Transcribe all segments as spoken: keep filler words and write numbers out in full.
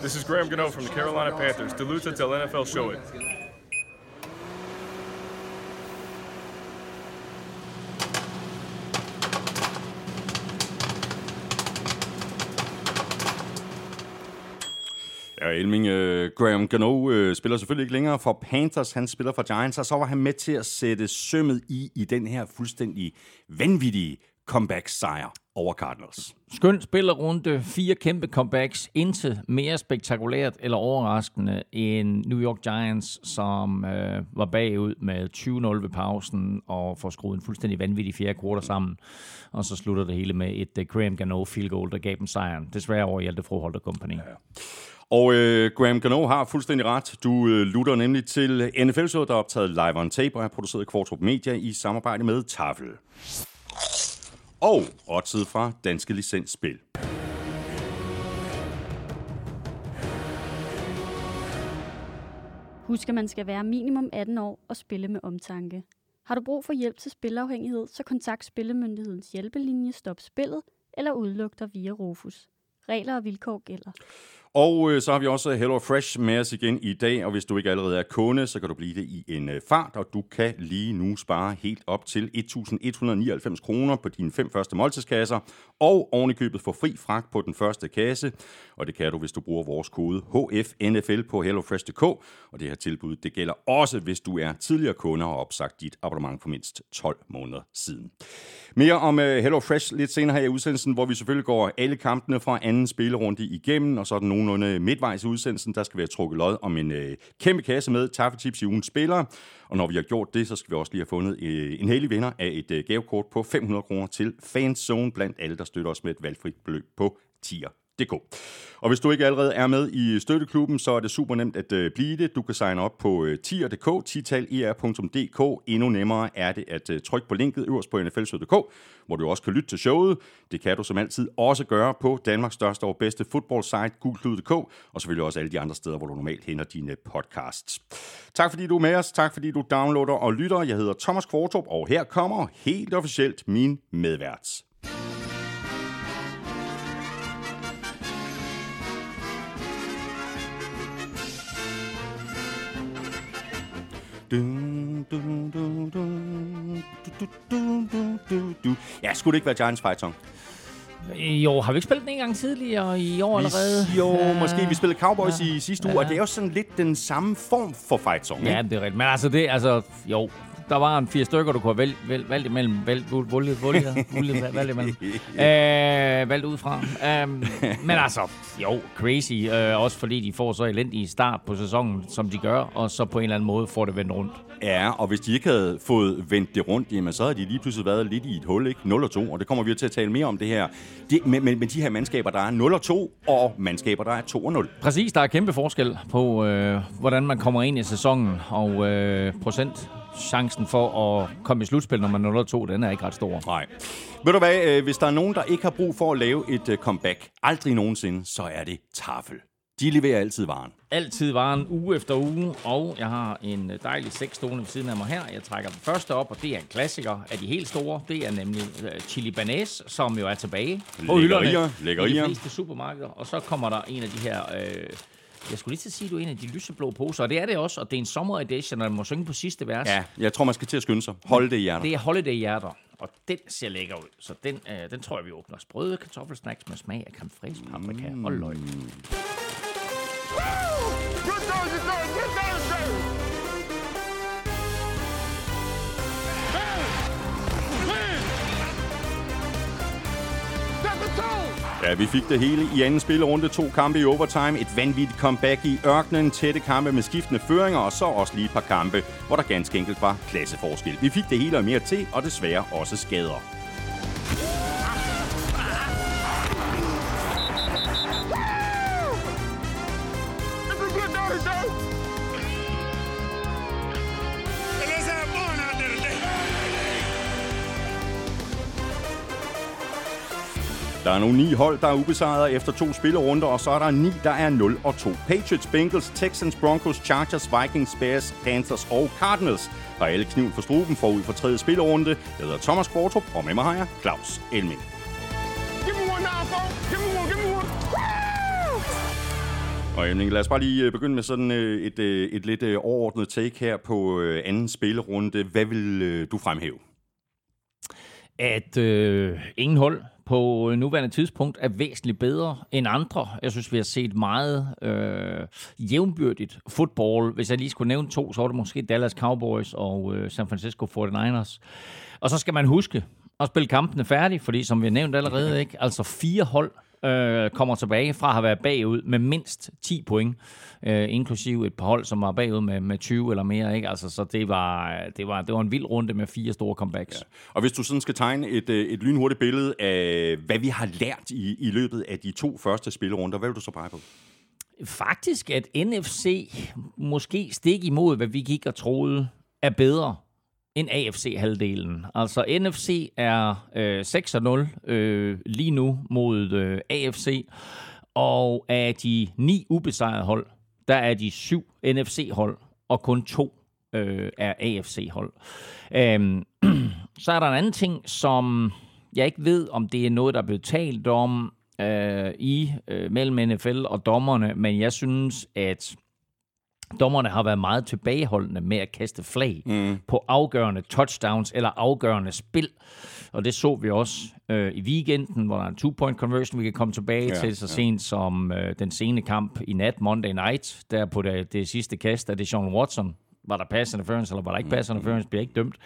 This is Graham Gano from the Carolina Panthers. Du lytter til N F L-showet. Ja, Elming, uh, Graham Gano uh, spiller selvfølgelig ikke længere for Panthers, han spiller for Giants, og så var han med til at sætte sømmet i i den her fuldstændig vanvittige comeback-sejr over Cardinals. Skøn spillerrunde, fire kæmpe comebacks, intet mere spektakulært eller overraskende end New York Giants, som øh, var bagud med tyve nul ved pausen og får skruet en fuldstændig vanvittig fjerde kvartal sammen. Og så slutter det hele med et uh, Graham Gano field goal, der gav dem sejren. Desværre over Hjalte Froholt og company. Ja. Og øh, Graham Gano har fuldstændig ret. Du øh, lytter nemlig til N F L-showet, der er optaget live on tape og er produceret i Kvartrup Media i samarbejde med Tafel. Og oddset fra Danske Licensspil. Husk, at man skal være minimum atten år og spille med omtanke. Har du brug for hjælp til spilafhængighed, så kontakt Spillemyndighedens hjælpelinje Stop Spillet eller udluk dig via Rufus. Regler og vilkår gælder. Og øh, så har vi også Hello Fresh med os igen i dag, og hvis du ikke allerede er kunde, så kan du blive det i en øh, fart, og du kan lige nu spare helt op til et tusind et hundrede nioghalvfems kroner på dine fem første måltidskasser, og ovenikøbet få fri fragt på den første kasse, og det kan du, hvis du bruger vores kode H F N F L på hellofresh punktum d k, og det her tilbud, det gælder også, hvis du er tidligere kunde og har opsagt dit abonnement for mindst tolv måneder siden. Mere om uh, Hello Fresh lidt senere her i udsendelsen, hvor vi selvfølgelig går alle kampene fra anden spillerunde igennem, og så er der nogenlunde midtvejs i udsendelsen, der skal være trukket lod om en uh, kæmpe kasse med taffetips i ugens spillere. Og når vi har gjort det, så skal vi også lige have fundet uh, en heldig vinder af et uh, gavekort på fem hundrede kroner til Fanzone blandt alle, der støtter os med et valgfrit beløb på tier punktum d k. Og hvis du ikke allerede er med i støtteklubben, så er det super nemt at uh, blive det. Du kan signe op på uh, tier punktum d k, tital punktum i r punktum d k. Endnu nemmere er det at uh, trykke på linket øverst på n f l punktum d k, hvor du også kan lytte til showet. Det kan du som altid også gøre på Danmarks største og bedste fodboldsite, gulklud punktum d k, og selvfølgelig også alle de andre steder, hvor du normalt henter dine podcasts. Tak fordi du er med os. Tak fordi du downloader og lytter. Jeg hedder Thomas Kvartrup, og her kommer helt officielt min medvært. Ja, skulle det ikke være Giants fight song? Jo, har vi ikke spillet den en gang tidligere i år vi, allerede? Jo, uh, måske. Vi spillede Cowboys ja. i sidste uge, ja. og det er jo sådan lidt den samme form for fight song, ikke? Ja, det er rigtigt. Men altså, det, altså, jo, der var en fire stykker, du kunne have valgt, valgt, valgt imellem. Valgt, valgt, valgt, valgt, valgt imellem. Øh, valgt ud fra. Um, men altså, jo, crazy. Øh, også fordi de får så elendig start på sæsonen, som de gør, og så på en eller anden måde får det vendt rundt. Ja, og hvis de ikke havde fået vendt det rundt, jamen, så havde de lige pludselig været lidt i et hul, ikke? nul og to, og det kommer vi jo til at tale mere om det her. Det, med, med, med de her mandskaber, der er nul og to, og mandskaber, der er to og nul. Præcis, der er kæmpe forskel på, øh, hvordan man kommer ind i sæsonen, og øh, procent chancen for at komme i slutspil, når man er nul og to, den er ikke ret stor. Nej. Ved du hvad, hvis der er nogen, der ikke har brug for at lave et comeback, aldrig nogensinde, så er det Tafel. De leverer altid varen. Altid varen, uge efter uge, og jeg har en dejlig seks stående ved siden af mig her. Jeg trækker den første op, og det er en klassiker af de helt store. Det er nemlig chili banæs, som jo er tilbage på hylderne i de fleste supermarkeder. Og så kommer der en af de her... Øh, jeg skulle lige til at sige, at du er en af de lyseblå poser, og det er det også, og det er en summer edition, og man må synge på sidste vers. Ja, jeg tror, man skal til at skynde sig. Holiday hjerter. Det er holiday hjerter, og den ser lækker ud, så den, øh, den tror jeg, vi åbner. Sprøde kartoffelsnacks med smag af creme fraiche, paprika mm. og løg. Ja, vi fik det hele i anden spillerunde. To kampe i overtime, et vanvittigt comeback i ørkenen, tætte kampe med skiftende føringer, og så også lige et par kampe, hvor der ganske enkelt var klasseforskel. Vi fik det hele og mere til, og desværre også skader. Der er nogle ni hold, der er ubesejret efter to spillerunder, og så er der ni, der er nul og to. Patriots, Bengals, Texans, Broncos, Chargers, Vikings, Bears, Panthers og Cardinals har alle kniven for struben forud for tredje spillerunde. Jeg hedder Thomas Kvartrup, og med mig har jeg Claus Elming. Og Emling, lad os bare lige begynde med sådan et, et lidt overordnet take her på anden spillerunde. Hvad vil du fremhæve? At øh, ingen hold på nuværende tidspunkt er væsentligt bedre end andre. Jeg synes, vi har set meget øh, jævnbyrdigt fodbold. Hvis jeg lige skulle nævne to, så var det måske Dallas Cowboys og øh, San Francisco forty-niners. Og så skal man huske at spille kampene færdig, fordi som vi har nævnt allerede, ikke, altså fire hold øh, kommer tilbage fra at have været bagud med mindst ti point, øh, inklusive et par hold, som var bagud med, med tyve eller mere. Ikke? Altså, så det var, det, var, det var en vild runde med fire store comebacks. Ja. Og hvis du sådan skal tegne et, et lynhurtigt billede af, hvad vi har lært i, i løbet af de to første spillerunder, hvad vil du så pege på? Faktisk, at N F C måske stik imod, hvad vi gik og troede, er bedre end A F C-halvdelen. Altså N F C er øh, seks nul øh, lige nu mod øh, A F C, og af de ni ubesejrede hold, der er de syv N F C-hold, og kun to øh, er A F C-hold. Øhm, så er der en anden ting, som jeg ikke ved, om det er noget, der er blevet talt om øh, i øh, mellem N F L og dommerne, men jeg synes, at dommerne har været meget tilbageholdende med at kaste flag mm. på afgørende touchdowns eller afgørende spil. Og det så vi også øh, i weekenden, hvor der er en two-point conversion, vi kan komme tilbage ja, til, så ja. sent som øh, den sene kamp i nat, Monday night, der på det, det sidste kast af Deshaun Watson. Var der pass interference, eller var der ikke pass interference, bliver ikke dømt.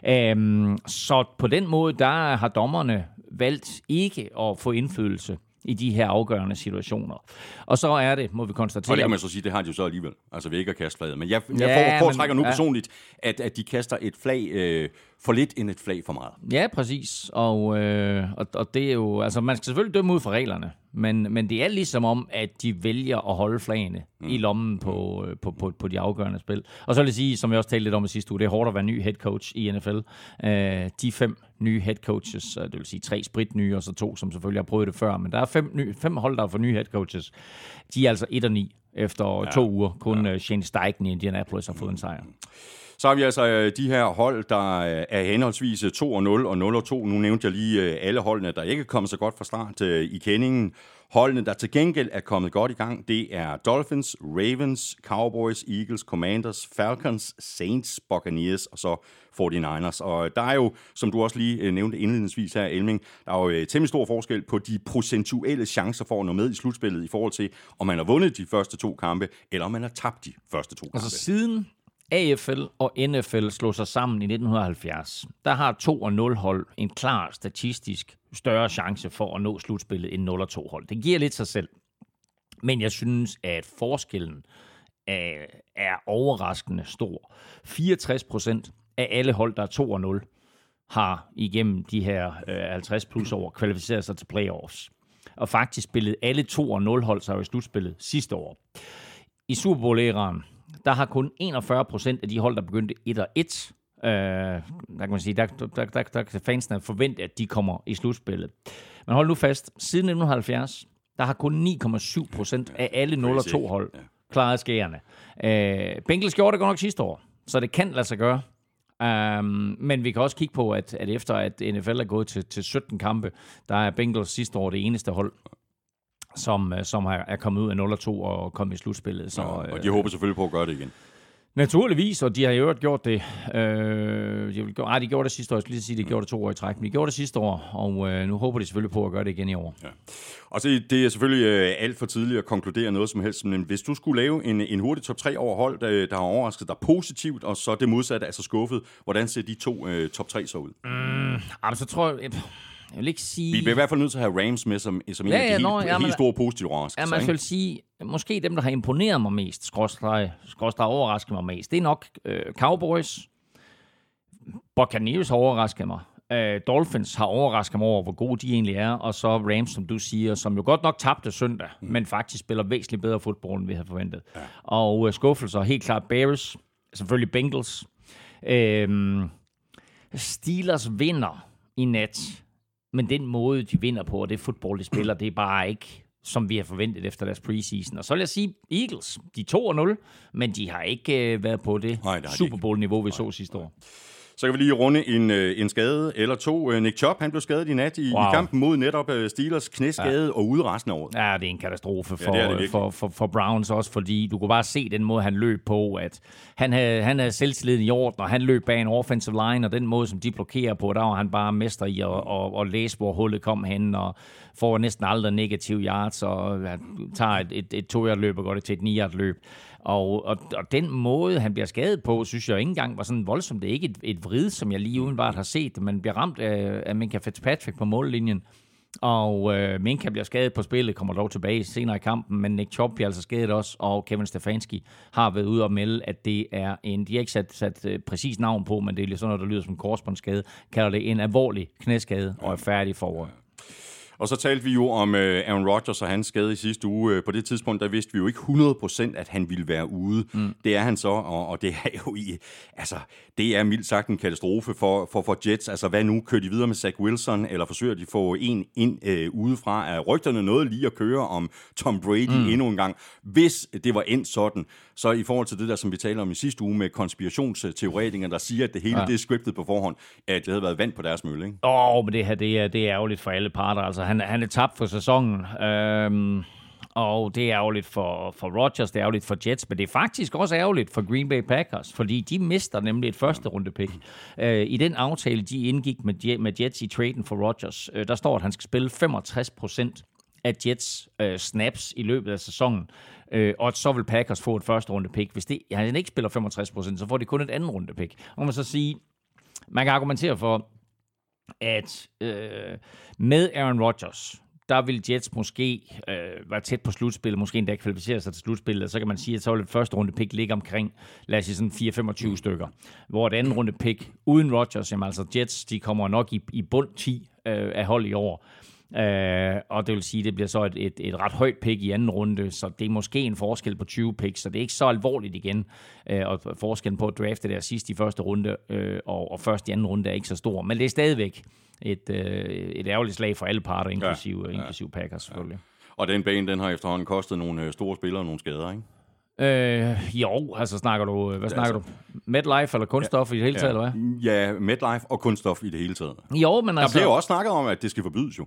Øhm, så på den måde, der har dommerne valgt ikke at få indflydelse i de her afgørende situationer. Og så er det, må vi konstatere... Og det kan man så sige, det har de jo så alligevel. Altså ved ikke at kaste flaget. Men jeg, jeg ja, foretrækker men, nu personligt, ja. at, at de kaster et flag øh, for lidt end et flag for meget. Ja, præcis. Og, øh, og, og det er jo... Altså man skal selvfølgelig dømme ud fra reglerne, men, men det er ligesom om, at de vælger at holde flagene mm. i lommen på, øh, på, på, på de afgørende spil. Og så vil jeg sige, som jeg også talte lidt om i sidste uge, det er hårdt at være ny head coach i N F L. Øh, de fem nye head coaches, det vil sige tre spritnye, og så to, som selvfølgelig har prøvet det før, men der er fem, ny, fem hold, der er for nye head coaches. De er altså et og ni efter ja. to uger. Kun ja. Shane Steichen i Indianapolis har fået en sejr. Så har vi altså de her hold, der er henholdsvis to og nul og nul og to. Nu nævnte jeg lige alle holdene, der ikke er kommet så godt fra start i kendingen. Holdene, der til gengæld er kommet godt i gang, det er Dolphins, Ravens, Cowboys, Eagles, Commanders, Falcons, Saints, Buccaneers og så forty-niners. Og der er jo, som du også lige nævnte indledningsvis her, Elming, der er jo temmelig stor forskel på de procentuelle chancer for at nå med i slutspillet i forhold til, om man har vundet de første to kampe, eller om man har tabt de første to kampe. Altså siden A F L og N F L slog sig sammen i nitten halvfjerds, der har to og nul hold en klar statistisk større chance for at nå slutspillet end nul og to hold. Det giver lidt sig selv. Men jeg synes, at forskellen er, er overraskende stor. fireogtres procent af alle hold, der er to og nul, har igennem de her øh, halvtreds plus år kvalificeret sig til playoffs. Og faktisk spillede alle to og nul hold sig i slutspillet sidste år. I Super Bowl-æraen, der har kun enogfyrre procent af de hold, der begyndte et og et. Øh, der kan man sige, der, der, der, der, der kan fansene forvente, at de kommer i slutspillet. Men hold nu fast, siden nitten halvfjerds, der har kun ni komma syv procent af alle nul og to hold klaret skærene. Øh, Bengals gjorde det godt nok sidste år, så det kan lade sig gøre. Um, men vi kan også kigge på, at, at efter at N F L er gået til, til sytten kampe, der er Bengals sidste år det eneste hold, som, som er kommet ud af nul og to og kommet i slutspillet. Så, ja, og de håber selvfølgelig på at gøre det igen. Naturligvis, og de har jo gjort det. Øh, de, ej, de gjorde det sidste år. Jeg skulle lige sige, de gjorde det to år i træk, men de gjorde det sidste år, og øh, nu håber de selvfølgelig på at gøre det igen i år. Ja. Og så det er selvfølgelig øh, alt for tidligt at konkludere noget som helst, men hvis du skulle lave en, en hurtig top tre over hold, der, der har overrasket dig positivt, og så det modsatte er så skuffet, hvordan ser de to øh, top tre så ud? Mm, altså, så tror jeg... Jeg vil ikke sige... Vi bliver i hvert fald nødt til at have Rams med som, som en ja, ja, af de nå, helt, ja, helt store positive overraskelser. Ja, man skal sige, måske dem, der har imponeret mig mest, skråstreg, skråstreg overrasket mig mest, det er nok øh, Cowboys. Buccaneers har overrasket mig. Øh, Dolphins har overrasket mig over, hvor gode de egentlig er. Og så Rams, som du siger, som jo godt nok tabte søndag, mm. men faktisk spiller væsentligt bedre fodbold, end vi havde forventet. Ja. Og øh, skuffelser helt klart Bears, selvfølgelig Bengals. Øh, Steelers vinder i nat. Men den måde, de vinder på, og det fodbold, de spiller, det er bare ikke, som vi har forventet efter deres preseason. Og så vil jeg sige, Eagles, de to og nul, men de har ikke øh, været på det, det Super Bowl-niveau, vi nej, så sidste nej. år. Så kan vi lige runde en, en skade eller to. Nick Chubb, han blev skadet i nat i, wow. i kampen mod netop Steelers, knæskade ja. og ude resten af året. Ja, det er en katastrofe for, ja, det det for, for, for Browns også, fordi du kunne bare se den måde, han løb på, at han havde, han havde selvtilliden i orden, og han løb bag en offensive line, og den måde, som de blokerer på, der var han bare mester i at og, og læse, hvor hullet kom hen, og får næsten aldrig negative yards, og han tager et, et, et to-yard løb og går det til et ni-yard løb. Og, og, og den måde, han bliver skadet på, synes jeg ikke engang var sådan voldsomt. Det er ikke et, et vrid, som jeg lige udenbart har set. Man bliver ramt af, af Minkah Fitzpatrick på mållinjen, og øh, Minkah bliver skadet på spillet, kommer dog tilbage senere i kampen, men Nick Chubb bliver altså skadet også, og Kevin Stefanski har været ude og melde, at det er en, de har ikke sat, sat uh, præcis navn på, men det er sådan noget, der lyder som en korsbåndsskade, kalder det en alvorlig knæskade, og er færdig for året. Og så talte vi jo om Aaron Rodgers og hans skade i sidste uge. På det tidspunkt, der vidste vi jo ikke hundrede procent, at han ville være ude. Mm. Det er han så, og, og det er jo i, altså, det er mildt sagt en katastrofe for, for, for Jets. Altså, hvad nu? Kører de videre med Zach Wilson, eller forsøger de at få en ind øh, udefra? Er rygterne noget lige at køre om Tom Brady mm. endnu en gang? Hvis det var endt sådan, så i forhold til det der, som vi taler om i sidste uge med konspirationsteoretikere, der siger, at det hele ja. det er scriptet på forhånd, at det havde været vand på deres mølle, ikke? Åh, oh, men det her, det er, det er ærgerligt for alle parter. Altså, han, han er tabt for sæsonen, øhm, og det er ærgerligt for, for Rodgers, det er ærgerligt for Jets, men det er faktisk også ærgerligt for Green Bay Packers, fordi de mister nemlig et første rundepick. Øh, I den aftale, de indgik med, med Jets i traden for Rodgers, øh, der står, at han skal spille femogtres procent af Jets øh, snaps i løbet af sæsonen, øh, og så vil Packers få et første rundepick. Hvis det, han ikke spiller femogtres procent, så får de kun et andet rundepick. Og man så sige, man kan argumentere for, at øh, med Aaron Rodgers, der vil Jets måske øh, være tæt på slutspillet, måske endda kvalificere sig til slutspillet, og så kan man sige, at så vil et første runde pick ligge omkring, lad os sige sådan fire femogtyve stykker. Hvor et andet runde pick uden Rodgers, jamen altså Jets, de kommer nok i, i bund ti øh, af hold i år. Uh, og det vil sige, at det bliver så et, et, et ret højt pick i anden runde, så det er måske en forskel på tyve picks, så det er ikke så alvorligt igen. Uh, og forskellen på at drafte der sidst i første runde uh, og, og først i anden runde er ikke så stor, men det er stadigvæk et, uh, et ærgerligt slag for alle parter, inklusive, ja, ja. inklusive Packers selvfølgelig. Ja. Og den bane, den har efterhånden kostet nogle store spillere og nogle skader, ikke? Øh, jo, altså snakker du, hvad snakker altså, du? MetLife eller kunststof ja, i det hele taget, ja, eller hvad? Ja, MetLife og kunststof i det hele taget. Jo, men der altså... bliver jo også snakket om, at det skal forbydes jo.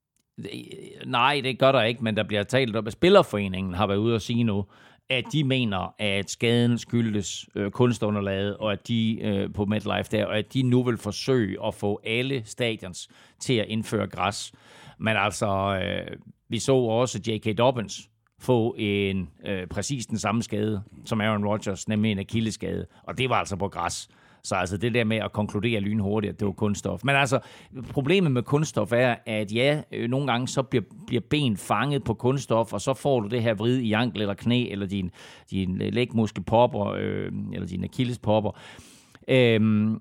Nej, det gør der ikke, men der bliver talt om, at Spillerforeningen har været ude og sige nu, at de mener, at skaden skyldes øh, kunstunderlaget, og at de øh, på MetLife der, og at de nu vil forsøge at få alle stadions til at indføre græs. Men altså, øh, vi så også J K. Dobbins få en øh, præcis den samme skade som Aaron Rodgers, nemlig en akillesskade, og det var altså på græs. Så altså det der med at konkludere lynhurtigt, at det var kunststof. Men altså, problemet med kunststof er, at ja, øh, nogle gange så bliver, bliver ben fanget på kunststof, og så får du det her vrid i ankel eller knæ, eller din, din lægmuskel popper, øh, eller din akilles popper. Øhm,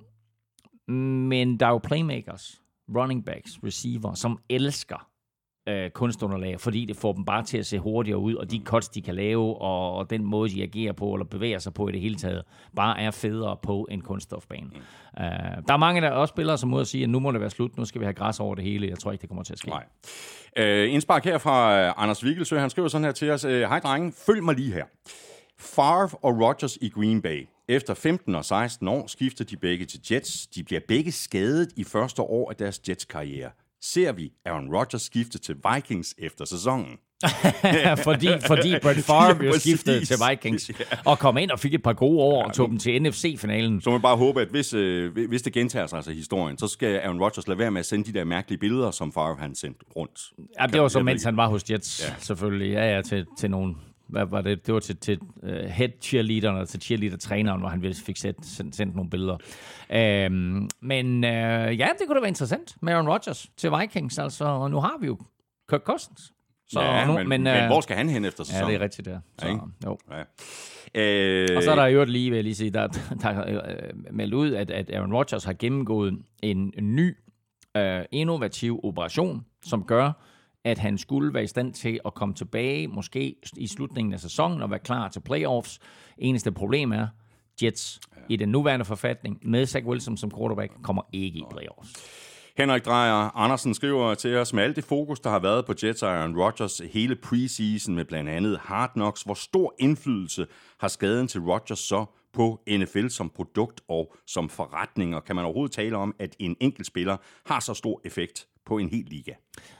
men der er jo playmakers, running backs, receiver, som elsker øh, kunstunderlag, fordi det får dem bare til at se hurtigere ud, og de cuts, de kan lave, og, og den måde, de agerer på, eller bevæger sig på i det hele taget, bare er federe på en kunststofbane. Mm. Uh, der er mange der også spillere, som må at sige, at nu må det være slut, nu skal vi have græs over det hele. Jeg tror ikke, det kommer til at ske. Nej. Uh, indspark her fra uh, Anders Vigelsø, han skriver sådan her til os, hej uh, drenge, følg mig lige her. Favre og Rodgers i Green Bay. Efter femten og seksten år skifter de begge til Jets. De bliver begge skadet i første år af deres Jets-karriere. Ser vi Aaron Rodgers skifte til Vikings efter sæsonen? fordi, fordi Brett Favre jo skiftede til Vikings og kom ind og fik et par gode år og tog dem til N F C-finalen. Så man bare håbe, at hvis, øh, hvis det gentager sig altså historien, så skal Aaron Rodgers lade være med at sende de der mærkelige billeder, som Favre han sendte rundt. Ja, det var så, mens han var hos Jets, ja. selvfølgelig. Ja, ja, til, til nogle... Hvad var det? Det var til, til uh, head cheerleaderen, til cheerleader-træneren, hvor han fik sendt, sendt, sendt nogle billeder. Um, men uh, ja, det kunne da være interessant med Aaron Rodgers til Vikings. Altså, og nu har vi jo Kirk Cousins. Så ja, nu, men, men, men uh, hvor skal han hen efter sæsonen? Ja, det er rigtigt der. Så, ja, jo. Ja. Øh, og så er der i øvrigt lige, vil jeg lige sige, der, der er uh, meldt ud, at, at Aaron Rodgers har gennemgået en, en ny, uh, innovativ operation, som gør, at han skulle være i stand til at komme tilbage, måske i slutningen af sæsonen, og være klar til playoffs. Eneste problem er, Jets ja. i den nuværende forfatning, med Zach Wilson som quarterback, kommer ikke i playoffs. Henrik Drejer Andersen skriver til os, med alt det fokus, der har været på Jets og Aaron Rodgers hele preseason med blandt andet Hard Knocks, hvor stor indflydelse har skaden til Rodgers så på N F L som produkt og som forretning, og kan man overhovedet tale om, at en enkelt spiller har så stor effekt på en hel liga?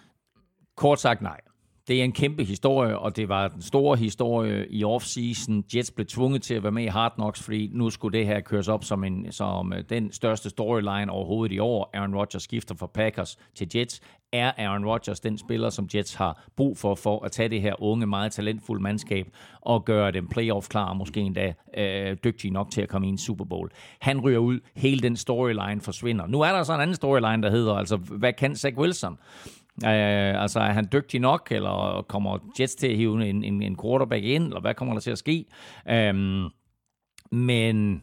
Kort sagt nej. Det er en kæmpe historie, og det var den store historie i off-season. Jets blev tvunget til at være med i Hard Knocks, fordi nu skulle det her køres op som, en, som den største storyline overhovedet i år. Aaron Rodgers skifter fra Packers til Jets. Er Aaron Rodgers den spiller, som Jets har brug for, for at tage det her unge, meget talentfulde mandskab og gøre dem playoff-klar, og måske endda øh, dygtige nok til at komme i en Super Bowl? Han ryger ud. Hele den storyline forsvinder. Nu er der så en anden storyline, der hedder, altså, hvad kan Zach Wilson? Uh, altså, er han dygtig nok, eller kommer Jets til at hive en, en, en quarterback ind, eller hvad kommer der til at ske? Um, men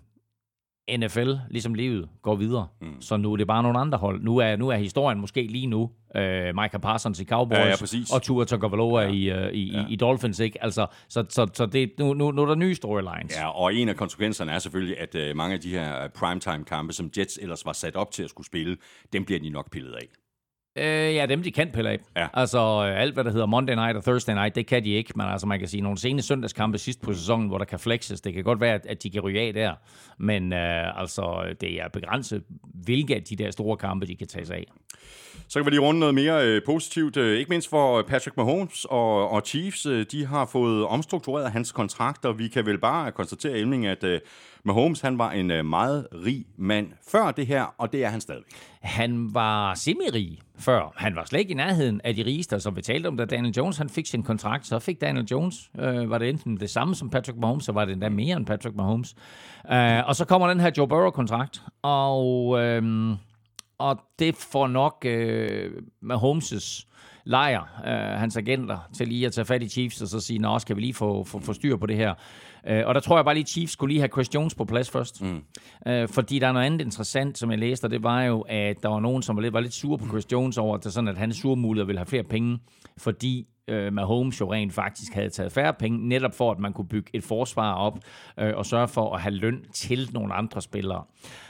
N F L, ligesom livet, går videre. Mm. Så nu er det bare nogle andre hold. Nu er, nu er historien måske lige nu uh, Micah Parsons i Cowboys, ja, ja, og Tua Tagovailoa ja. i, uh, i, ja. i, i Dolphins, ikke? Altså, så, så, så det, nu, nu, nu er der nye storylines. Ja, og en af konsekvenserne er selvfølgelig, at uh, mange af de her primetime-kampe, som Jets ellers var sat op til at skulle spille, dem bliver de nok pillet af. Øh, ja, dem de kan pille af. Ja. Altså alt, hvad der hedder Monday Night og Thursday Night, det kan de ikke. Men altså, man kan sige, nogle sene søndagskampe sidst på sæsonen, hvor der kan flexes, det kan godt være, at de kan ryge af der. Men øh, altså, det er begrænset, hvilke af de der store kampe, de kan tage sig af. Så kan vi lige runde noget mere øh, positivt. Øh, ikke mindst for Patrick Mahomes og, og Chiefs. Øh, de har fået omstruktureret hans kontrakt, og vi kan vel bare konstatere, Elming, at øh, Mahomes han var en øh, meget rig mand før det her, og det er han stadigvæk. Han var semi-rig før. Han var slet ikke i nærheden af de rigeste, som vi talte om, da Daniel Jones han fik sin kontrakt. Så fik Daniel Jones, øh, var det enten det samme som Patrick Mahomes, så var det endda mere end Patrick Mahomes. Øh, og så kommer den her Joe Burrow-kontrakt, og... Øh, Og det får nok øh, Mahomes' lejer, øh, hans agenter, til lige at tage fat i Chiefs og så sige, nå, skal vi lige få, få, få styr på det her. Øh, og der tror jeg bare lige, Chiefs skulle lige have Chris Jones på plads først. Mm. Øh, fordi der er noget andet interessant, som jeg læste, og det var jo, at der var nogen, som var lidt, var lidt sure på Chris Jones over, at, det sådan, at hans surmuligheder ville have flere penge, fordi øh, Mahomes jo rent faktisk havde taget færre penge, netop for, at man kunne bygge et forsvar op øh, og sørge for at have løn til nogle andre spillere.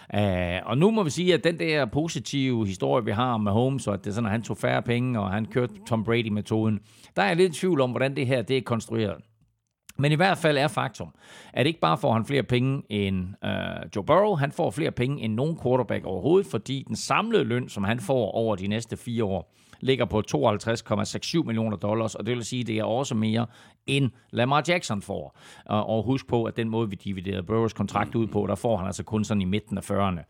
Uh, og nu må vi sige, at den der positive historie, vi har om Mahomes, og at det er sådan, at han tog færre penge, og han kørte Tom Brady-metoden, der er jeg lidt i tvivl om, hvordan det her det er konstrueret. Men i hvert fald er faktum, at ikke bare får han flere penge end uh, Joe Burrow, han får flere penge end nogen quarterback overhovedet, fordi den samlede løn, som han får over de næste fire år, ligger på tooghalvtreds komma seksogtyve millioner dollars, og det vil sige, at det er også mere end Lamar Jackson får. Og husk på, at den måde, vi dividerede Burrows kontrakt ud på, der får han altså kun sådan i midten af fyrrerne.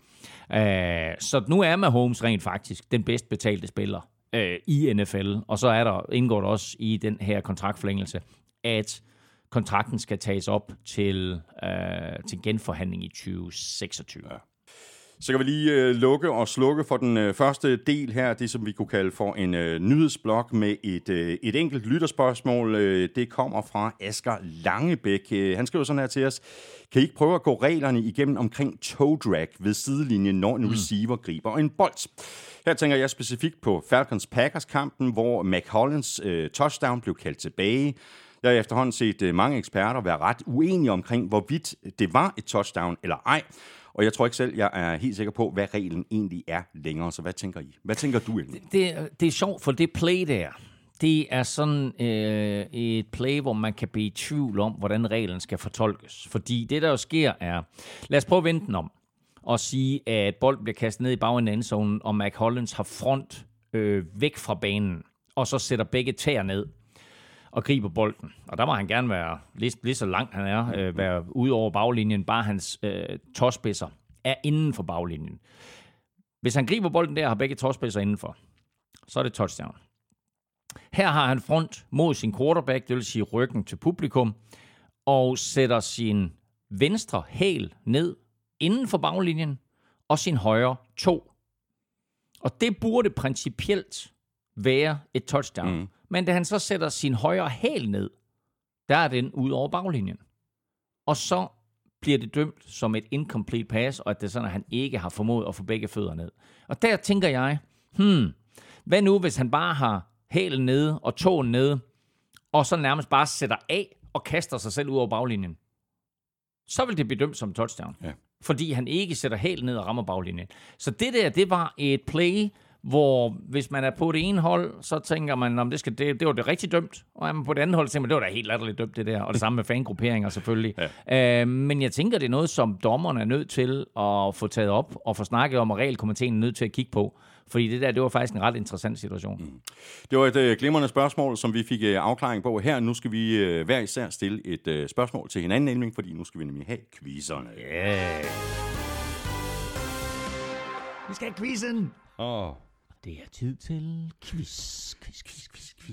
Så nu er Mahomes rent faktisk den bedst betalte spiller i N F L, og så er der, indgår der også i den her kontraktforlængelse, at kontrakten skal tages op til, til genforhandling i tyve seksogtyve. Ja. Så kan vi lige øh, lukke og slukke for den øh, første del her, det som vi kunne kalde for en øh, nyhedsblok med et, øh, et enkelt lytterspørgsmål. Øh, det kommer fra Asger Langebæk. Øh, han skriver sådan her til os: kan I ikke prøve at gå reglerne igennem omkring toe drag ved sidelinjen, når en mm. receiver griber en bold? Her tænker jeg specifikt på Falcons-Packers-kampen, hvor McCollins øh, touchdown blev kaldt tilbage. Jeg har efterhånden set øh, mange eksperter være ret uenige omkring, hvorvidt det var et touchdown eller ej. Og jeg tror ikke selv, jeg er helt sikker på, hvad reglen egentlig er længere. Så hvad tænker I? Hvad tænker du egentlig? Det, det er sjovt, for det play der, det er sådan øh, et play, hvor man kan blive i tvivl om, hvordan reglen skal fortolkes. Fordi det, der jo sker, er... Lad os prøve at vente den om og sige, at bolden bliver kastet ned i bagenden af endzonen, og McCollins har front øh, væk fra banen, og så sætter begge tæer ned og griber bolden. Og der må han gerne være lige, lige så langt han er, øh, være ude over baglinjen, bare hans øh, tåspidser er inden for baglinjen. Hvis han griber bolden der og har begge tåspidser indenfor, så er det touchdown. Her har han front mod sin quarterback, det vil sige ryggen til publikum, og sætter sin venstre hæl ned inden for baglinjen, og sin højre to. Og det burde principielt være et touchdown. Mm. Men da han så sætter sin højre hæl ned, der er den ud over baglinjen. Og så bliver det dømt som et incomplete pass, og at det er sådan, at han ikke har formået at få begge fødder ned. Og der tænker jeg, hmm, hvad nu, hvis han bare har hælen nede og tåen nede, og så nærmest bare sætter af og kaster sig selv ud over baglinjen? Så vil det blive dømt som touchdown. Ja. Fordi han ikke sætter hælen ned og rammer baglinjen. Så det der, det var et play, hvor hvis man er på det ene hold, så tænker man, om det, skal, det, det var det rigtig dømt, og er man på det andet hold, så tænker man, det var da helt latterligt dømt det der, og det samme med fangrupperinger selvfølgelig. Ja. Øh, men jeg tænker, det er noget, som dommerne er nødt til at få taget op, og få snakket om, og regelkomiteen er nødt til at kigge på. Fordi det der, det var faktisk en ret interessant situation. Mm. Det var et øh, glimrende spørgsmål, som vi fik øh, afklaring på her. Nu skal vi øh, hver især stille et øh, spørgsmål til hinanden, Elming, fordi nu skal vi nemlig have quizzerne. Yeah. Vi skal have quizzen! Åh. Oh. Det er tid til quiz, quiz, quiz, quiz, quiz.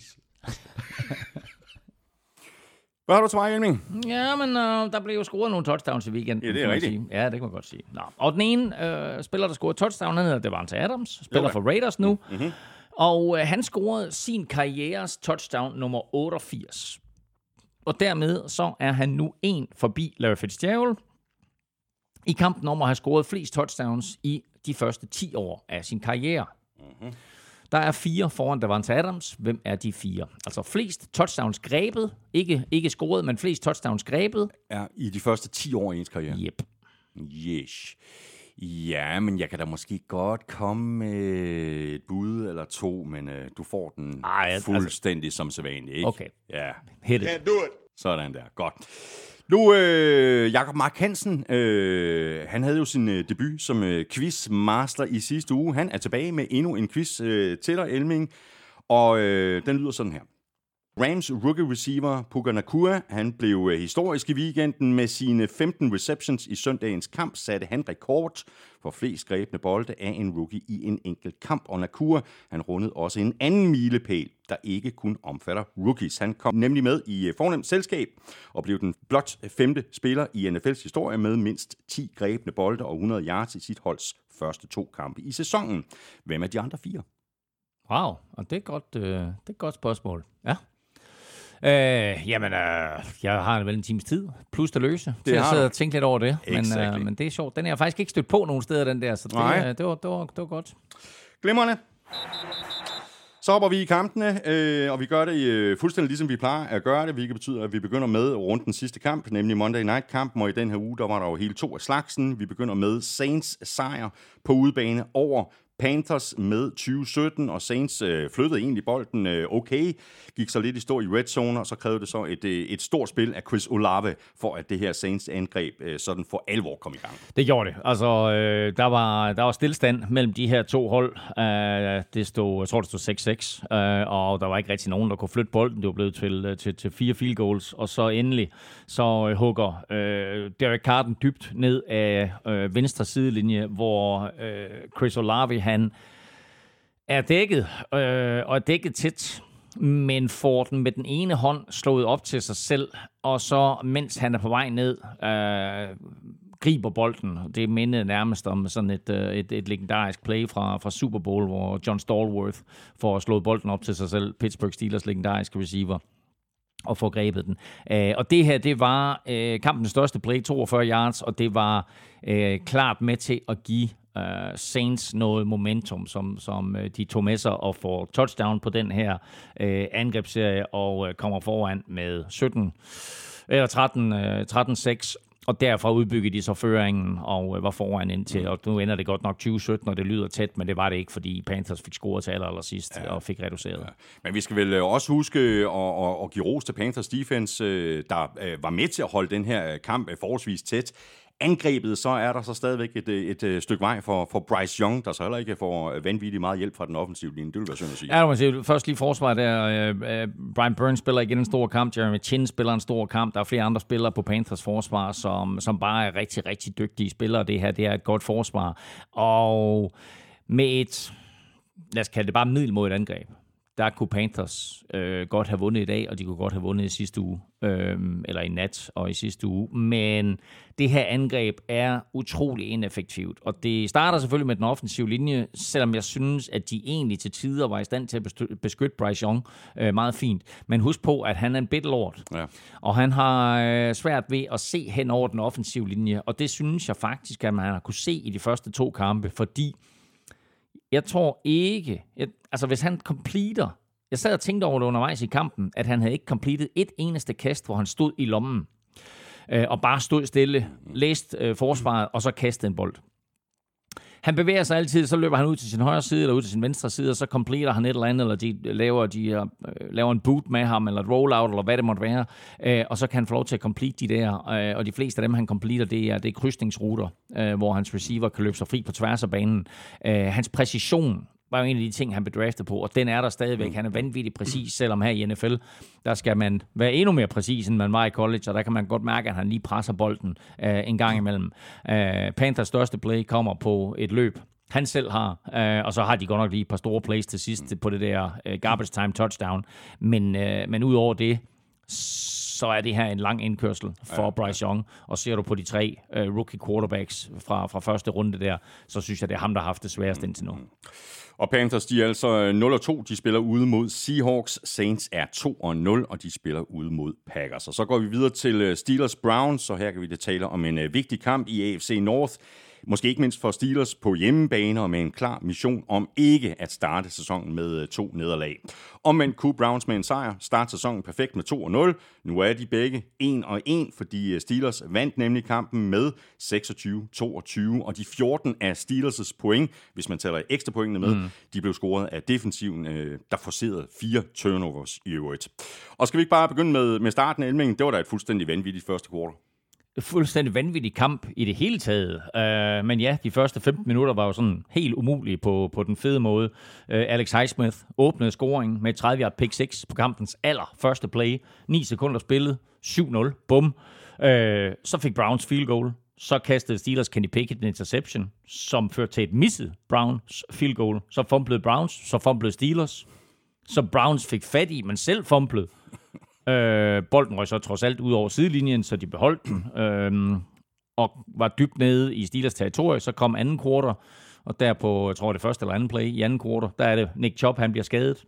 Hvad har du til mig, Elming? Ja, men øh, der blev jo scoret nogle touchdowns i weekenden. Ja, det er rigtigt. Ja, det kan man godt sige. Nå. Og den ene øh, spiller, der scorede touchdown, han hedder Davante Adams, spiller okay. for Raiders nu. Mm-hmm. Og øh, han scorede sin karrieres touchdown nummer otteogfirs. Og dermed så er han nu en forbi Larry Fitzgerald i kampen om at have scoret flest touchdowns i de første ti år af sin karriere. Mm-hmm. Der er fire foran Davante Adams. Hvem er de fire? Altså flest touchdowns grebet. Ikke, ikke scoret, men flest touchdowns grebet. Er i de første ti år i ens karriere? Yep. Yes. Ja, men jeg kan da måske godt komme med et bud eller to, men øh, du får den Ej, altså, fuldstændig som sædvanligt, ikke? Okay. Ja. Hit it. Can't do it. Sådan der. Godt. Nu, øh, Jakob Mark Hansen, øh, han havde jo sin øh, debut som øh, quizmaster i sidste uge. Han er tilbage med endnu en quiz øh, til dig, Elming, og øh, den lyder sådan her. Rams rookie receiver Puka Nacua, han blev øh, historisk i weekenden med sine femten receptions i søndagens kamp, satte han rekord for flest grebne bolde af en rookie i en enkelt kamp. Og Nacua, han rundede også en anden milepæl, der ikke kun omfatter rookies. Han kom nemlig med i øh, fornemt selskab og blev den blot femte spiller i N F L's historie med mindst ti grebne bolde og hundrede yards i sit holds første to kampe i sæsonen. Hvem er de andre fire? Wow, og det er godt, øh, det er et godt spørgsmål. Ja. Øh, jamen, øh, jeg har vel en times tid, plus det løse, det til at sidde og tænke lidt over det. Men, øh, men det er sjovt. Den er jeg faktisk ikke stødt på nogen steder, den der, så det, øh, det, var, det, var, det var godt. Glimrende. Så hopper vi i kampene, øh, og vi gør det øh, fuldstændig ligesom vi plejer at gøre det, hvilket betyder, at vi begynder med rundt den sidste kamp, nemlig Monday Night-kampen, og i den her uge, der var der jo hele to af slagsen. Vi begynder med Saints sejr på udebane over Panthers med tyve sytten, og Saints øh, flyttede egentlig bolden øh, okay, gik så lidt i stå i red zone, og så krævede det så et, øh, et stort spil af Chris Olave, for at det her Saints angreb øh, sådan for alvor kom i gang. Det gjorde det. Altså, øh, der, var, der var stillstand mellem de her to hold. Øh, det stod, jeg tror, det stod seks seks, øh, og der var ikke rigtig nogen, der kunne flytte bolden. Det var blevet til, til, til fire field goals, og så endelig så øh, hugger øh, Derek Carr den dybt ned af øh, venstre sidelinje, hvor øh, Chris Olave han er dækket, øh, og er dækket tæt, men får den med den ene hånd slået op til sig selv, og så, mens han er på vej ned, øh, griber bolden. Det mindede nærmest om sådan et, et, et legendarisk play fra, fra Super Bowl, hvor John Stallworth får slået bolden op til sig selv, Pittsburgh Steelers legendariske receiver, og får grebet den. Øh, og det her, det var øh, kampens største play, toogfyrre yards, og det var øh, klart med til at give Uh, Saints noget momentum, som, som uh, de tog med sig og får touchdown på den her uh, angrebsserie og uh, kommer foran med sytten, eller tretten, uh, tretten seks, og derfra udbygger de så føringen og uh, var foran indtil, og nu ender det godt nok tyve sytten, og det lyder tæt, men det var det ikke, fordi Panthers fik scoret til aller, aller sidst ja. og fik reduceret. Ja. Men vi skal vel også huske at, at, at give ros til Panthers defense, der var med til at holde den her kamp forholdsvis tæt. Angrebet, så er der så stadigvæk et, et, et stykke vej for, for Bryce Young, der så heller ikke får vanvittigt meget hjælp fra den offensive linje. Det vil være synd at sige. Ja, du må sige, først lige forsvar der. Uh, Brian Burns spiller igen en stor kamp. Jeremy Chin spiller en stor kamp. Der er flere andre spillere på Panthers forsvar, som, som bare er rigtig, rigtig dygtige spillere. Det her, det er et godt forsvar. Og med et, lad os kalde det bare middelmodigt angreb, der kunne Panthers øh, godt have vundet i dag, og de kunne godt have vundet i sidste uge, øh, eller i nat og i sidste uge. Men det her angreb er utrolig ineffektivt, og det starter selvfølgelig med den offensive linje, selvom jeg synes, at de egentlig til tider var i stand til at beskytte Bryce Young øh, meget fint. Men husk på, at han er en bittelort, ja. og han har øh, svært ved at se hen over den offensive linje, og det synes jeg faktisk, at man har kunne se i de første to kampe, fordi jeg tror ikke, jeg, altså hvis han completer, jeg sad og tænkte over det undervejs i kampen, at han havde ikke completet et eneste kast, hvor han stod i lommen, øh, og bare stod stille, læste øh, forsvaret, og så kastede en bold. Han bevæger sig altid, så løber han ud til sin højre side, eller ud til sin venstre side, og så completer han et eller andet, eller de laver, de, uh, laver en boot med ham, eller et rollout, eller hvad det måtte være, uh, og så kan han få lov til at complete de der, uh, og de fleste af dem, han completer, det er, det er krydsningsruter, uh, hvor hans receiver kan løbe sig fri på tværs af banen. Uh, hans præcision var jo en af de ting, han blev draftet på, og den er der stadigvæk. Han er vanvittigt præcis, selvom her i N F L, der skal man være endnu mere præcis, end man var i college, og der kan man godt mærke, at han lige presser bolden øh, en gang imellem. Øh, Panthers største play kommer på et løb, han selv har, øh, og så har de godt nok lige et par store plays til sidst på det der øh, garbage time touchdown, men, øh, men ud over det, så er det her en lang indkørsel for ja, Bryce Young, og ser du på de tre øh, rookie quarterbacks fra, fra første runde der, så synes jeg, det er ham, der har haft det sværest indtil nu. Og Panthers, de er altså nul og to. De spiller ude mod Seahawks. Saints er to og nul, og de spiller ude mod Packers. Og så går vi videre til Steelers Browns, så her kan vi tale om en vigtig kamp i A F C North. Måske ikke mindst for Steelers på hjemmebane og med en klar mission om ikke at starte sæsonen med to nederlag. Omvendt kunne Browns med en sejr starte sæsonen perfekt med to og nul. Nu er de begge en og en, fordi Steelers vandt nemlig kampen med seksogtyve toogtyve, og de fjorten af Steelers' point, hvis man tæller ekstra pointene med, mm. de blev scoret af defensiven, der forcerede fire turnovers i øvrigt. Og skal vi ikke bare begynde med, med starten af Elming? Det var da et fuldstændig vanvittigt første kvartal. Fuldstændig vanvittig kamp i det hele taget. Uh, men ja, de første femten minutter var jo sådan helt umulige på, på den fede måde. Uh, Alex Highsmith åbnede scoring med tredive yard pick seks på kampens allerførste play. ni sekunder spillet, syv nul, bum. Uh, så fik Browns field goal. Så kastede Steelers Kenny Pickett en interception, som førte til et misset Browns field goal. Så fumblede Browns, så fumblede Steelers. Så Browns fik fat i, men selv fumblede. Øh, bolden røg så trods alt ud over sidelinjen, så de beholdt den, øh, og var dybt nede i Steelers territorie. Så kom anden quarter, og der på, jeg tror det første eller anden play i anden quarter, der er det Nick Chubb, han bliver skadet.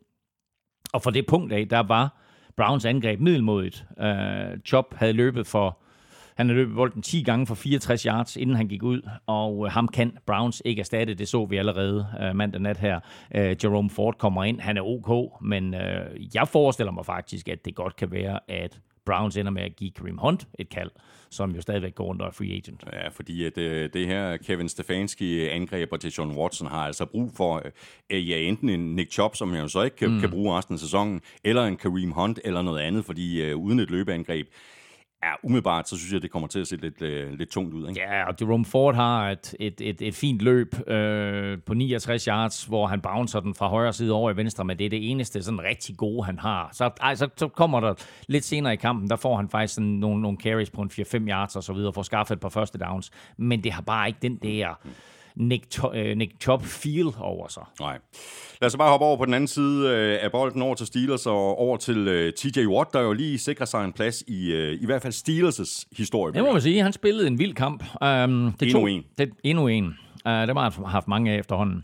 Og fra det punkt af, der var Browns angreb middelmodigt. Øh, Chubb havde løbet for, han havde løbet bolden ti gange for fireogtres yards, inden han gik ud, og øh, ham kan Browns ikke erstatte. Det så vi allerede øh, mandag nat her. Øh, Jerome Ford kommer ind, han er ok, men øh, jeg forestiller mig faktisk, at det godt kan være, at Browns ender med at give Kareem Hunt et kald, som jo stadigvæk går rundt og er free agent. Ja, fordi at, øh, det her Kevin Stefanski angreber til John Watson har altså brug for øh, ja, enten en Nick Chubb, som han jo så ikke kan, mm. kan bruge resten af sæsonen, eller en Kareem Hunt, eller noget andet, fordi øh, uden et løbeangreb, ja, umiddelbart, så synes jeg, det kommer til at se lidt, øh, lidt tungt ud. Ikke? Ja, og Jerome Ford har et, et, et, et fint løb øh, på niogtres yards, hvor han bouncer den fra højre side over i venstre, men det er det eneste sådan rigtig gode, han har. Så, ej, så, så kommer der lidt senere i kampen, der får han faktisk sådan nogle, nogle carries på en fire fem yards og så videre, for at skaffe et par første downs, men det har bare ikke den der Nick, to- Nick Chubb feel over sig. Nej. Lad os bare hoppe over på den anden side af bolden, over til Steelers og over til T J Watt, der jo lige sikrer sig en plads i i hvert fald Steelers' historie. Det må man sige. Han spillede en vild kamp. Um, det endnu tog, en. Det, endnu en. Uh, det har han haft mange af efterhånden.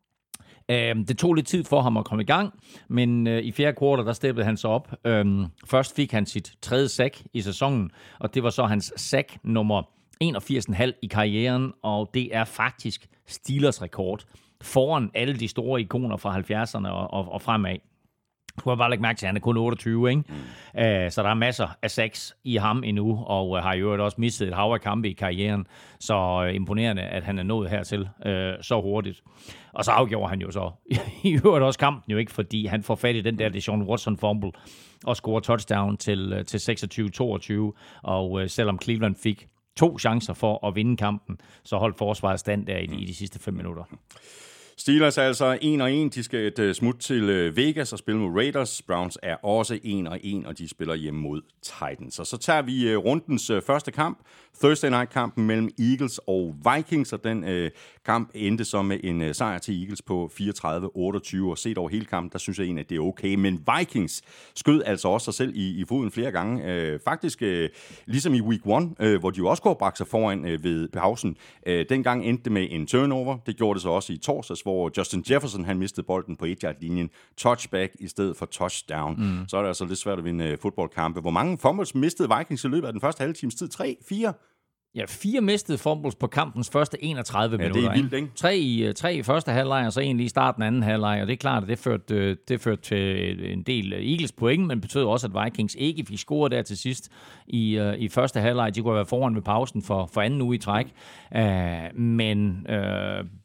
Uh, det tog lidt tid for ham at komme i gang, men uh, i fjerde kvartal, der steppede han så op. Um, først fik han sit tredje sack i sæsonen, og det var så hans sack nummer enogfirs komma fem i karrieren, og det er faktisk Steelers rekord foran alle de store ikoner fra halvfjerdserne og, og, og fremad. Du har bare lægge mærke til, at han er kun otteogtyve, ikke? Mm. Uh, så der er masser af sacks i ham endnu, og uh, har jo også mistet et hav af kampe i karrieren, så uh, imponerende, at han er nået hertil uh, så hurtigt. Og så afgjorde han jo så i øvrigt også kampen jo ikke, fordi han får fat i den der Deshaun Watson fumble og scorer touchdown til, uh, til seksogtyve toogtyve, og uh, selvom Cleveland fik to chancer for at vinde kampen, så holdt forsvaret stand der i de, i de sidste fem minutter. Steelers er altså en og en. De skal et smut til Vegas og spille mod Raiders. Browns er også en og en, og de spiller hjemme mod Titans. Og så tager vi rundens første kamp. Thursday Night-kampen mellem Eagles og Vikings, og den øh, kamp endte så med en øh, sejr til Eagles på fireogtredive otteogtyve, og set over hele kampen, der synes jeg egentlig, at det er okay. Men Vikings skød altså også sig selv i, i foden flere gange. Øh, faktisk øh, ligesom i week one, øh, hvor de jo også går brak sig foran øh, ved pausen. Øh, dengang endte det med en turnover. Det gjorde det så også i torsdags, hvor Justin Jefferson han mistede bolden på et-yard-linjen. Touchback i stedet for touchdown. Mm. Så er det altså lidt svært at vinde øh, fodboldkampe. Hvor mange fumbles mistede Vikings i løbet af den første halve times tid? Tre? Fire? Ja, fire mistede fumbles på kampens første enogtredive ja, minutter. Det er vildt, ikke? Tre i, tre i første halvleg, og så en lige i starten af anden halvleg, og det er klart, at det førte, det førte til en del Eagles point, men betød også, at Vikings ikke fik scoret der til sidst i, i første halvleg. De kunne være foran ved pausen for, for anden uge i træk. Uh, men uh,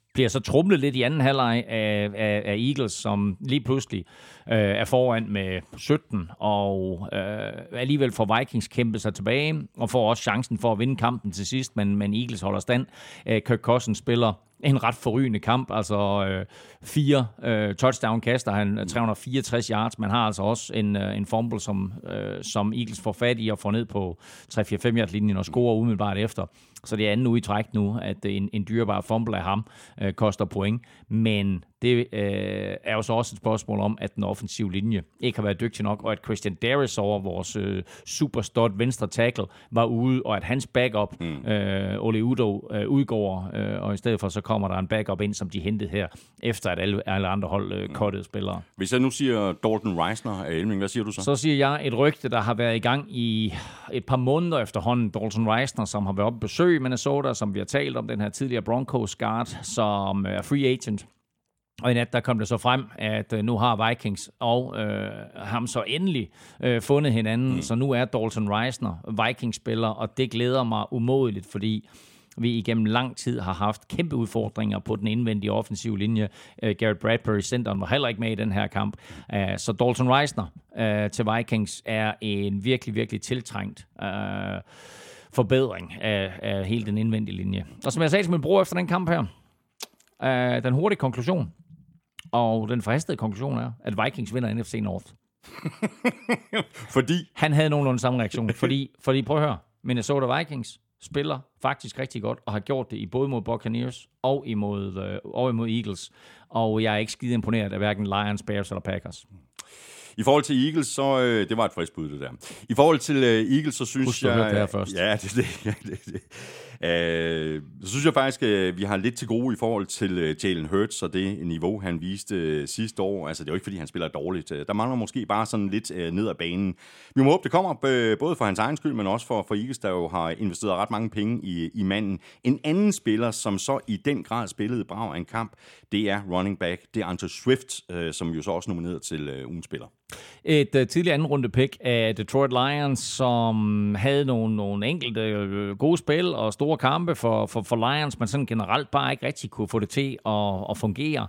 bliver så trumlet lidt i anden halvleg af, af, af Eagles, som lige pludselig øh, er foran med sytten, og øh, alligevel får Vikings kæmpet sig tilbage, og får også chancen for at vinde kampen til sidst, men, men Eagles holder stand. Øh, Kirk Cousins spiller en ret forrygende kamp, altså øh, fire øh, touchdown-kaster, han tre hundrede og fireogtres yards, man har altså også en, øh, en fumble, som, øh, som Eagles får fat i og får ned på tre fire fem yard linjen og scorer umiddelbart efter. Så det er anden uge i træk nu, at en, en dyrebar fumble af ham øh, koster point, men det øh, er jo så også et spørgsmål om, at den offensive linje ikke har været dygtig nok, og at Christian Darris over vores øh, superstud venstre tackle var ude, og at hans backup, mm. øh, Ole Udo, øh, udgår, øh, og i stedet for så kommer der en backup ind, som de hentede her, efter at alle, alle andre hold øh, cuttede spillere. Hvis jeg nu siger Dalton Reisner af Elming, hvad siger du så? Så siger jeg et rygte, der har været i gang i et par måneder efterhånden. Dalton Reisner, som har været oppe på besøg i Minnesota, som vi har talt om, den her tidligere Broncos guard, som er free agent. Og i nat, der kom det så frem, at nu har Vikings og øh, ham så endelig øh, fundet hinanden. Mm. Så nu er Dalton Reisner Vikings-spiller, og det glæder mig umådeligt, fordi vi igennem lang tid har haft kæmpe udfordringer på den indvendige offensive linje. Uh, Garrett Bradbury, centeren, var heller ikke med i den her kamp. Uh, så Dalton Reisner uh, til Vikings er en virkelig, virkelig tiltrængt uh, forbedring af, af hele den indvendige linje. Og som jeg sagde til min bror efter den kamp her, uh, den hurtige konklusion, og den forhastede konklusion er, at Vikings vinder N F C North. Fordi? Han havde nogenlunde samme reaktion. Fordi, fordi prøv at høre, Minnesota Vikings spiller faktisk rigtig godt, og har gjort det i både mod Buccaneers og imod, øh, og imod Eagles. Og jeg er ikke skide imponeret af hverken Lions, Bears eller Packers. I forhold til Eagles, så øh, det var et frisk bud, det der. I forhold til øh, Eagles, så synes Husk, jeg... Husk, du hørte det her først. Ja, det, det, ja, det, det. Øh, så synes jeg faktisk, at vi har lidt til gode i forhold til øh, Jalen Hurts og det niveau, han viste øh, sidste år. Altså, det er jo ikke, fordi han spiller dårligt. Der mangler måske bare sådan lidt øh, ned ad banen. Vi må håbe, det kommer øh, både for hans egen skyld, men også for, for Eagles, der jo har investeret ret mange penge i, i manden. En anden spiller, som så i den grad spillede brav af en kamp, det er running back, det er DeAndre Swift, øh, som jo så også nomineret til øh, ugens spiller. Et uh, tidligere anden runde pick af Detroit Lions, som havde nogle, nogle enkelte øh, gode spil og store kampe for, for, for Lions, men sådan generelt bare ikke rigtig kunne få det til at, at fungere.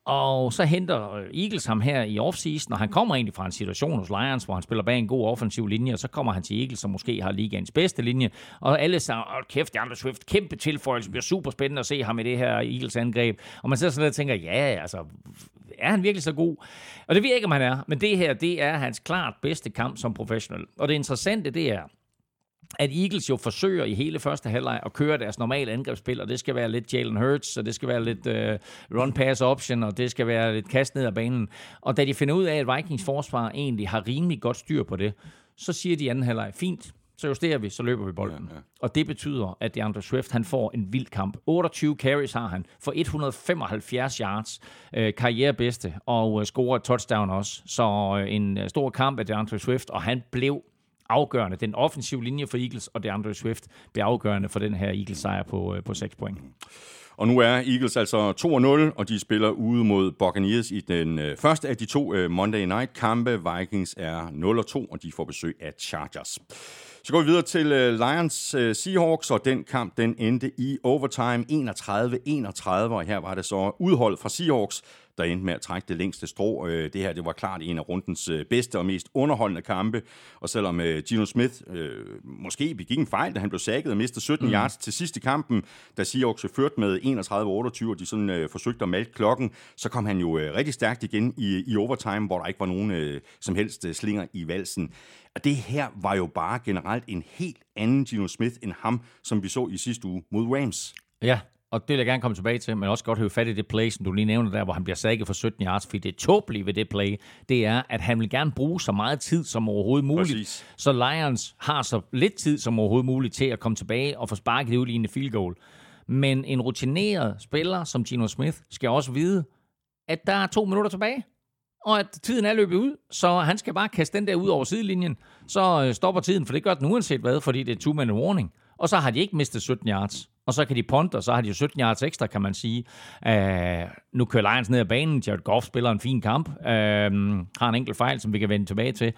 Og så henter Eagles ham her i offseason, og han kommer egentlig fra en situation hos Lions, hvor han spiller bag en god offensiv linje, og så kommer han til Eagles, som måske har ligaens bedste linje. Og alle siger, åh kæft, DeAndre Swift, kæmpe tilføjelse, det bliver super spændende at se ham i det her Eagles-angreb. Og man sidder sådan lidt og tænker, ja, altså, er han virkelig så god? Og det ved jeg ikke, om han er, men det her, det er hans klart bedste kamp som professional. Og det interessante, det er, at Eagles jo forsøger i hele første halvleg at køre deres normale angrebsspil, og det skal være lidt Jalen Hurts, og det skal være lidt uh, run-pass-option, og det skal være lidt kast ned ad banen. Og da de finder ud af, at Vikings forsvar egentlig har rimelig godt styr på det, så siger de i anden halvleg, fint, så justerer vi, så løber vi bolden. Ja, ja. Og det betyder, at DeAndre Swift, han får en vild kamp. otteogtyve carries har han for et hundrede og femoghalvfjerds yards, øh, karrierebedste, og øh, scorer et touchdown også. Så øh, en øh, stor kamp af DeAndre Swift, og han blev afgørende. Den offensive linje for Eagles og DeAndre Swift blev afgørende for den her Eagles-sejr på, øh, på seks point. Og nu er Eagles altså to nul, og de spiller ude mod Buccaneers i den øh, første af de to øh, Monday Night-kampe. Vikings er nul to, og de får besøg af Chargers. Så går vi videre til uh, Lions uh, Seahawks, og den kamp den endte i overtime enogtredive enogtredive, og her var det så udhold fra Seahawks, der endte med at trække det længste strå. Uh, det her det var klart en af rundens uh, bedste og mest underholdende kampe, og selvom uh, Geno Smith uh, måske begik en fejl, da han blev sacket og mistede sytten mm. yards til sidst i kampen, da Seahawks førte med enogtredive otteogtyve, og de sådan uh, forsøgte at malke klokken, så kom han jo uh, rigtig stærkt igen i, i overtime, hvor der ikke var nogen uh, som helst uh, slinger i valsen. Og det her var jo bare generelt en helt anden Geno Smith end ham, som vi så i sidste uge mod Rams. Ja, og det vil jeg gerne komme tilbage til, men også godt have fat i det play, som du lige nævnte der, hvor han bliver sacket for sytten yards, fordi det tåbelige ved det play, det er, at han vil gerne bruge så meget tid som overhovedet muligt. Præcis. Så Lions har så lidt tid som overhovedet muligt til at komme tilbage og få sparket det udlignende field goal. Men en rutineret spiller som Geno Smith skal også vide, at der er to minutter tilbage, og at tiden er løbet ud, så han skal bare kaste den der ud over sidelinjen, så øh, stopper tiden, for det gør den uanset hvad, fordi det er two-minute warning, og så har de ikke mistet sytten yards, og så kan de punte, og så har de jo sytten yards ekstra, kan man sige. Uh, nu kører Lions ned ad banen, Jared Goff spiller en fin kamp, uh, har en enkelt fejl, som vi kan vende tilbage til,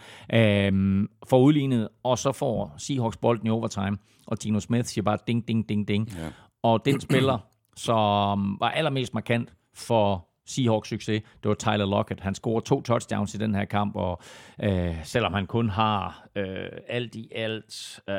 uh, får udlignet, og så får Seahawks bolden i overtime, og Geno Smith siger bare ding, ding, ding, ding, ja. Og den spiller som var allermest markant for Seahawks succes, det var Tyler Lockett. Han scorede to touchdowns i den her kamp, og øh, selvom han kun har øh, alt i alt, øh,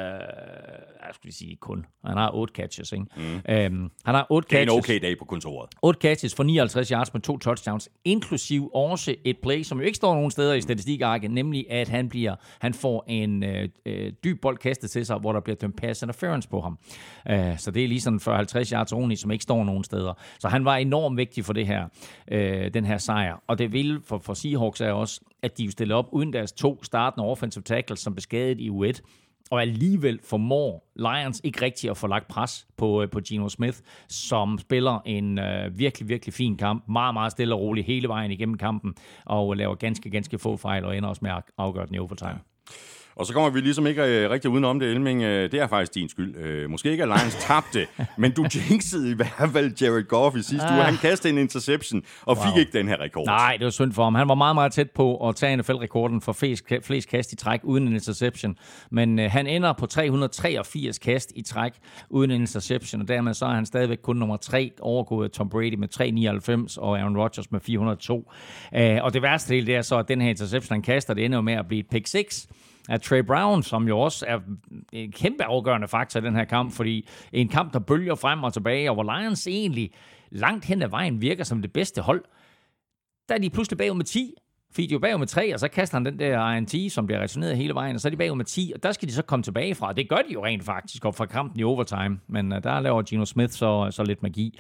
jeg skulle sige kun, han har otte catches, ikke? Mm. Øhm, han har otte catches. Det er en okay dag på kontoret. otte catches for nioghalvtreds yards med to touchdowns, inklusiv også et play, som jo ikke står nogen steder i statistikarket, nemlig at han bliver, han får en øh, øh, dyb bold kastet til sig, hvor der bliver dømt pass interference på ham. Øh, så det er lige sådan fyrre til halvtreds yards oveni, som ikke står nogen steder. Så han var enormt vigtig for det her. Øh, den her sejr. Og det vil for, for Seahawks er også, at de jo stiller op uden deres to startende offensive tackles, som blev skadet i U et, og alligevel formår Lions ikke rigtig at få lagt pres på, på Geno Smith, som spiller en øh, virkelig, virkelig fin kamp, meget, meget stille og rolig hele vejen igennem kampen, og laver ganske, ganske få fejl, og ender også med at afgøre den i overtime. Og så kommer vi ligesom ikke øh, rigtig udenom det, Elming. Øh, det er faktisk din skyld. Øh, måske ikke, at Lions tabte, men du jinxede i hvert fald Jared Goff i sidste ah. uge. Han kastede en interception og fik wow. ikke den her rekord. Nej, det var synd for ham. Han var meget, meget tæt på at tage N F L-rekorden for flest, flest kast i træk uden en interception. Men øh, han ender på tre hundrede treogfirs kast i træk uden en interception, og dermed så er han stadigvæk kun nummer tre, overgået Tom Brady med tre hundrede nioghalvfems og Aaron Rodgers med fire hundrede og to. Øh, og det værste del, det er så, at den her interception, han kaster, det ender jo med at blive et pick six af Trey Brown, som jo også er en kæmpe afgørende faktor i den her kamp, fordi en kamp, der bølger frem og tilbage, og hvor Lions egentlig langt hen ad vejen virker som det bedste hold, der er de pludselig bagud med ti, fordi de er bagud med tre, og så kaster han den der I N T, som bliver returneret hele vejen, og så er de bagud med ti, og der skal de så komme tilbage fra. Det gør de jo rent faktisk, op fra kampen i overtime, men uh, der laver Geno Smith så, så lidt magi.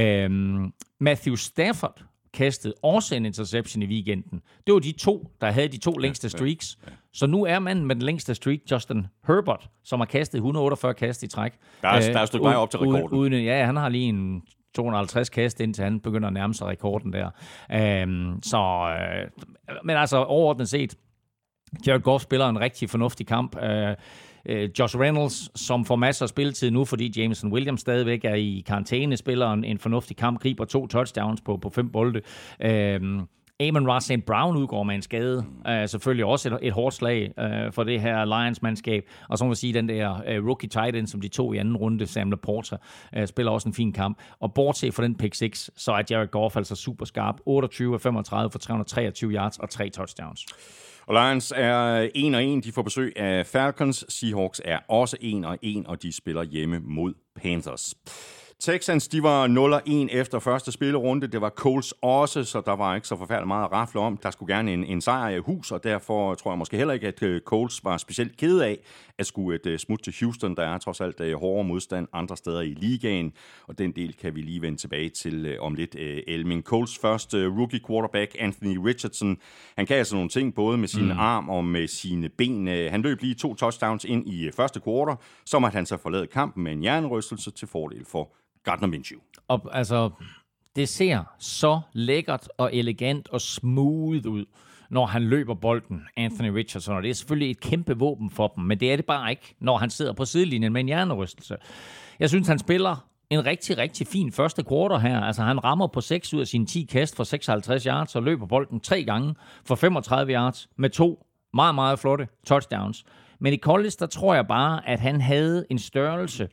Øhm, Matthew Stafford kastede også en interception i weekenden. Det var de to, der havde de to længste streaks. Ja, ja, ja. Så nu er manden med den længste streak, Justin Herbert, som har kastet et hundrede og otteogfyrre kast i træk. Der er, øh, der er et stykke vej op til rekorden. Uden, ja, han har lige en to hundrede og halvtreds kast, indtil han begynder at nærme sig rekorden der. Øhm, så, øh, men altså overordnet set, Jared Goff spiller en rigtig fornuftig kamp. Øh, Josh Reynolds, som får masser af spilletid nu, fordi Jameson Williams stadigvæk er i karantæne, spiller en, en fornuftig kamp, griber to touchdowns på, på fem bolde. Øhm, Amon-Ra Saint Brown udgår med en skade. Uh, selvfølgelig også et, et hårdt slag uh, for det her Lions-mandskab. Og så må man sige, den der uh, rookie tight end, som de to i anden runde, Sam Laporta, uh, spiller også en fin kamp. Og bortset fra den pick six, så er Jared Goff altså super skarp. otteogtyve af femogtredive for tre hundrede og treogtyve yards og tre touchdowns. Og Lions er en og en, de får besøg af Falcons. Seahawks er også en og en, og de spiller hjemme mod Panthers. Texans, de var nul og en efter første spillerunde. Det var Colts også, så der var ikke så forfærdeligt meget at rafle om. Der skulle gerne en, en sejr i hus, og derfor tror jeg måske heller ikke, at Colts var specielt ked af at skulle et smut til Houston. Der er trods alt hårdere modstand andre steder i ligaen, og den del kan vi lige vende tilbage til om lidt. Elming, Colts første rookie quarterback, Anthony Richardson, han kan altså nogle ting, både med sine mm. arm og med sine ben. Han løb lige to touchdowns ind i første quarter, så måtte han så forlade kampen med en hjernerystelse til fordel for Gardner Minshew. Og altså, det ser så lækkert og elegant og smooth ud, når han løber bolden, Anthony Richardson, og det er selvfølgelig et kæmpe våben for dem, men det er det bare ikke, når han sidder på sidelinjen med en hjernerystelse. Jeg synes, han spiller en rigtig, rigtig fin første quarter her. Altså, han rammer på seks ud af sine ti kast for seksoghalvtreds yards, og løber bolden tre gange for femogtredive yards med to meget, meget flotte touchdowns. Men i college, der tror jeg bare, at han havde en størrelse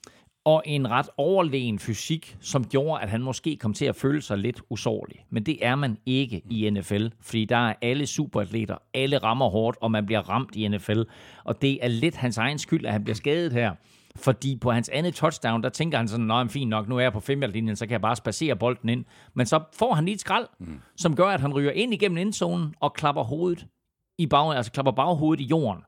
og en ret overlegen fysik, som gjorde, at han måske kom til at føle sig lidt usårlig. Men det er man ikke i N F L, fordi der er alle superatleter, alle rammer hårdt, og man bliver ramt i N F L. Og det er lidt hans egen skyld, at han bliver skadet her. Fordi på hans andet touchdown, der tænker han sådan, nå, fint nok, nu er jeg på fem-yard-linjen, så kan jeg bare spacere bolden ind. Men så får han lige et skrald, mm. som gør, at han ryger ind igennem endzonen og klapper hovedet i bag, altså klapper baghovedet i jorden.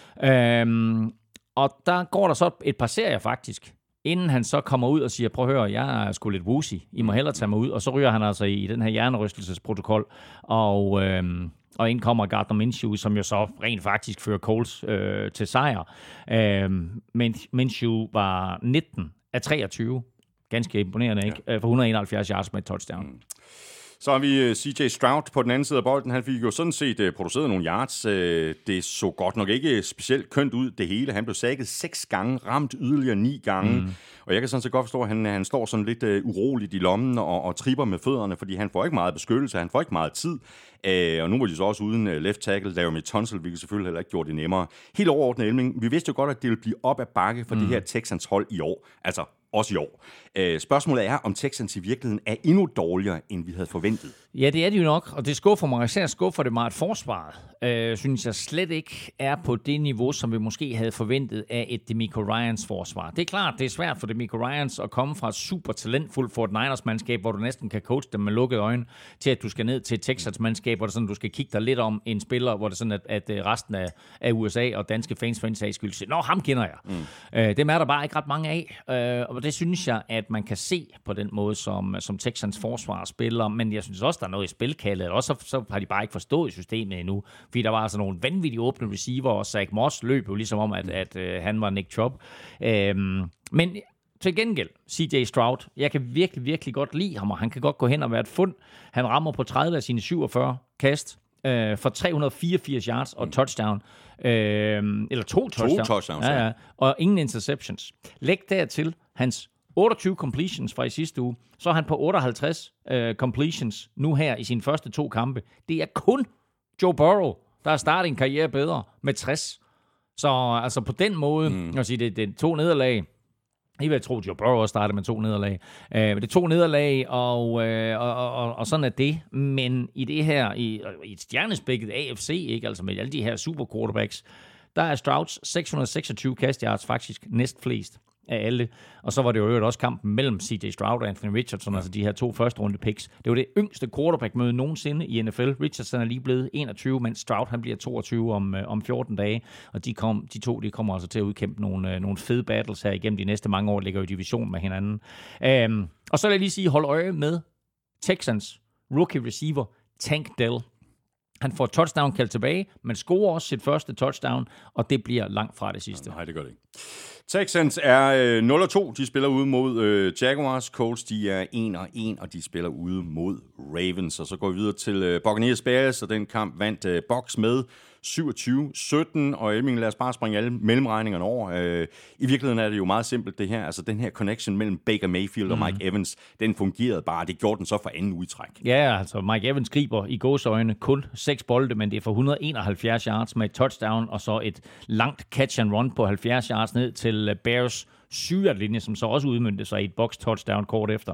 Øhm, og der går der så et par serier faktisk, inden han så kommer ud og siger, prøv at høre, jeg er sgu lidt woozy, I må hellere tage mig ud. Og så ryger han altså i den her hjernerystelsesprotokol, og, øhm, og ind kommer Gardner Minshew, som jo så rent faktisk fører Colts øh, til sejr. Øhm, men Minshew var nitten af treogtyve, ganske imponerende, ikke? Ja. For et hundrede og enoghalvfjerds yards med et touchdown. Mm. Så har vi C J Stroud på den anden side af bolden. Han fik jo sådan set produceret nogle yards. Det så godt nok ikke specielt kønt ud, det hele. Han blev sækket seks gange, ramt yderligere ni gange. Mm. Og jeg kan sådan set godt forstå, at han, han står sådan lidt uh, uroligt i lommen og, og tripper med fødderne, fordi han får ikke meget beskyttelse, han får ikke meget tid. Uh, og nu var de så også uden uh, left tackle, Laramie Tunsil, hvilket selvfølgelig heller ikke gjorde det nemmere. Helt overordnet, Elming, vi vidste jo godt, at det ville blive op ad bakke for mm. det her Texans hold i år. Altså også i år. Øh, spørgsmålet er, om Texans i virkeligheden er endnu dårligere, end vi havde forventet. Ja, det er det jo nok, og det skuffer mig. Især skuffer det mig, at forsvaret, øh, synes jeg slet ikke er på det niveau, som vi måske havde forventet af et DeMeco Ryans forsvar. Det er klart, det er svært for DeMeco Ryans at komme fra et super talentfuldt Fort Niners-mandskab, hvor du næsten kan coache dem med lukkede øjne, til at du skal ned til et Texans-mandskab, hvor det sådan, du skal kigge dig lidt om en spiller, hvor det sådan, at, at resten af, af U S A og danske fans for en sags skyld siger, nå, ham kender jeg. Mm. Øh, dem er der bare ikke ret mange af, øh, og det synes jeg, at man kan se på den måde, som, som Texans forsvar spiller, men jeg synes også, der er noget i spilkaldet, og så, så har de bare ikke forstået systemet endnu, fordi der var altså nogle vanvittige åbne receiver, og Zach Moss løb jo ligesom om, at, at, at han var Nick Chubb. Øhm, men til gengæld, C J Stroud, jeg kan virkelig, virkelig godt lide ham, og han kan godt gå hen og være et fund. Han rammer på tredive af sine syvogfyrre kast øh, for tre hundrede og fireogfirs yards og touchdown. Øh, eller to touchdowns. To touchdowns, ja, ja. Og ingen interceptions. Læg dertil hans otteogtyve completions fra i sidste uge, så er han på otteoghalvtreds uh, completions nu her i sine første to kampe. Det er kun Joe Burrow, der har startet en karriere bedre med tres. Så altså på den måde, mm. jeg vil sige, det, det er to nederlag. Jeg vil tro, at Joe Burrow startede med to nederlag. Uh, det er to nederlag, og, uh, og, og, og sådan er det. Men i det her, i, i et stjernespækket A F C, ikke, altså med alle de her super quarterbacks, der er Strouds seks hundrede og seksogtyve kast yards faktisk næst flest af alle. Og så var det jo også kampen mellem C J Stroud og Anthony Richardson, ja. Altså de her to første runde picks. Det var det yngste quarterback-møde nogensinde i N F L. Richardson er lige blevet enogtyve, mens Stroud han bliver toogtyve om, om fjorten dage. Og de, kom, de to de kommer altså til at udkæmpe nogle, nogle fede battles her igennem de næste mange år, ligger jo i division med hinanden. Um, og så vil jeg lige sige, hold øje med Texans rookie receiver Tank Dell. Han får touchdown kaldt tilbage, men scorer også sit første touchdown, og det bliver langt fra det sidste. Nej, det gør det ikke. Texans er øh, nul og to. De spiller ude mod øh, Jaguars. Colts, de er en og en, og de spiller ude mod Ravens. Og så går vi videre til øh, Buccaneers Bears, og den kamp vandt øh, Bucs med syvogtyve sytten. Og Elming, lad os bare springe alle mellemregningerne over. Øh, I virkeligheden er det jo meget simpelt, det her. Altså den her connection mellem Baker Mayfield og Mike mm. Evans, den fungerede bare. Det gjorde den så for anden udtræk. Ja, altså Mike Evans griber i gåseøjne kun seks bolde, men det er for et hundrede og enoghalvfjerds yards med et touchdown, og så et langt catch and run på halvfjerds yards ned til Bears syv-yard-linje, som så også udmøntede sig i et box touchdown kort efter.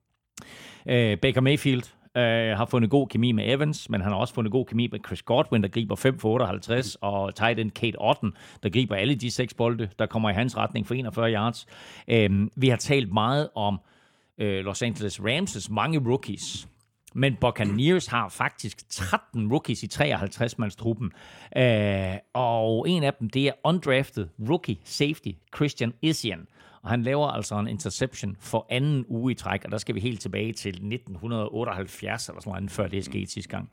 Uh, Baker Mayfield uh, har fundet god kemi med Evans, men han har også fundet god kemi med Chris Godwin, der griber fem for otteoghalvtreds, og tight end Kate Otten, der griber alle de seks bolde, der kommer i hans retning for enogfyrre yards. Uh, vi har talt meget om uh, Los Angeles Rams' mange rookies, men Buccaneers har faktisk tretten rookies i treoghalvtreds-mandstruppen. Øh, og en af dem, det er undrafted rookie safety Christian Isian. Og han laver altså en interception for anden uge i træk, og der skal vi helt tilbage til nitten otteoghalvfjerds, eller sådan noget, før det er sket sidste gang.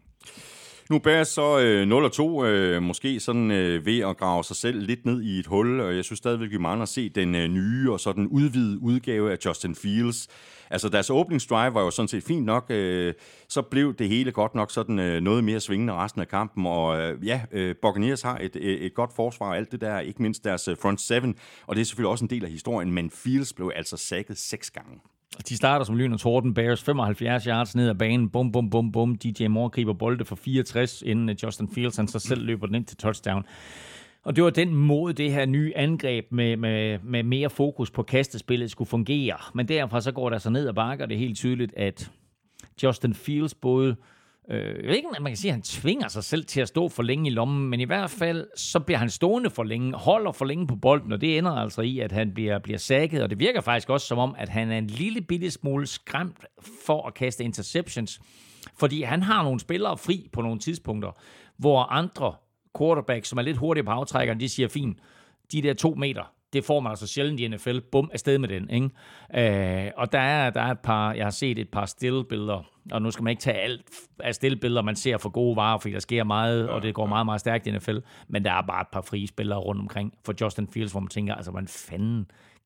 Nu Bears så øh, nul og to, øh, måske sådan øh, ved at grave sig selv lidt ned i et hul, og jeg synes stadigvæk, vi mangler at se den øh, nye og så den udvidede udgave af Justin Fields. Altså deres åbningsdrive var jo sådan set fint nok, øh, så blev det hele godt nok sådan øh, noget mere svingende resten af kampen, og øh, ja, øh, Buccaneers har et, et, et godt forsvar og alt det der, ikke mindst deres front seven, og det er selvfølgelig også en del af historien, men Fields blev altså sacket seks gange. De starter som lyn og torden. Bears femoghalvfjerds yards ned ad banen. Bum, bum, bum, bum. D J Moore griber bolde for fireogtres, inden Justin Fields han så selv løber den ind til touchdown. Og det var den måde, det her nye angreb med, med, med mere fokus på kastespillet skulle fungere. Men derfra så går der så ned ad bakke, og det er helt tydeligt, at Justin Fields både... Øh, jeg ved ikke, om man kan sige, at han tvinger sig selv til at stå for længe i lommen, men i hvert fald, så bliver han stående for længe, holder for længe på bolden, og det ender altså i, at han bliver, bliver sækket, og det virker faktisk også som om, at han er en lille bitte smule skræmt for at kaste interceptions, fordi han har nogle spillere fri på nogle tidspunkter, hvor andre quarterbacks, som er lidt hurtigere på aftrækkeren, de siger, fint, de der to meter, det får man altså sjældent i N F L. Bum, afsted med den, ikke? Øh, og der er, der er et par, jeg har set et par stillbilleder, og nu skal man ikke tage alt af stillbilleder, man ser for gode varer, fordi der sker meget, ja, og det går meget, meget stærkt i N F L, men der er bare et par frie spillere rundt omkring for Justin Fields, hvor man tænker, altså, hvordan fanden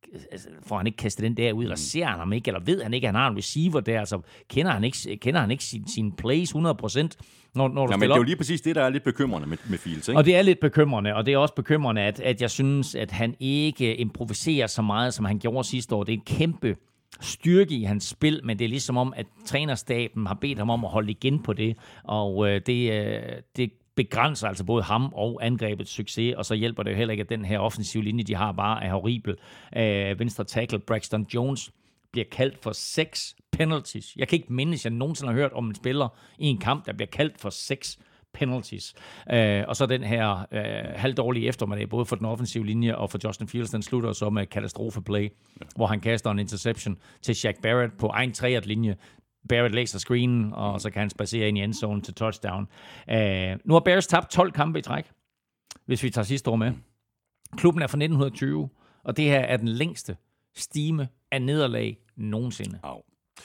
får han ikke kastet den der ud, eller ser han ham ikke, eller ved han ikke, at han har en receiver der, altså kender han ikke, kender han ikke sin, sin plays hundrede procent, når, når du ja, men det er jo lige præcis det, der er lidt bekymrende med, med Fields, ikke? Og det er lidt bekymrende, og det er også bekymrende, at, at jeg synes, at han ikke improviserer så meget, som han gjorde sidste år. Det er en kæmpe styrke i hans spil, men det er ligesom om, at trænerstaben har bedt ham om at holde igen på det, og øh, det, øh, det begrænser altså både ham og angrebets succes, og så hjælper det jo heller ikke, at den her offensive linje, de har, bare er horribel. Øh, venstre tackle Braxton Jones bliver kaldt for seks penalties. Jeg kan ikke mindes, at jeg nogensinde har hørt om en spiller i en kamp, der bliver kaldt for seks penalties. Øh, og så den her øh, halvdårlige eftermiddag, både for den offensive linje og for Justin Fields, den slutter så med katastrofeplay, ja. hvor han kaster en interception til Shaq Barrett på egen tre-linje. Barrett læser screenen, og så kan han spacere ind i endzone til touchdown. Uh, nu har Bears tabt tolv kampe i træk, hvis vi tager sidste år med. Klubben er fra nitten tyve, og det her er den længste stime af nederlag nogensinde. Au.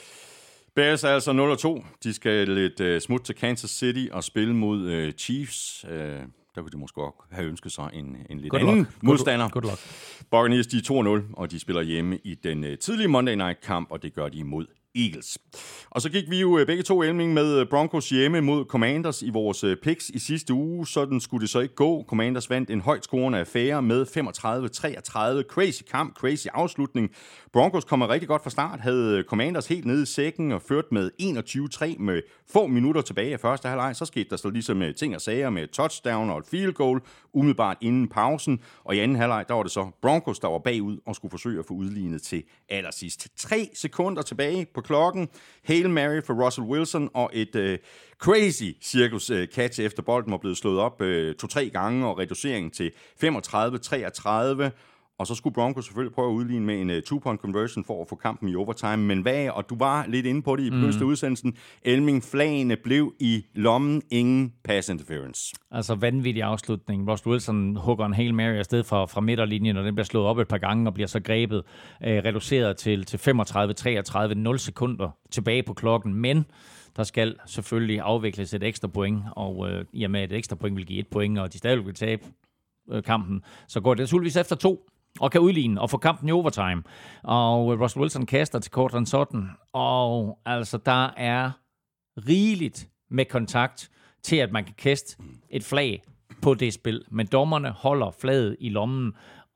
Bears er altså nul og to. De skal lidt uh, smut til Kansas City og spille mod uh, Chiefs. Uh, der kunne de måske også have ønsket sig en, en lidt good anden luck. modstander. Good luck. Buccaneers, de er to nul, og de spiller hjemme i den uh, tidlige Monday Night-kamp, og det gør de imod Eagles. Og så gik vi jo begge to Elming med Broncos hjemme mod Commanders i vores picks i sidste uge. Sådan skulle det så ikke gå. Commanders vandt en højt scorende affære med femogtredive treogtredive. Crazy kamp, crazy afslutning. Broncos kommer rigtig godt fra start, havde Commanders helt nede i sækken og ført med enogtyve tre med få minutter tilbage af første halvleg. Så skete der så ligesom ting og sager med touchdown og et field goal umiddelbart inden pausen. Og i anden halvleg, der var det så Broncos, der var bagud og skulle forsøge at få udlignet til allersidst. Tre sekunder tilbage på klokken. Hail Mary for Russell Wilson og et øh, crazy cirkus øh, catch efter bolden var blevet slået op øh, to-tre gange og reducering til femogtredive treogtredive. Og så skulle Broncos selvfølgelig prøve at udligne med en uh, two-point conversion for at få kampen i overtime. Men hvad, og du var lidt inde på det i begyndelsen af mm. udsendelsen, Elming, flagene blev i lommen, ingen pass interference. Altså vanvittig afslutning. Russell Wilson hugger en Hail Mary afsted fra, fra midterlinjen, og den bliver slået op et par gange og bliver så grebet, øh, reduceret til, til femogtredive treogtredive, nul sekunder tilbage på klokken. Men der skal selvfølgelig afvikles et ekstra point, og øh, i og med et ekstra point vil give et point, og de stadig vil tabe øh, kampen, så går det naturligvis efter to. Og kan udligne og få kampen i overtime. Og Russell Wilson kaster til Cortland Sutton. Og altså, der er rigeligt med kontakt til, at man kan kaste et flag på det spil. Men dommerne holder flaget i lommen.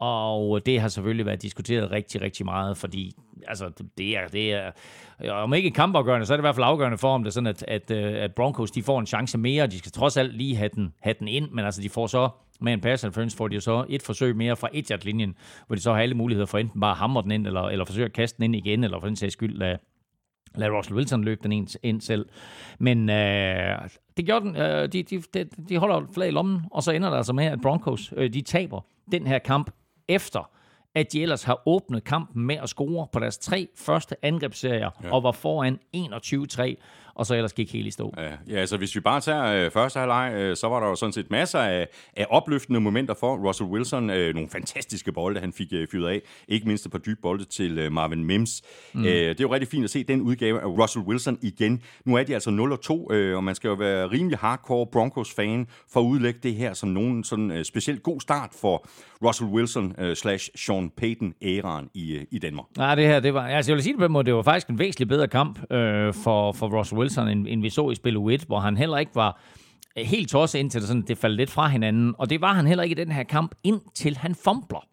Og det har selvfølgelig været diskuteret rigtig, rigtig meget, fordi altså, det er, det er, om ikke kampafgørende, så er det i hvert fald afgørende for, om det er sådan, at, at, at Broncos de får en chance mere. De skal trods alt lige have den, have den ind, men altså, de får så med en pass interference, får de så et forsøg mere fra et-yard-linjen, hvor de så har alle muligheder for enten bare at hamre den ind, eller, eller forsøge at kaste den ind igen, eller for den sags skyld lade, lade Russell Wilson løbe den ind, ind selv. Men øh, det gjorde den, øh, de, de, de, de holder flag i lommen, og så ender det altså med, at Broncos øh, de taber den her kamp, efter at de ellers har åbnet kampen med at score på deres tre første angrebsserier, ja. og var foran enogtyve tre, og så ellers gik helt i stå. Ja, ja, altså hvis vi bare tager øh, første halvleg, øh, så var der jo sådan set masser af, af opløftende momenter for Russell Wilson. Øh, nogle fantastiske bolde, han fik øh, fyret af. Ikke mindst et par dybe bolde til øh, Marvin Mims. Mm. Øh, det er jo rigtig fint at se den udgave af Russell Wilson igen. Nu er de altså nul og to, øh, og man skal jo være rimelig hardcore Broncos-fan for at udlægge det her som nogen sådan øh, specielt god start for Russell Wilson øh, slash Sean Payton-æraen i, øh, i Danmark. Nej, det her, det var, altså jeg vil sige det på en måde, det var faktisk en væsentlig bedre kamp øh, for, for Russell Wilson, end, end vi så i spil U et, hvor han heller ikke var helt tosset indtil det, sådan, det faldt lidt fra hinanden. Og det var han heller ikke i den her kamp, indtil han fumbler.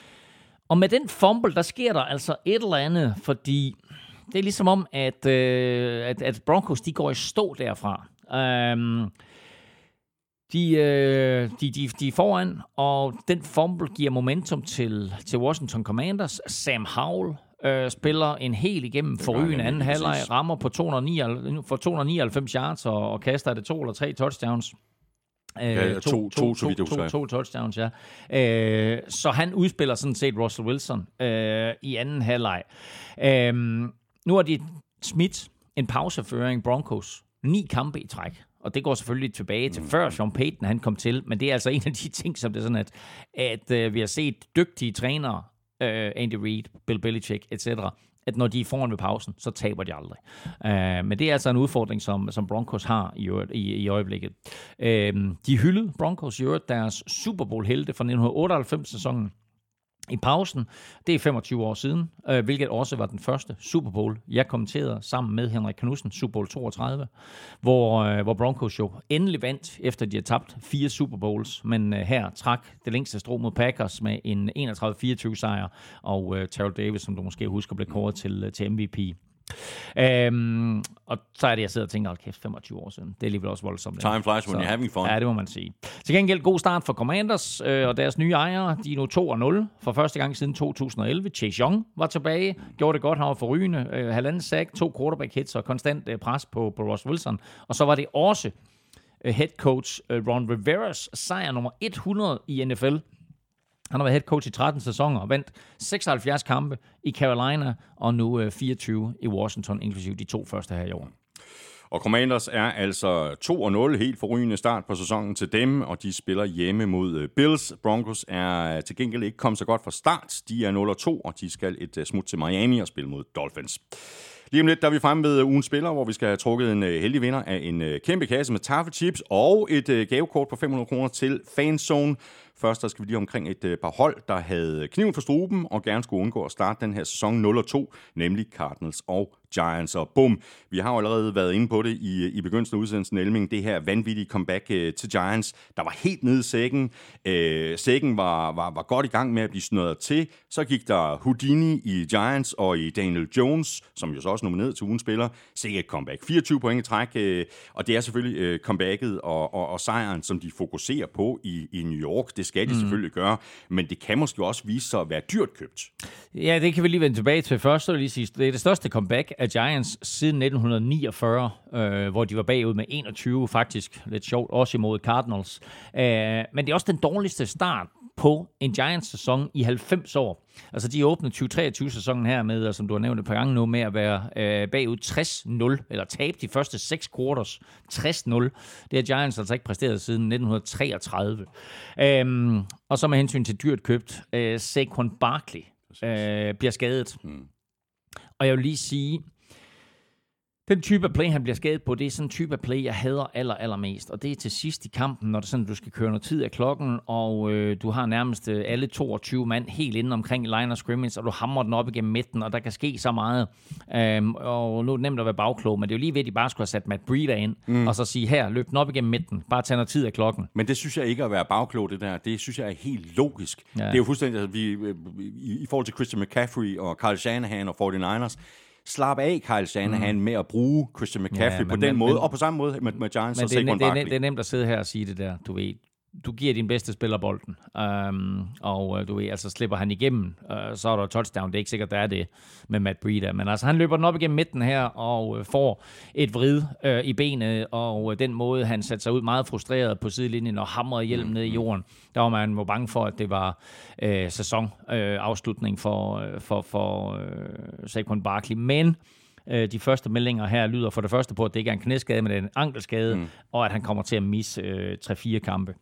Og med den fumble, der sker der altså et eller andet, fordi det er ligesom om, at, øh, at, at Broncos, de går i stå derfra. Um, de, øh, de, de, de er foran, og den fumble giver momentum til, til Washington Commanders. Sam Howell Øh, spiller en helt igennem forrygende anden halvleg, rammer på to hundrede og nioghalvfems, for to hundrede og nioghalvfems yards og, og kaster det to eller tre touchdowns. Øh, ja, to, to, to, to, to, to, to touchdowns, ja. Øh, så han udspiller sådan set Russell Wilson øh, i anden halvleg. Øh, nu har de smidt en pauseføring Broncos. Ni kampe i træk. Og det går selvfølgelig tilbage til før Sean Payton han kom til, men det er altså en af de ting, som det er sådan, at, at øh, vi har set dygtige trænere, Andy Reid, Bill Belichick, et cetera, at når de er foran ved pausen, så taber de aldrig. Uh, men det er altså en udfordring, som, som Broncos har i, i, i øjeblikket. Uh, de hyldede Broncos i øvrigt deres Super Bowl-helte fra nitten otteoghalvfems-sæsonen i pausen. Det er femogtyve år siden, uh, hvilket også var den første Super Bowl, jeg kommenterede sammen med Henrik Knudsen, Super Bowl toogtredive, hvor, uh, hvor Broncos jo endelig vandt, efter de har tabt fire Super Bowls, men uh, her trak det længste strå mod Packers med en enogtredive fireogtyve sejr, og uh, Terrell Davis, som du måske husker, blev kåret til, uh, til M V P. Øhm, og så er det, jeg sidder og tænker, hold kæft, femogtyve år siden. Det er alligevel også voldsomt. Time flies when you're having fun. Ja, det må man sige. Til gengæld god start for Commanders øh, og deres nye ejere. De er nu to og nul for første gang siden to tusind og elleve. Chase Young var tilbage, gjorde det godt, han var forrygende. Øh, halvanden sack, to quarterback hits og konstant øh, pres på, på Russ Wilson. Og så var det også øh, head coach øh, Ron Riveras sejr nummer hundrede i N F L. Han har været head coach i tretten sæsoner og vandt seksoghalvfjerds kampe i Carolina og nu øh, fireogtyve i Washington, inklusive de to første her i år. Og Commanders er altså to og nul, helt forrygende start på sæsonen til dem, og de spiller hjemme mod Bills. Broncos er til gengæld ikke kommet så godt fra start. De er nul og to, og de skal et smut til Miami og spille mod Dolphins. Lige om lidt, der er vi fremme ved ugens spiller, hvor vi skal have trukket en heldig vinder af en kæmpe kasse med taffelchips og et gavekort på fem hundrede kroner til Fanzone. Først der skal vi lige omkring et par hold, der havde kniven for struben og gerne skulle undgå at starte den her sæson nul og to, nemlig Cardinals og Giants. Og bum, vi har jo allerede været inde på det i, i begyndelsen af udsendelsen, Elming, det her vanvittige comeback øh, til Giants, der var helt nede i sækken. Øh, sækken var, var, var godt i gang med at blive snøret til. Så gik der Houdini i Giants og i Daniel Jones, som jo så også nomineret til ugens spiller. Sikkert et comeback. fireogtyve point i træk, øh, og det er selvfølgelig øh, comebacket og, og, og sejren, som de fokuserer på i, i New York. Det skal de mm. selvfølgelig gøre, men det kan måske også vise sig at være dyrt købt. Ja, det kan vi lige vende tilbage til først. Så vil jeg lige sige, det er det største comeback af Giants siden nitten niogfyrre, øh, hvor de var bagud med enogtyve, faktisk lidt sjovt, også imod Cardinals. Øh, men det er også den dårligste start på en Giants-sæson i halvfems år. Altså, de åbnede tyve treogtyve-sæsonen her med, som du har nævnt et par gange nu, med at være øh, bagud tres nul, eller tabe de første seks quarters tres nul. Det har Giants altså ikke præsteret siden nitten treogtredive. Øhm, og så med hensyn til dyrt købt, øh, Saquon Barkley øh, bliver skadet. Mm. Og jeg vil lige sige, den type af play, han bliver skadet på, det er sådan en type af play, jeg hader aller, allermest. Og det er til sidst i kampen, når det er sådan, du skal køre noget tid af klokken, og øh, du har nærmest øh, alle toogtyve mand helt inde omkring line of scrimmage, og du hamrer den op igennem midten, og der kan ske så meget. Øhm, og nu er det nemt at være bagklog, men det er jo lige ved, at de bare skulle have sat Matt Breida ind, mm. og så sige, her, løb den op igennem midten, bare tag noget tid af klokken. Men det synes jeg ikke at være bagklog, det der. Det synes jeg er helt logisk. Ja. Det er jo fuldstændig, altså, vi, i, i forhold til Christian McCaffrey og Kyle Shanahan og forty-niners, slap af Kyle Shanahan mm. med at bruge Christian McCaffrey ja, men, på den men, måde, men, og på samme måde med, med Giants og Saquon Barkley. Det, det er nemt at sidde her og sige det der, du ved. Du giver din bedste spiller bolden, um, og du ved, altså slipper han igennem, uh, så er der touchdown. Det er ikke sikkert, der er det med Matt Breida, men altså han løber den op igennem midten her, og uh, får et vrid uh, i benet, og uh, den måde, han satte sig ud meget frustreret på sidelinjen og hamrede hjelm mm. ned i jorden, der var man jo bange for, at det var uh, sæsonafslutning uh, for, uh, for, for uh, Saquon Barkley, men de første meldinger her lyder for det første på, at det ikke er en knæskade, men det er en ankelskade, mm. og at han kommer til at misse øh, tre fire kampe.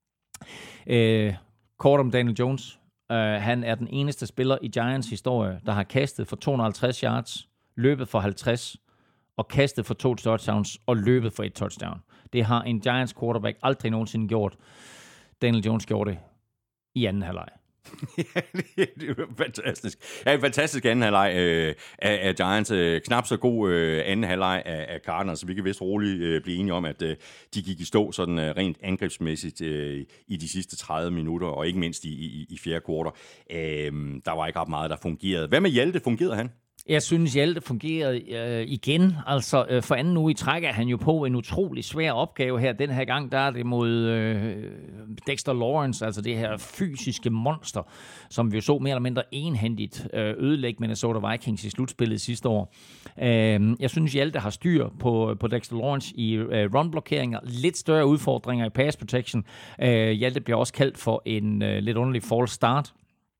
Øh, kort om Daniel Jones. Øh, han er den eneste spiller i Giants historie, der har kastet for to hundrede og halvtreds yards, løbet for halvtreds, og kastet for to touchdowns, og løbet for et touchdown. Det har en Giants quarterback aldrig nogensinde gjort. Daniel Jones gjorde det i anden halvleg. Ja, det er fantastisk. Ja, en fantastisk anden halvleg øh, af, af Giants. Øh, knap så god øh, anden halvleg af, af Cardinals, så vi kan vist roligt øh, blive enige om, at øh, de gik i stå sådan øh, rent angrebsmæssigt øh, i de sidste tredive minutter, og ikke mindst i, i, i fjerde kvartal. Øh, der var ikke ret meget, der fungerede. Hvad med Hjalte? Fungerede han? Jeg synes, Hjalte fungerede øh, igen. Altså, øh, for anden uge i træk er han jo på en utrolig svær opgave her. Den her gang, der er det mod øh, Dexter Lawrence, altså det her fysiske monster, som vi så mere eller mindre enhændigt øh, ødelægge Minnesota Vikings i slutspillet sidste år. Øh, jeg synes, Hjalte har styr på, på Dexter Lawrence i øh, run-blokeringer. Lidt større udfordringer i pass protection. Øh, Hjalte bliver også kaldt for en øh, lidt underlig false start.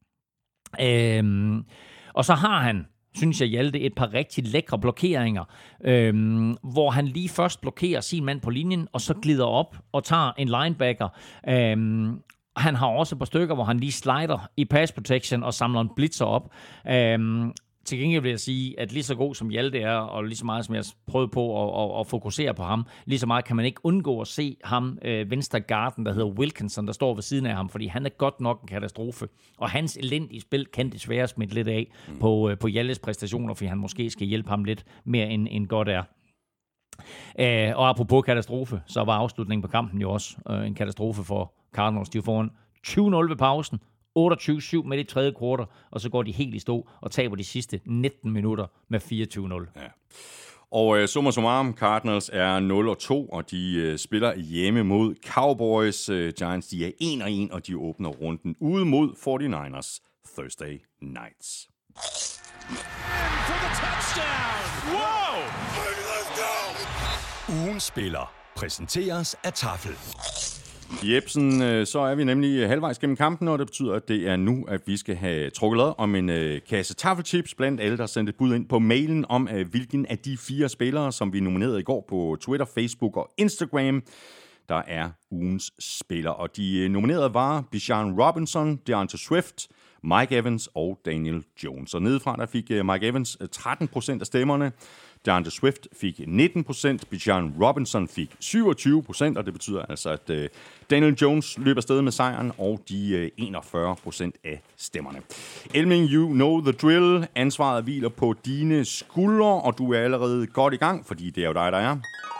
Øh, og så har han, synes jeg, Hjalte et par rigtig lækre blokeringer, øhm, hvor han lige først blokerer sin mand på linjen, og så glider op og tager en linebacker. Øhm, han har også et par stykker, hvor han lige slider i pass protection og samler en blitzer op. Øhm, til gengæld vil jeg sige, at lige så god som Hjalte er, og lige så meget som jeg prøvede på at, at, at fokusere på ham, lige så meget kan man ikke undgå at se ham, øh, venstre garden, der hedder Wilkinson, der står ved siden af ham, fordi han er godt nok en katastrofe. Og hans elendige spil kan desværre smitte lidt af mm. på, øh, på Hjaltes præstationer, fordi han måske skal hjælpe ham lidt mere end, end godt er. Øh, og apropos katastrofe, så var afslutningen på kampen jo også øh, en katastrofe for Cardinals. De var foran tyve nul ved pausen, otteogtyve syv midt i tredje kvartal, og så går de helt i stå og taber de sidste nitten minutter med fireogtyve nul. Ja. Og øh, summa summarum, Cardinals er nul og to, og de øh, spiller hjemme mod Cowboys. Øh, Giants, de er en og en, og de åbner runden ude mod forty-niners Thursday nights. Ugen spiller præsenteres af Tafel. Jebsen, så er vi nemlig halvvejs gennem kampen, og det betyder, at det er nu, at vi skal have trukket lod om en øh, kasse taffelchips blandt alle, der sendte bud ind på mailen om, øh, hvilken af de fire spillere, som vi nominerede i går på Twitter, Facebook og Instagram, der er ugens spiller. Og de nominerede var Bijan Robinson, DeAndre Swift, Mike Evans og Daniel Jones. Og nedefra der fik Mike Evans tretten procent af stemmerne, DeAndre Swift fik nitten procent, Bijan Robinson fik syvogtyve procent, og det betyder altså, at uh, Daniel Jones løber afsted med sejren, og de uh, enogfyrre procent af stemmerne. Elming, you know the drill. Ansvaret hviler på dine skuldre, og du er allerede godt i gang, fordi det er jo dig, der er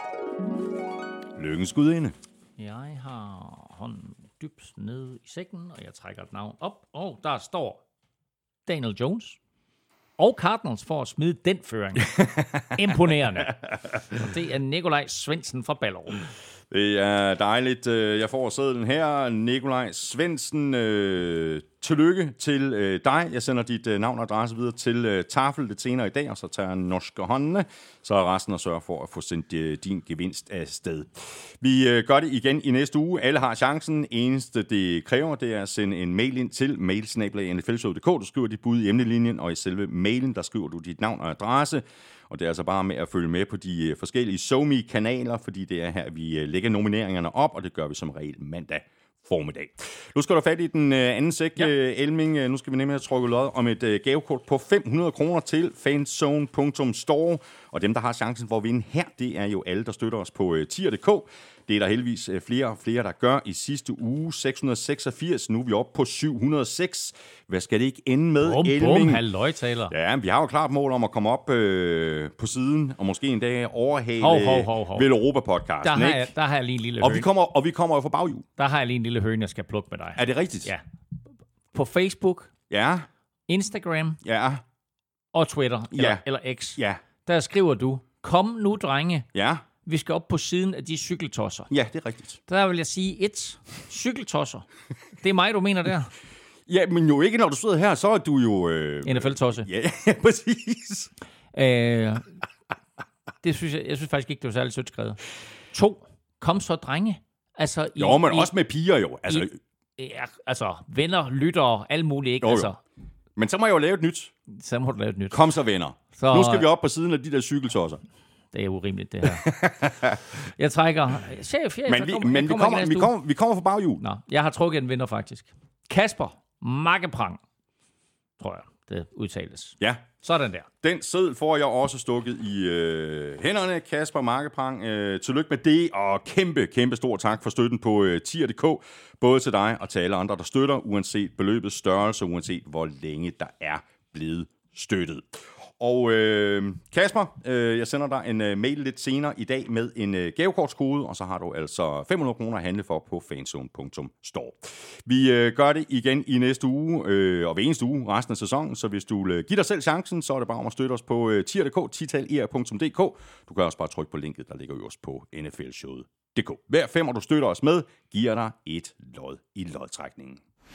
lykkens gudinde. Jeg har hånden dybt nede i sækken, og jeg trækker et navn op, og der står Daniel Jones. Og Cardinals for at smide den føring. Imponerende. Og det er Nikolaj Svendsen fra Ballerup. Det er dejligt. Jeg får sedlen her. Nikolaj Svendsen, øh, tillykke til øh, dig. Jeg sender dit øh, navn og adresse videre til øh, Tafel lidt senere i dag, og så tager jeg norske håndene, så er resten at sørge for at få sendt øh, din gevinst af sted. Vi øh, gør det igen i næste uge. Alle har chancen. Eneste det kræver, det er at sende en mail ind til mail snabel-a n f l show punktum d k. Du skriver dit bud i emnelinjen, og i selve mailen, der skriver du dit navn og adresse. Og det er altså bare med at følge med på de forskellige SoMe-kanaler, fordi det er her, vi lægger nomineringerne op, og det gør vi som regel mandag formiddag. Nu skal du fat i den anden sæk, ja. Elming. Nu skal vi nemlig have trukket lod om et gavekort på fem hundrede kroner til fanzone punktum store. Og dem, der har chancen for at vinde her, det er jo alle, der støtter os på tier punktum d k. Det er der heldigvis flere og flere, der gør. I sidste uge seks hundrede seksogfirs, nu er vi oppe på syv hundrede og seks. Hvad skal det ikke ende med, bum, Elming? Bum, halløjtaler. Ja, vi har jo klart mål om at komme op øh, på siden, og måske en dag overhale hov, hov, hov, hov. Vel Europa-podcasten, der har, ikke? jeg, der har jeg lige en lille og høne. Vi kommer, og vi kommer jo fra baghjul. Der har jeg lige en lille høne, jeg skal plukke med dig. Er det rigtigt? Ja. På Facebook, ja. Instagram ja. og Twitter, eller, ja. eller X, ja. der skriver du, kom nu, drenge. Ja. Vi skal op på siden af de cykeltosser. Ja, det er rigtigt. Der vil jeg sige et. Cykeltosser. Det er mig, du mener der. Ja, men jo ikke, når du sidder her, så er du jo... Øh... N F L-tosse. Ja, præcis. Øh, det synes jeg, jeg synes faktisk ikke, det var særlig sødt skrevet. To. Kom så, drenge. Altså, i, jo, men i, også med piger jo. Altså, i, ja, altså venner, lyttere, alt muligt. Ikke? Jo, jo. Altså, men så må jeg jo lave et nyt. Så må du lave et nyt. Kom så, venner. Så... Nu skal vi op på siden af de der cykeltosser. Det er urimeligt, det her. Jeg trækker... Chef, chef, men vi, kommer, men vi, kommer kommer, vi, kommer, vi kommer fra baghjul. Nå, jeg har trukket en vinder, faktisk. Kasper Makkeprang, tror jeg, det udtales. Ja. Sådan der. Den seddel får jeg også stukket i øh, hænderne, Kasper Makkeprang. Øh, tillykke med det, og kæmpe, kæmpe stor tak for støtten på øh, tier punktum d k. Både til dig og til alle andre, der støtter, uanset beløbets størrelse, uanset hvor længe der er blevet støttet. Og øh, Kasper, øh, jeg sender dig en øh, mail lidt senere i dag med en øh, gavekortskode, og så har du altså fem hundrede kroner at handle for på fanzone punktum store. Vi øh, gør det igen i næste uge, øh, og hver eneste uge resten af sæsonen, så hvis du øh, giver dig selv chancen, så er det bare om at støtte os på øh, tier punktum d k, tital punktum d k. Du kan også bare trykke på linket, der ligger øverst på N F L showet punktum d k. Hver femmer, du støtter os med, giver dig et lod i lodtrækningen.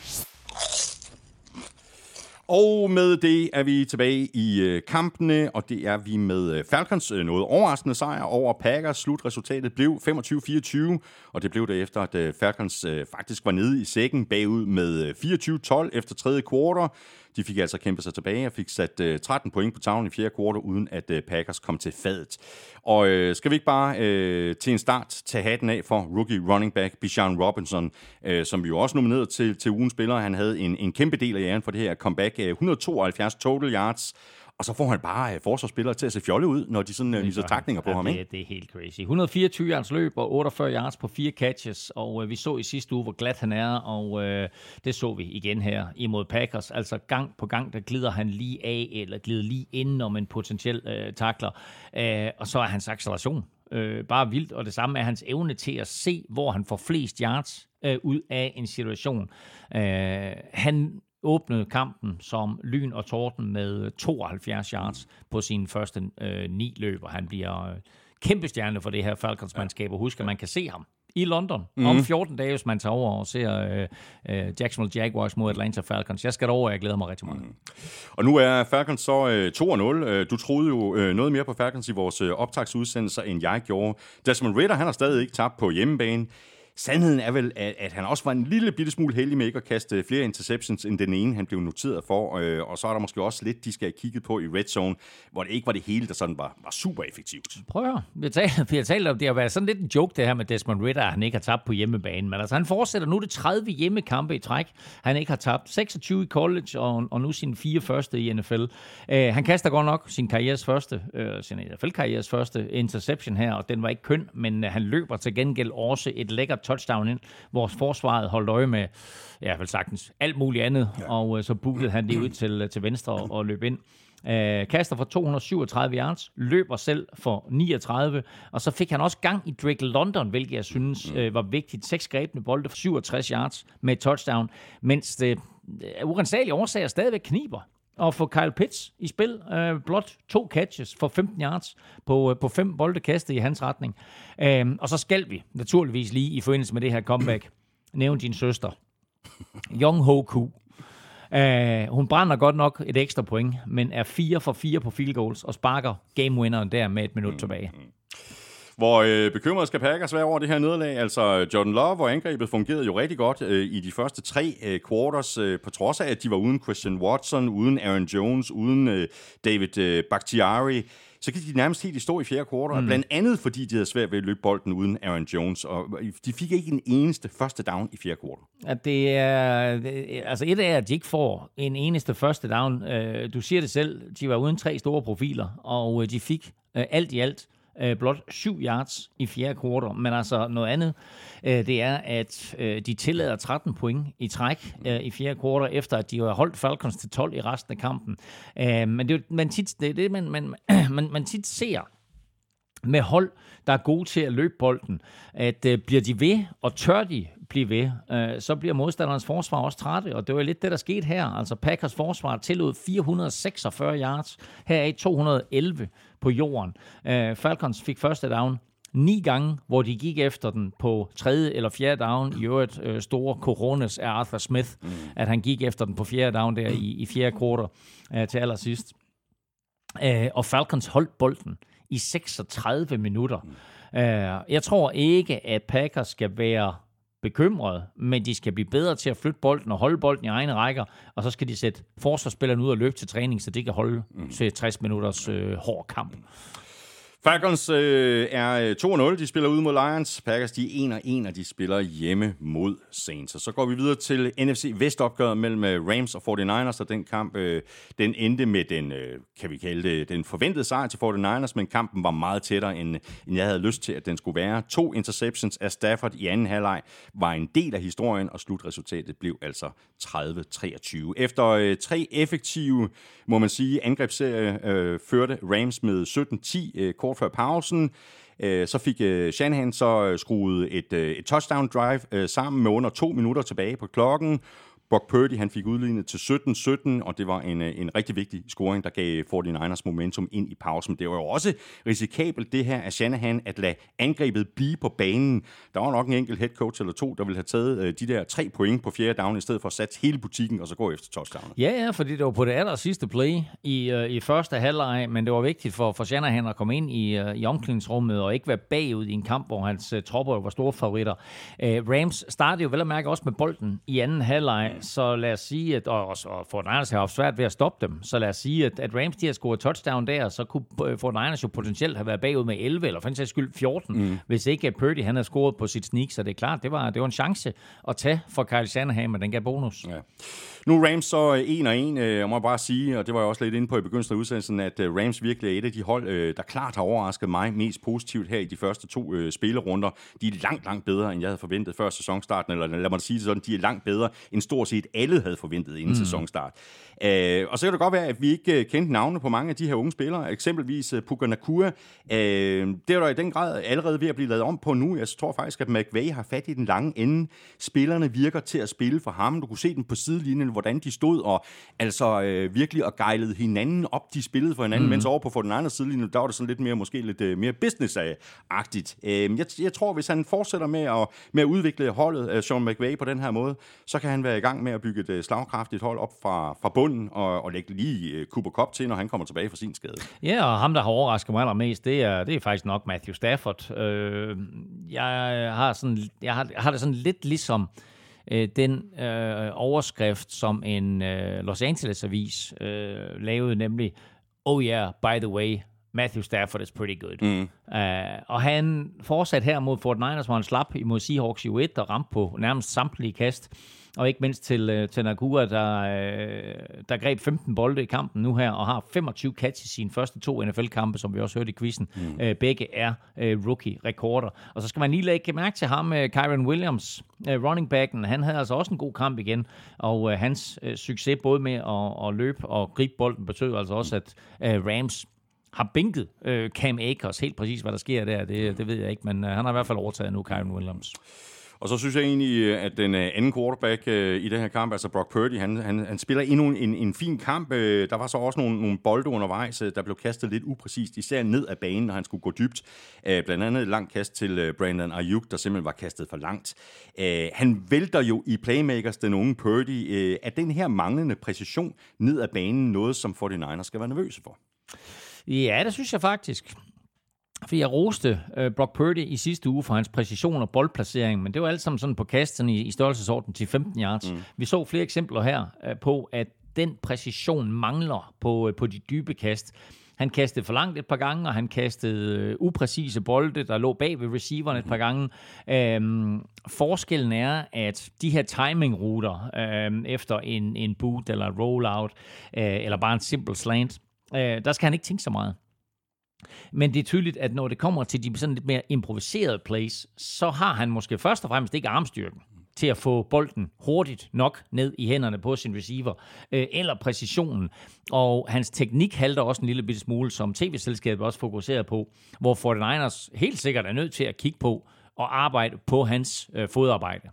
Og med det er vi tilbage i øh, kampene, og det er vi med øh, Falcons øh, noget overraskende sejr over Packers. Slutresultatet blev femogtyve fireogtyve, og det blev det efter, at øh, Falcons øh, faktisk var nede i sækken bagud med øh, fireogtyve tolv efter tredje kvartal. De fik altså kæmpet sig tilbage og fik sat øh, tretten point på tavlen i fjerde kvartal, uden at øh, Packers kom til fadet. Og øh, skal vi ikke bare øh, til en start tage hatten af for rookie running back Bijan Robinson, øh, som vi jo også nomineret til, til ugens spiller. Han havde en, en kæmpe del af æren for det her comeback, øh, et hundrede og tooghalvfjerds total yards. Og så får han bare uh, forsvarsspillere til at se fjolle ud, når de sådan uh, viser takninger på ja, ham, det, ikke? Det er helt crazy. et hundrede og fireogtyve yards løb og otteogfyrre yards på fire catches, og uh, vi så i sidste uge, hvor glad han er, og uh, det så vi igen her imod Packers. Altså gang på gang, der glider han lige af, eller glider lige inden om en potentiel uh, tackler, uh, og så er hans acceleration uh, bare vildt, og det samme er hans evne til at se, hvor han får flest yards øh, ud af en situation. Øh, han åbnede kampen som lyn og torden med tooghalvfjerds yards på sine første øh, ni løb, og han bliver øh, kæmpe stjerne for det her Falcons-mandskab, og husk, at man kan se ham i London mm. om fjorten dage, hvis man tager over og ser øh, øh, Jacksonville Jaguars mod Atlanta Falcons. Jeg skal derover, og jeg glæder mig rigtig meget. Mm. Og nu er Falcons så øh, to nul. Du troede jo øh, noget mere på Falcons i vores øh, optagsudsendelser, end jeg gjorde. Desmond Ridder, han har stadig ikke tabt på hjemmebane. Sandheden er vel, at, at han også var en lille bitte smule heldig med ikke at kaste flere interceptions end den ene, han blev noteret for. Øh, og så er der måske også lidt, de skal have kigget på i red zone, hvor det ikke var det hele, der sådan var, var super effektivt. Prøv at høre. Vi har talt, vi har talt om, det har været sådan lidt en joke, det her med Desmond Ridder, at han ikke har tabt på hjemmebane. Men altså, han fortsætter nu det tredive hjemmekampe i træk. Han ikke har tabt seksogtyve i college, og, og nu sine fire første i N F L. Uh, han kaster godt nok sin karrieres første, uh, sin N F L-karrieres første interception her, og den var ikke køn, men uh, han løber til gengæld også et lækkert touchdown ind, hvor forsvaret holdt øje med, ja, vel sagtens, alt muligt andet, ja. og uh, så bookede han det ud til, til venstre og, og løb ind. Uh, kaster for to hundrede syvogtredive yards, løber selv for niogtredive, og så fik han også gang i Drake London, hvilket jeg synes uh, var vigtigt. Seks grebne bolde for syvogtres yards med et touchdown, mens det uh, urensagelige årsager stadigvæk kniber og få Kyle Pitts i spil. Uh, blot to catches for femten yards på, uh, på fem bolde kastet i hans retning. Uh, og så skal vi naturligvis lige i forbindelse med det her comeback nævne din søster, Young Ho Koo. Uh, hun brænder godt nok et ekstra point, men er fire for fire på field goals og sparker gamewinneren der med et minut tilbage. Hvor øh, bekymret skal Packers være over det her nederlag. Altså Jordan Love og angrebet fungerede jo rigtig godt øh, i de første tre øh, quarters, øh, på trods af, at de var uden Christian Watson, uden Aaron Jones, uden øh, David øh, Bakhtiari. Så kan de nærmest helt stå i fjerde kvartal, mm. blandt andet fordi de havde svært ved at løbe bolden uden Aaron Jones, og de fik ikke en eneste første down i fjerde kvartal. At det er, altså et af, at de ikke får en eneste første down. Du siger det selv, de var uden tre store profiler, og de fik alt i alt blot syv yards i fjerde kvartal, men altså noget andet, det er, at de tillader tretten point i træk i fjerde kvartal, efter at de har holdt Falcons til tolv i resten af kampen. Men det er man tit, det er det, man, man, man, man tit ser med hold, der er gode til at løbe bolden, at øh, bliver de ved, og tør de blive ved, øh, så bliver modstanderens forsvar også trætte, og det var lidt det, der skete her. Altså Packers forsvar tillod fire hundrede seksogfyrre yards, heraf to hundrede elleve på jorden. Øh, Falcons fik første down ni gange, hvor de gik efter den på tredje eller fjerde down. I øvrigt øh, store coronas af Arthur Smith, mm. at han gik efter den på fjerde down der i, i fjerde kvartal øh, til allersidst. Øh, og Falcons holdt bolden i seksogtredive minutter. Mm. Uh, jeg tror ikke, at Packers skal være bekymret, men de skal blive bedre til at flytte bolden og holde bolden i egne rækker, og så skal de sætte forsvarsspillerne ud og løbe til træning, så de kan holde mm. til tres minutters uh, hård kamp. Falcons øh, er to nul, de spiller ude mod Lions. Packers, de er en og en, og de spiller hjemme mod Saints. Og så går vi videre til N F C Vest-opgøret mellem Rams og forty-niners, og den kamp, øh, den endte med den, øh, kan vi kalde det, den forventede sejr til forty-niners, men kampen var meget tættere, end, end jeg havde lyst til, at den skulle være. To interceptions af Stafford i anden halvleg var en del af historien, og slutresultatet blev altså tredive treogtyve. Efter øh, tre effektive, må man sige, angrebsserie øh, førte Rams med sytten ti øh, kort før pausen. Så fik Shanahan så skruet et, et touchdown drive sammen med under to minutter tilbage på klokken. Brock Purdy, han fik udlignet til sytten sytten, og det var en, en rigtig vigtig scoring, der gav forty-niners momentum ind i pausen. Det var jo også risikabelt det her af Shanahan at lade angrebet blive på banen. Der var nok en enkelt head coach eller to, der ville have taget de der tre point på fjerde down, i stedet for at sætte hele butikken og så gå efter touchdownet. Ja, ja, fordi det var på det aller sidste play i, uh, i første halvleg, men det var vigtigt for, for Shanahan at komme ind i, uh, i omklædningsrummet og ikke være bagud i en kamp, hvor hans uh, tropper var store favoritter. Uh, Rams startede jo vel at mærke også med bolden i anden halvleg, så lad os sige, at og, og forty-niners har haft svært ved at stoppe dem, så lad os sige, at, at Rams de har scoret touchdown der, så kunne forty-niners jo potentielt have været bagud med elleve, eller for en sags skyld fjorten, mm. hvis ikke Purdy han havde scoret på sit sneak, så det er klart, det var, det var en chance at tage for Kyle Shanahan, men den gav bonus. Ja. Nu er Rams så en og en, jeg må bare sige, og det var jeg også lidt inde på i begyndelsen af udsendelsen, at Rams virkelig er et af de hold, der klart har overrasket mig mest positivt her i de første to øh, spillerunder. De er langt, langt bedre, end jeg havde forventet før sæsonstarten, eller lad mig sige det sådan, de er langt bedre, end stort set alle havde forventet inden mm. sæsonstart. Øh, og så kan det godt være, at vi ikke kendte navne på mange af de her unge spillere, eksempelvis uh, Puka Nacua. Øh, det er der i den grad allerede ved at blive lavet om på nu. Jeg tror faktisk, at McVay har fat i den lange ende. Spillerne virker til at spille for ham. Du kunne se dem på sidelinjen, hvordan de stod og altså øh, virkelig og gejlede hinanden op. De spillede for hinanden, mm. mens over på den anden sidelinje, der var det sådan lidt mere, måske lidt uh, mere business-agtigt. Øh, jeg, jeg tror, hvis han fortsætter med at, med at udvikle holdet, uh, Sean McVay, på den her måde, så kan han være i gang med at bygge et uh, slagkraftigt hold op fra, fra bunden og, og lægge lige uh, Cooper Kupp til, når han kommer tilbage fra sin skade. Ja, og ham, der har overrasket mig allermest, det er, det er faktisk nok Matthew Stafford. Øh, jeg, har sådan, jeg, har, jeg har det sådan lidt ligesom øh, den øh, overskrift, som en øh, Los Angeles-avis øh, lavede, nemlig "Oh yeah, by the way, Matthew Stafford is pretty good." Mm. Uh, og han fortsatte her mod forty-niners, hvor han slap imod Seahawks i U et og ramte på nærmest samtlige kast. Og ikke mindst til, til Nacua, der, der greb femten bolde i kampen nu her, og har femogtyve catch i sine første to N F L-kampe, som vi også hørte i quizzen. Mm. Begge er rookie-rekorder. Og så skal man lige lægge mærke til ham, Kyren Williams, running backen. Han havde altså også en god kamp igen, og hans succes både med at, at løbe og gribe bolden betød altså også, at Rams har bænket Cam Akers. Helt præcis, hvad der sker der, det, det ved jeg ikke, men han har i hvert fald overtaget nu, Kyren Williams. Og så synes jeg egentlig, at den anden quarterback øh, i den her kamp, altså Brock Purdy, han, han, han spiller endnu en, en fin kamp. Øh, der var så også nogle, nogle bolde undervejs, der blev kastet lidt upræcist, især ned ad banen, når han skulle gå dybt. Øh, blandt andet et langt kast til øh, Brandon Ayuk, der simpelthen var kastet for langt. Øh, han vælter jo i playmakers, den unge Purdy. Øh, er den her manglende præcision ned ad banen noget, som forty-niners skal være nervøse for? Ja, det synes jeg faktisk. Fordi jeg roste øh, Brock Purdy i sidste uge for hans præcision og boldplacering, men det var alt sammen sådan på kasten i, i størrelsesorden til femten yards. Mm. Vi så flere eksempler her øh, på, at den præcision mangler på, øh, på de dybe kast. Han kastede for langt et par gange, og han kastede øh, upræcise bolde, der lå bag ved receiveren et par gange. Øhm, forskellen er, at de her timingruter øh, efter en, en boot eller rollout, øh, eller bare en simple slant, øh, der skal han ikke tænke så meget. Men det er tydeligt, at når det kommer til de sådan lidt mere improviserede plays, så har han måske først og fremmest ikke armstyrken til at få bolden hurtigt nok ned i hænderne på sin receiver, øh, eller præcisionen. Og hans teknik halter også en lille bitte smule, som tv-selskabet også fokuserer på, hvor forty-niners helt sikkert er nødt til at kigge på og arbejde på hans øh, fodarbejde.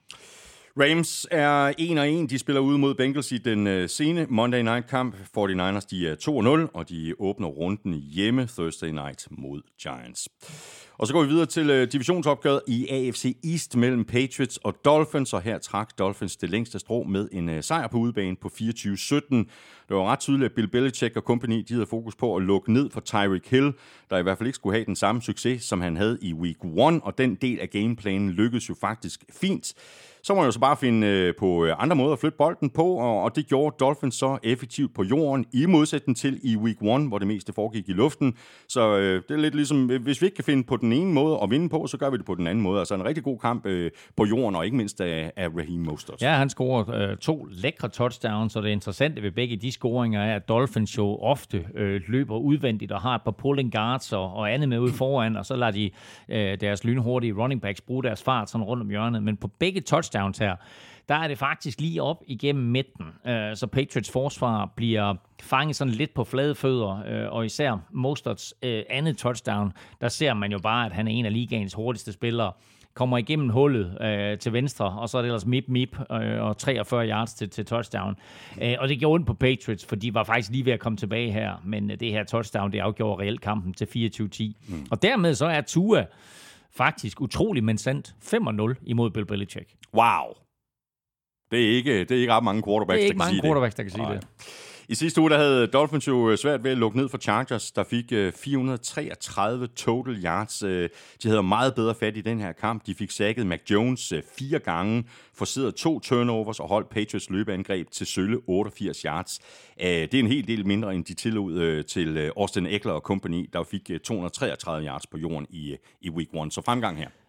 Rams er en og en. De spiller ude mod Bengals i den uh, sene Monday Night-kamp. forty-niners, de er to og nul, og de åbner runden hjemme Thursday night mod Giants. Og så går vi videre til uh, divisionsopgøret i A F C East mellem Patriots og Dolphins, og her trak Dolphins det længste strå med en uh, sejr på udebane på fireogtyve sytten. Det var ret tydeligt, at Bill Belichick og company, de havde fokus på at lukke ned for Tyreek Hill, der i hvert fald ikke skulle have den samme succes, som han havde i week one, og den del af gameplanen lykkedes jo faktisk fint. Så må man jo så bare finde øh, på andre måder at flytte bolden på, og, og det gjorde Dolphins så effektivt på jorden, i modsætning til i week one, hvor det meste foregik i luften. Så øh, det er lidt ligesom, hvis vi ikke kan finde på den ene måde at vinde på, så gør vi det på den anden måde. Altså en rigtig god kamp øh, på jorden, og ikke mindst af, af Raheem Mostert. Ja, han scorer øh, to lækre touchdowns, og det interessante ved begge de scoringer er, at Dolphins jo ofte øh, løber udvendigt og har et par pulling guards og, og andet med ude foran, og så lader de øh, deres lynhurtige running backs bruge deres fart sådan rundt om hjørnet. Men på begge touchdowns her, der er det faktisk lige op igennem midten, øh, så Patriots forsvar bliver fanget sådan lidt på flade fødder, øh, og især Mosterts øh, andet touchdown, der ser man jo bare, at han er en af ligaens hurtigste spillere, kommer igennem hullet øh, til venstre, og så er det ellers mip mip øh, og treogfyrre yards til, til touchdown. Øh, og det gjorde ondt på Patriots, for de var faktisk lige ved at komme tilbage her, men det her touchdown, det afgjorde reelt kampen til fireogtyve ti. Mm. Og dermed så er Tua faktisk utrolig men sandt fem og nul imod Bill Belichick. Wow! Det er ikke, det er ikke ret mange quarterbacks, der kan sige det. Det er ikke mange quarterbacks, der kan sige det. I sidste uge der havde Dolphins jo svært ved at lukke ned for Chargers, der fik fire hundrede treogtredive total yards. De havde meget bedre fat i den her kamp. De fik sacket Mac Jones fire gange, forceret to turnovers og holdt Patriots løbeangreb til sølle otteogfirs yards. Det er en hel del mindre, end de tillod til Austin Ekeler og company, der fik to hundrede treogtredive yards på jorden i, i week one. Så fremgang her.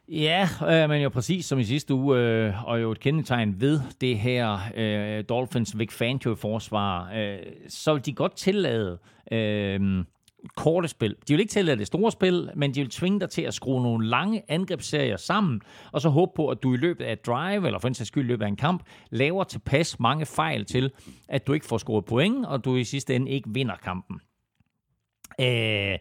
Ja, øh, men jo præcis som i sidste uge, øh, og jo et kendetegn ved det her øh, Dolphins Vic Fangio-forsvar, øh, så vil de godt tillade øh, korte spil. De vil ikke tillade det store spil, men de vil tvinge dig til at skrue nogle lange angrebsserier sammen, og så håbe på, at du i løbet af et drive, eller for en sags skyld i løbet af en kamp, laver tilpas mange fejl til, at du ikke får scoret point, og du i sidste ende ikke vinder kampen. Øh,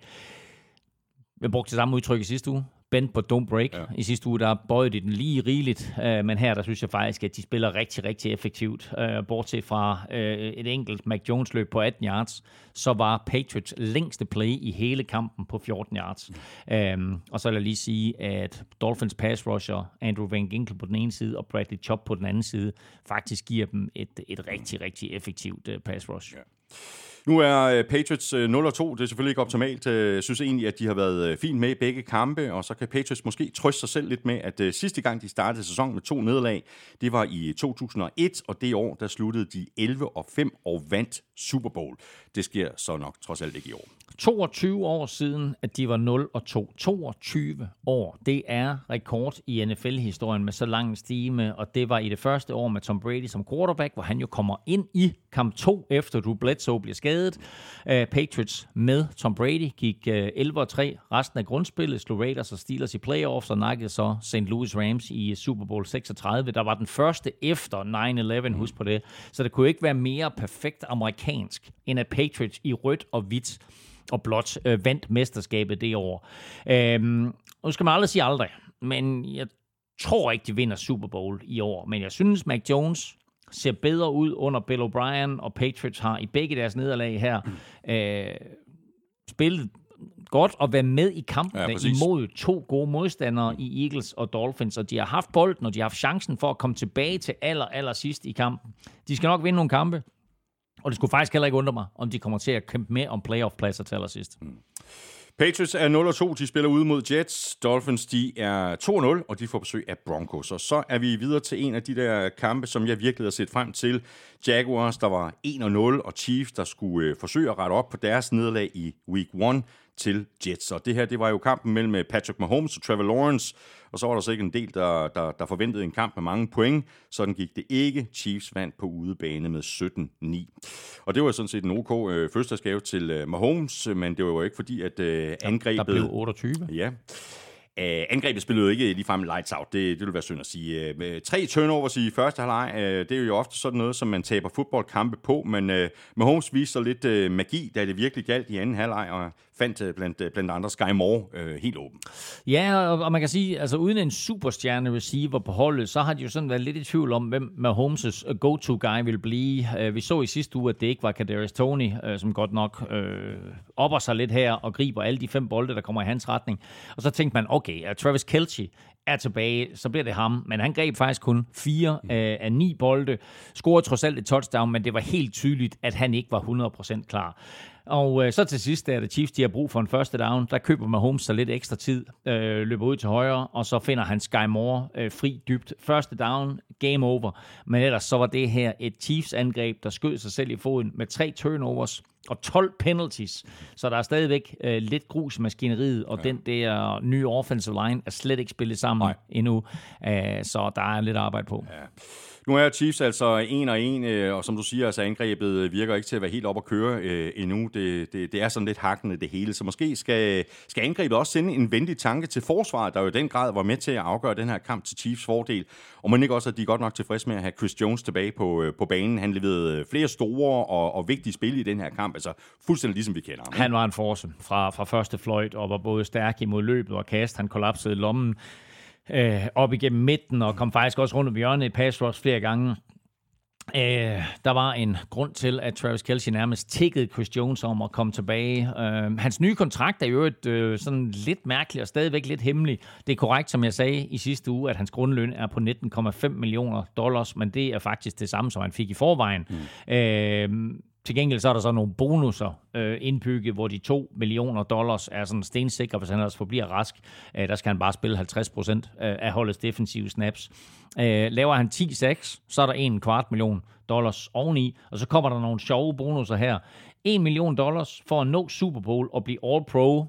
jeg brugte det samme udtryk i sidste uge. Bend på don't break. Ja. I sidste uge, der bøjede de den lige rigeligt, øh, men her, der synes jeg faktisk, at de spiller rigtig, rigtig effektivt. Øh, bortset fra øh, et enkelt Mac Jones løb på atten yards, så var Patriots længste play i hele kampen på fjorten yards. Mm. Øh, og så vil jeg lige sige, at Dolphins pass rusher, Andrew Van Ginkel på den ene side, og Bradley Chubb på den anden side, faktisk giver dem et, et rigtig, rigtig effektivt uh, pass rush. Ja. Nu er Patriots nul og to, det er selvfølgelig ikke optimalt. Jeg synes egentlig, at de har været fint med i begge kampe, og så kan Patriots måske trøste sig selv lidt med, at sidste gang de startede sæsonen med to nederlag, det var i to tusind og et, og det år, der sluttede de elleve og fem og vandt Super Bowl. Det sker så nok trods alt ikke i år. toogtyve år siden, at de var nul og to. toogtyve år. Det er rekord i N F L-historien med så lang en stime, og det var i det første år med Tom Brady som quarterback, hvor han jo kommer ind i kamp to, efter Drew Bledsoe bliver skadet. Uh, Patriots med Tom Brady gik uh, elleve og tre resten af grundspillet, slog Raiders og Steelers i playoffs, og nakkede så Saint Louis Rams i Super Bowl seksogtredive. Der var den første efter nine eleven, husk på det. Så det kunne ikke være mere perfekt amerikansk, end at Patriots i rødt og hvidt og blot øh, vandt mesterskabet det år. Øhm, nu skal man aldrig sige aldrig, men jeg tror ikke, de vinder Super Bowl i år. Men jeg synes, Mac Jones ser bedre ud under Bill O'Brien, og Patriots har i begge deres nederlag her øh, spillet godt og været med i kampene ja, imod to gode modstandere i Eagles og Dolphins, og de har haft bolden, og de har haft chancen for at komme tilbage til aller, aller sidst i kampen. De skal nok vinde nogle kampe, og det skulle faktisk heller ikke undre mig, om de kommer til at kæmpe med om playoff-pladser til allersidst. Mm. Patriots er nul og to, de spiller ude mod Jets. Dolphins, de er to og nul, og de får besøg af Broncos. Og så er vi videre til en af de der kampe, som jeg virkelig har set frem til. Jaguars, der var en og nul, og Chiefs, der skulle øh, forsøge at rette op på deres nederlag i week one til Jets. Og det her, det var jo kampen mellem Patrick Mahomes og Trevor Lawrence, og så var der så ikke en del, der, der, der forventede en kamp med mange point. Sådan gik det ikke. Chiefs vandt på udebane med sytten ni. Og det var sådan set en OK øh, fødselsdagsgave til øh, Mahomes, men det var jo ikke fordi, at øh, angrebet... Der blev otteogtyve. Ja. Uh, angrebet spillede jo ikke ligefrem lights out, det, det vil være synd at sige. Uh, tre turnovers i første halvleg, uh, det er jo ofte sådan noget, som man taber fodboldkampe på, men uh, Mahomes viste så lidt uh, magi, da det virkelig galt i anden halvleg, og fandt uh, blandt, uh, blandt andre Sky Moore uh, helt åben. Ja, og, og man kan sige, altså uden en superstjerne receiver på holdet, så har de jo sådan været lidt i tvivl om, hvem Mahomes' go-to-guy vil blive. Uh, vi så i sidste uge, at det ikke var Kadarius Toney, uh, som godt nok uh, opper sig lidt her og griber alle de fem bolde, der kommer i hans retning. Og så tænkte man, okay, okay, Travis Kelce er tilbage, så bliver det ham. Men han greb faktisk kun fire mm. af, af ni bolde. Scorede trods alt et touchdown, men det var helt tydeligt, at han ikke var hundrede procent klar. Og øh, så til sidst, da Chiefs de har brug for en første down, der køber Mahomes så lidt ekstra tid, øh, løber ud til højre, og så finder han Sky Moore øh, fri dybt. Første down, game over. Men ellers så var det her et Chiefs-angreb, der skød sig selv i foden med tre turnovers og tolv penalties. Så der er stadigvæk øh, lidt grus i maskineriet, og ja. den der nye offensive line er slet ikke spillet sammen Nej. endnu. Æh, så der er lidt arbejde på. Ja. Nu er Chiefs altså en og en, og som du siger, altså angrebet virker ikke til at være helt op at køre øh, endnu. Det, det, det er sådan lidt hakkende det hele, så måske skal, skal angrebet også sende en venlig tanke til forsvaret, der jo i den grad var med til at afgøre den her kamp til Chiefs fordel. Og man ikke også, at de er godt nok tilfredse med at have Chris Jones tilbage på, på banen. Han leverede flere store og, og vigtige spil i den her kamp, altså fuldstændig ligesom vi kender ham. Han var en force fra, fra første fløjt og var både stærk imod løbet og kast. Han kollapsede lommen Øh, op igennem midten, og kom faktisk også rundt om hjørnet i pass rush flere gange. Øh, der var en grund til, at Travis Kelce nærmest tikkede Chris Jones om at komme tilbage. Øh, hans nye kontrakt er jo et, øh, sådan lidt mærkelig og stadigvæk lidt hemmelig. Det er korrekt, som jeg sagde i sidste uge, at hans grundløn er på nitten komma fem millioner dollars, men det er faktisk det samme, som han fik i forvejen. Mm. Øh, Til gengæld så er der så nogle bonusser øh, indbygget, hvor de to millioner dollars er sådan stensikre, hvis han ellers forbliver rask. Øh, der skal han bare spille halvtreds procent af holdets defensive snaps. Øh, laver han ti seks, så er der en kvart million dollars oveni, og så kommer der nogle sjove bonusser her. en million dollars for at nå Super Bowl og blive All-Pro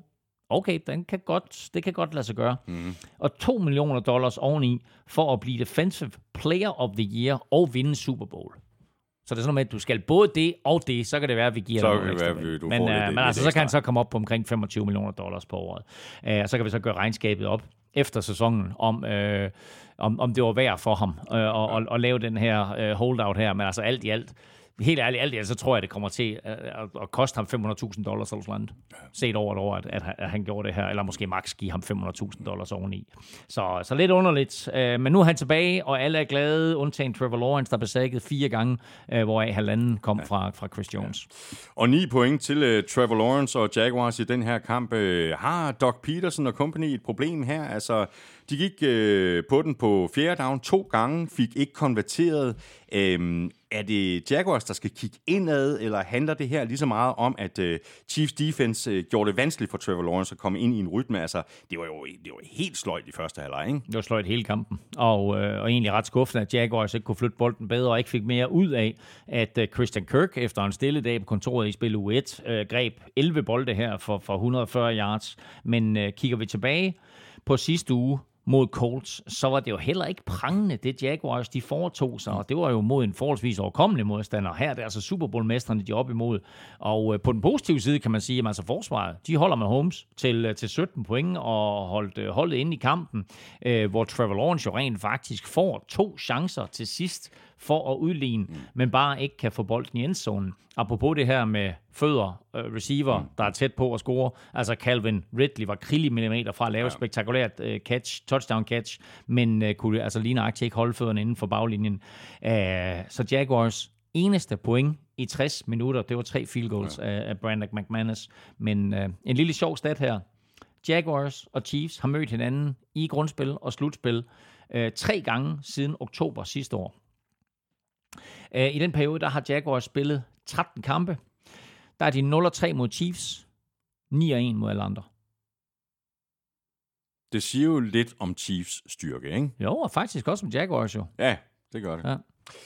Okay, den kan godt, det kan godt lade sig gøre. Mm. Og to millioner dollars oveni for at blive Defensive Player of the Year og vinde Super Bowl. Så det er sådan noget med, at du skal både det og det, så kan det være, at vi giver så dig noget ekstra. Være, du men uh, det, men altså, så kan han så komme op på omkring femogtyve millioner dollars på året. Uh, og så kan vi så gøre regnskabet op efter sæsonen, om, uh, om, om det var værd for ham uh, at, at, at lave den her uh, holdout her. Men altså alt i alt, helt ærligt, alt i alt, så tror jeg, det kommer til at, at koste ham fem hundrede tusind dollars eller sådan set over et år, at, at, at han gjorde det her, eller måske max give ham fem hundrede tusind dollars oveni. Så, så lidt underligt. Uh, men nu er han tilbage, og alle er glade, undtagen Trevor Lawrence, der blev sækket fire gange, uh, hvoraf halvanden kom ja. fra, fra Chris Jones. Ja. Og ni point til uh, Trevor Lawrence og Jaguars i den her kamp. Uh, har Doug Peterson og company et problem her? Altså, de gik uh, på den på fjerde down to gange, fik ikke konverteret. Um, er det Jaguars, der skal kigge indad, eller handler det her lige så meget om, at uh, Chiefs defense uh, gjorde det vanskeligt for Trevor Lawrence at komme ind i en rytme? Altså, det var jo det var helt sløjt i første halvleg, ikke? Det var sløjt hele kampen, og, øh, og egentlig ret skuffende, at Jaguars ikke kunne flytte bolden bedre, og ikke fik mere ud af, at uh, Christian Kirk, efter en stille dag på kontoret i spil uge et, øh, greb elleve bolde her for, for et hundrede og fyrre yards. Men øh, kigger vi tilbage på sidste uge, mod Colts, så var det jo heller ikke prangende, det Jaguars, de foretog sig, og det var jo mod en forholdsvis overkommelig modstander. Her er det altså Super Bowl-mestrene, de er op imod. Og øh, på den positive side kan man sige, at altså forsvaret, de holder med Holmes til, til sytten point og holdt øh, holdet inde i kampen, øh, hvor Trevor Lawrence jo rent faktisk får to chancer til sidst for at udligne, mm. men bare ikke kan få bolden i endzonen. Apropos det her med fødder, uh, receiver, mm. der er tæt på at score. Altså Calvin Ridley var krillimillimeter fra at lave ja. spektakulært uh, catch, touchdown catch, men uh, kunne altså lige nøjagtigt ikke holde fødderne inden for baglinjen. Uh, så Jaguars eneste point i tres minutter, det var tre field goals ja. af, af Brandon McManus. Men uh, en lille sjov stat her. Jaguars og Chiefs har mødt hinanden i grundspil og slutspil uh, tre gange siden oktober sidste år. I den periode, der har Jaguars spillet tretten kampe. Der er de nul og tre mod Chiefs, ni og en mod alle andre. Det siger jo lidt om Chiefs styrke, ikke? Jo, og faktisk også om Jaguars jo. Ja, det gør det. Ja.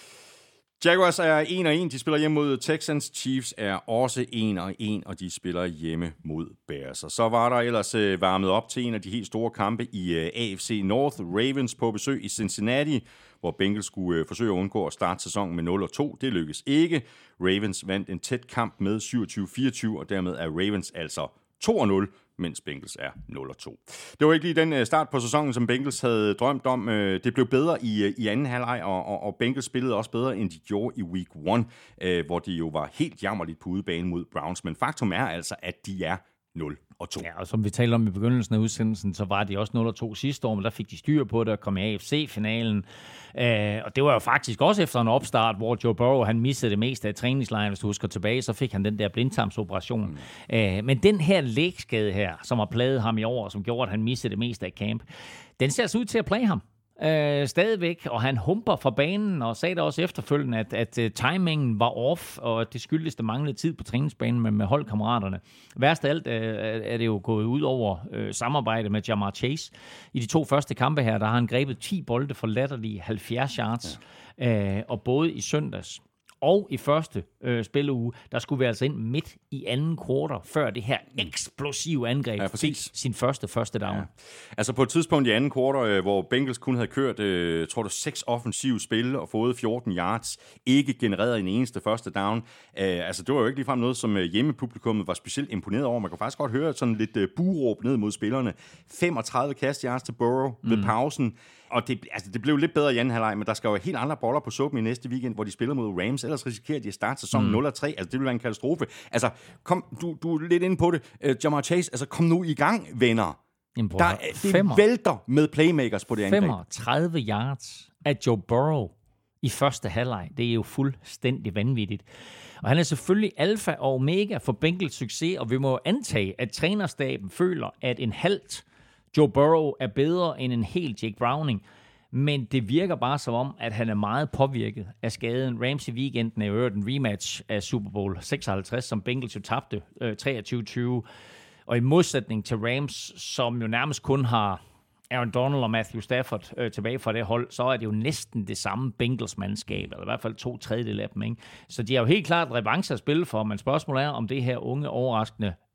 Jaguars er en og en, de spiller hjemme mod Texans. Chiefs er også en og en, og de spiller hjemme mod Bears. Og så var der ellers øh, varmet op til en af de helt store kampe i øh, A F C North. Ravens på besøg i Cincinnati, hvor Bengals skulle øh, forsøge at undgå at starte sæsonen med nul og to. Det lykkedes ikke. Ravens vandt en tæt kamp med syvogtyve fireogtyve, og dermed er Ravens altså to og nul, mens Bengals er nul og to. Det var ikke lige den start på sæsonen, som Bengals havde drømt om. Det blev bedre i, i anden halvleg, og, og, og Bengals spillede også bedre, end de gjorde i week one, øh, hvor de jo var helt jammerligt på udebane mod Browns. Men faktum er altså, at de er nul og to. Ja, og som vi talte om i begyndelsen af udsendelsen, så var de også nul og to sidste år, men der fik de styr på det og kom i A F C-finalen. Øh, og det var jo faktisk også efter en opstart, hvor Joe Burrow, han missede det meste af træningslejren. Hvis du husker tilbage, så fik han den der blindtarmsoperation. Mm. Øh, men den her lægskade her, som har plaget ham i år, som gjorde, at han missede det meste af camp, den ser altså ud til at plage ham. Øh, stadigvæk, og han humper fra banen, og sagde da også efterfølgende, at, at uh, timingen var off, og at det skyldes, der manglede tid på træningsbanen med, med holdkammeraterne. Værst af alt uh, er det jo gået ud over uh, samarbejde med Ja'Marr Chase. I de to første kampe her, der har han grebet ti bolde for latterlige halvfjerds yards, ja. uh, og både i søndags og i første øh, spilleuge, der skulle vi altså ind midt i anden kvartal, før det her eksplosive angreb ja, fik sin første første down. Ja. Altså på et tidspunkt i anden kvartal, øh, hvor Bengals kun havde kørt, øh, tror du, seks offensive spil og fået fjorten yards, ikke genereret en eneste første down. Øh, altså det var jo ikke ligefrem noget, som hjemmepublikummet var specielt imponeret over. Man kan faktisk godt høre sådan lidt øh, buråb ned mod spillerne. femogtredive kast yards til Burrow mm. ved pausen. Og det, altså, det blev lidt bedre i anden halvleg, men der skal jo helt andre boller på suppen i næste weekend, hvor de spiller mod Rams. Ellers risikerer de at starte sæsonen mm. nul og tre. Altså, det vil være en katastrofe. Altså, kom, du, du er lidt inde på det. Uh, Ja'Marr Chase, altså, kom nu i gang, venner. Jamen, der, det femmer. vælter med playmakers på det angreb. femogtredive yards af Joe Burrow i første halvleg. Det er jo fuldstændig vanvittigt. Og han er selvfølgelig alfa og omega for Bengals succes, og vi må antage, at trænerstaben føler, at en halvt Joe Burrow er bedre end en hel Jake Browning, men det virker bare som om, at han er meget påvirket af skaden. Rams i weekenden er jo en rematch af Super Bowl seksoghalvtreds, som Bengals jo tabte øh, treogtyve tyve. Og i modsætning til Rams, som jo nærmest kun har Aaron Donald og Matthew Stafford øh, tilbage fra det hold, så er det jo næsten det samme Bengals-mandskab, eller i hvert fald to tredjedel af dem, ikke? Så de har jo helt klart revanche at spille for, men spørgsmålet er, om det her unge, overraskende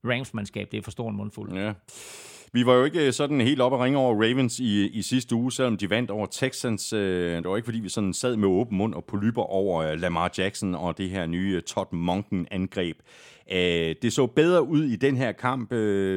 Rams-mandskab, det er for stor en mundfuld. Ja. Vi var jo ikke sådan helt oppe at ringe over Ravens i, i sidste uge, selvom de vandt over Texans. Det var ikke, fordi vi sådan sad med åben mund og polypper over Lamar Jackson og det her nye Todd Monken-angreb. Det så bedre ud i den her kamp,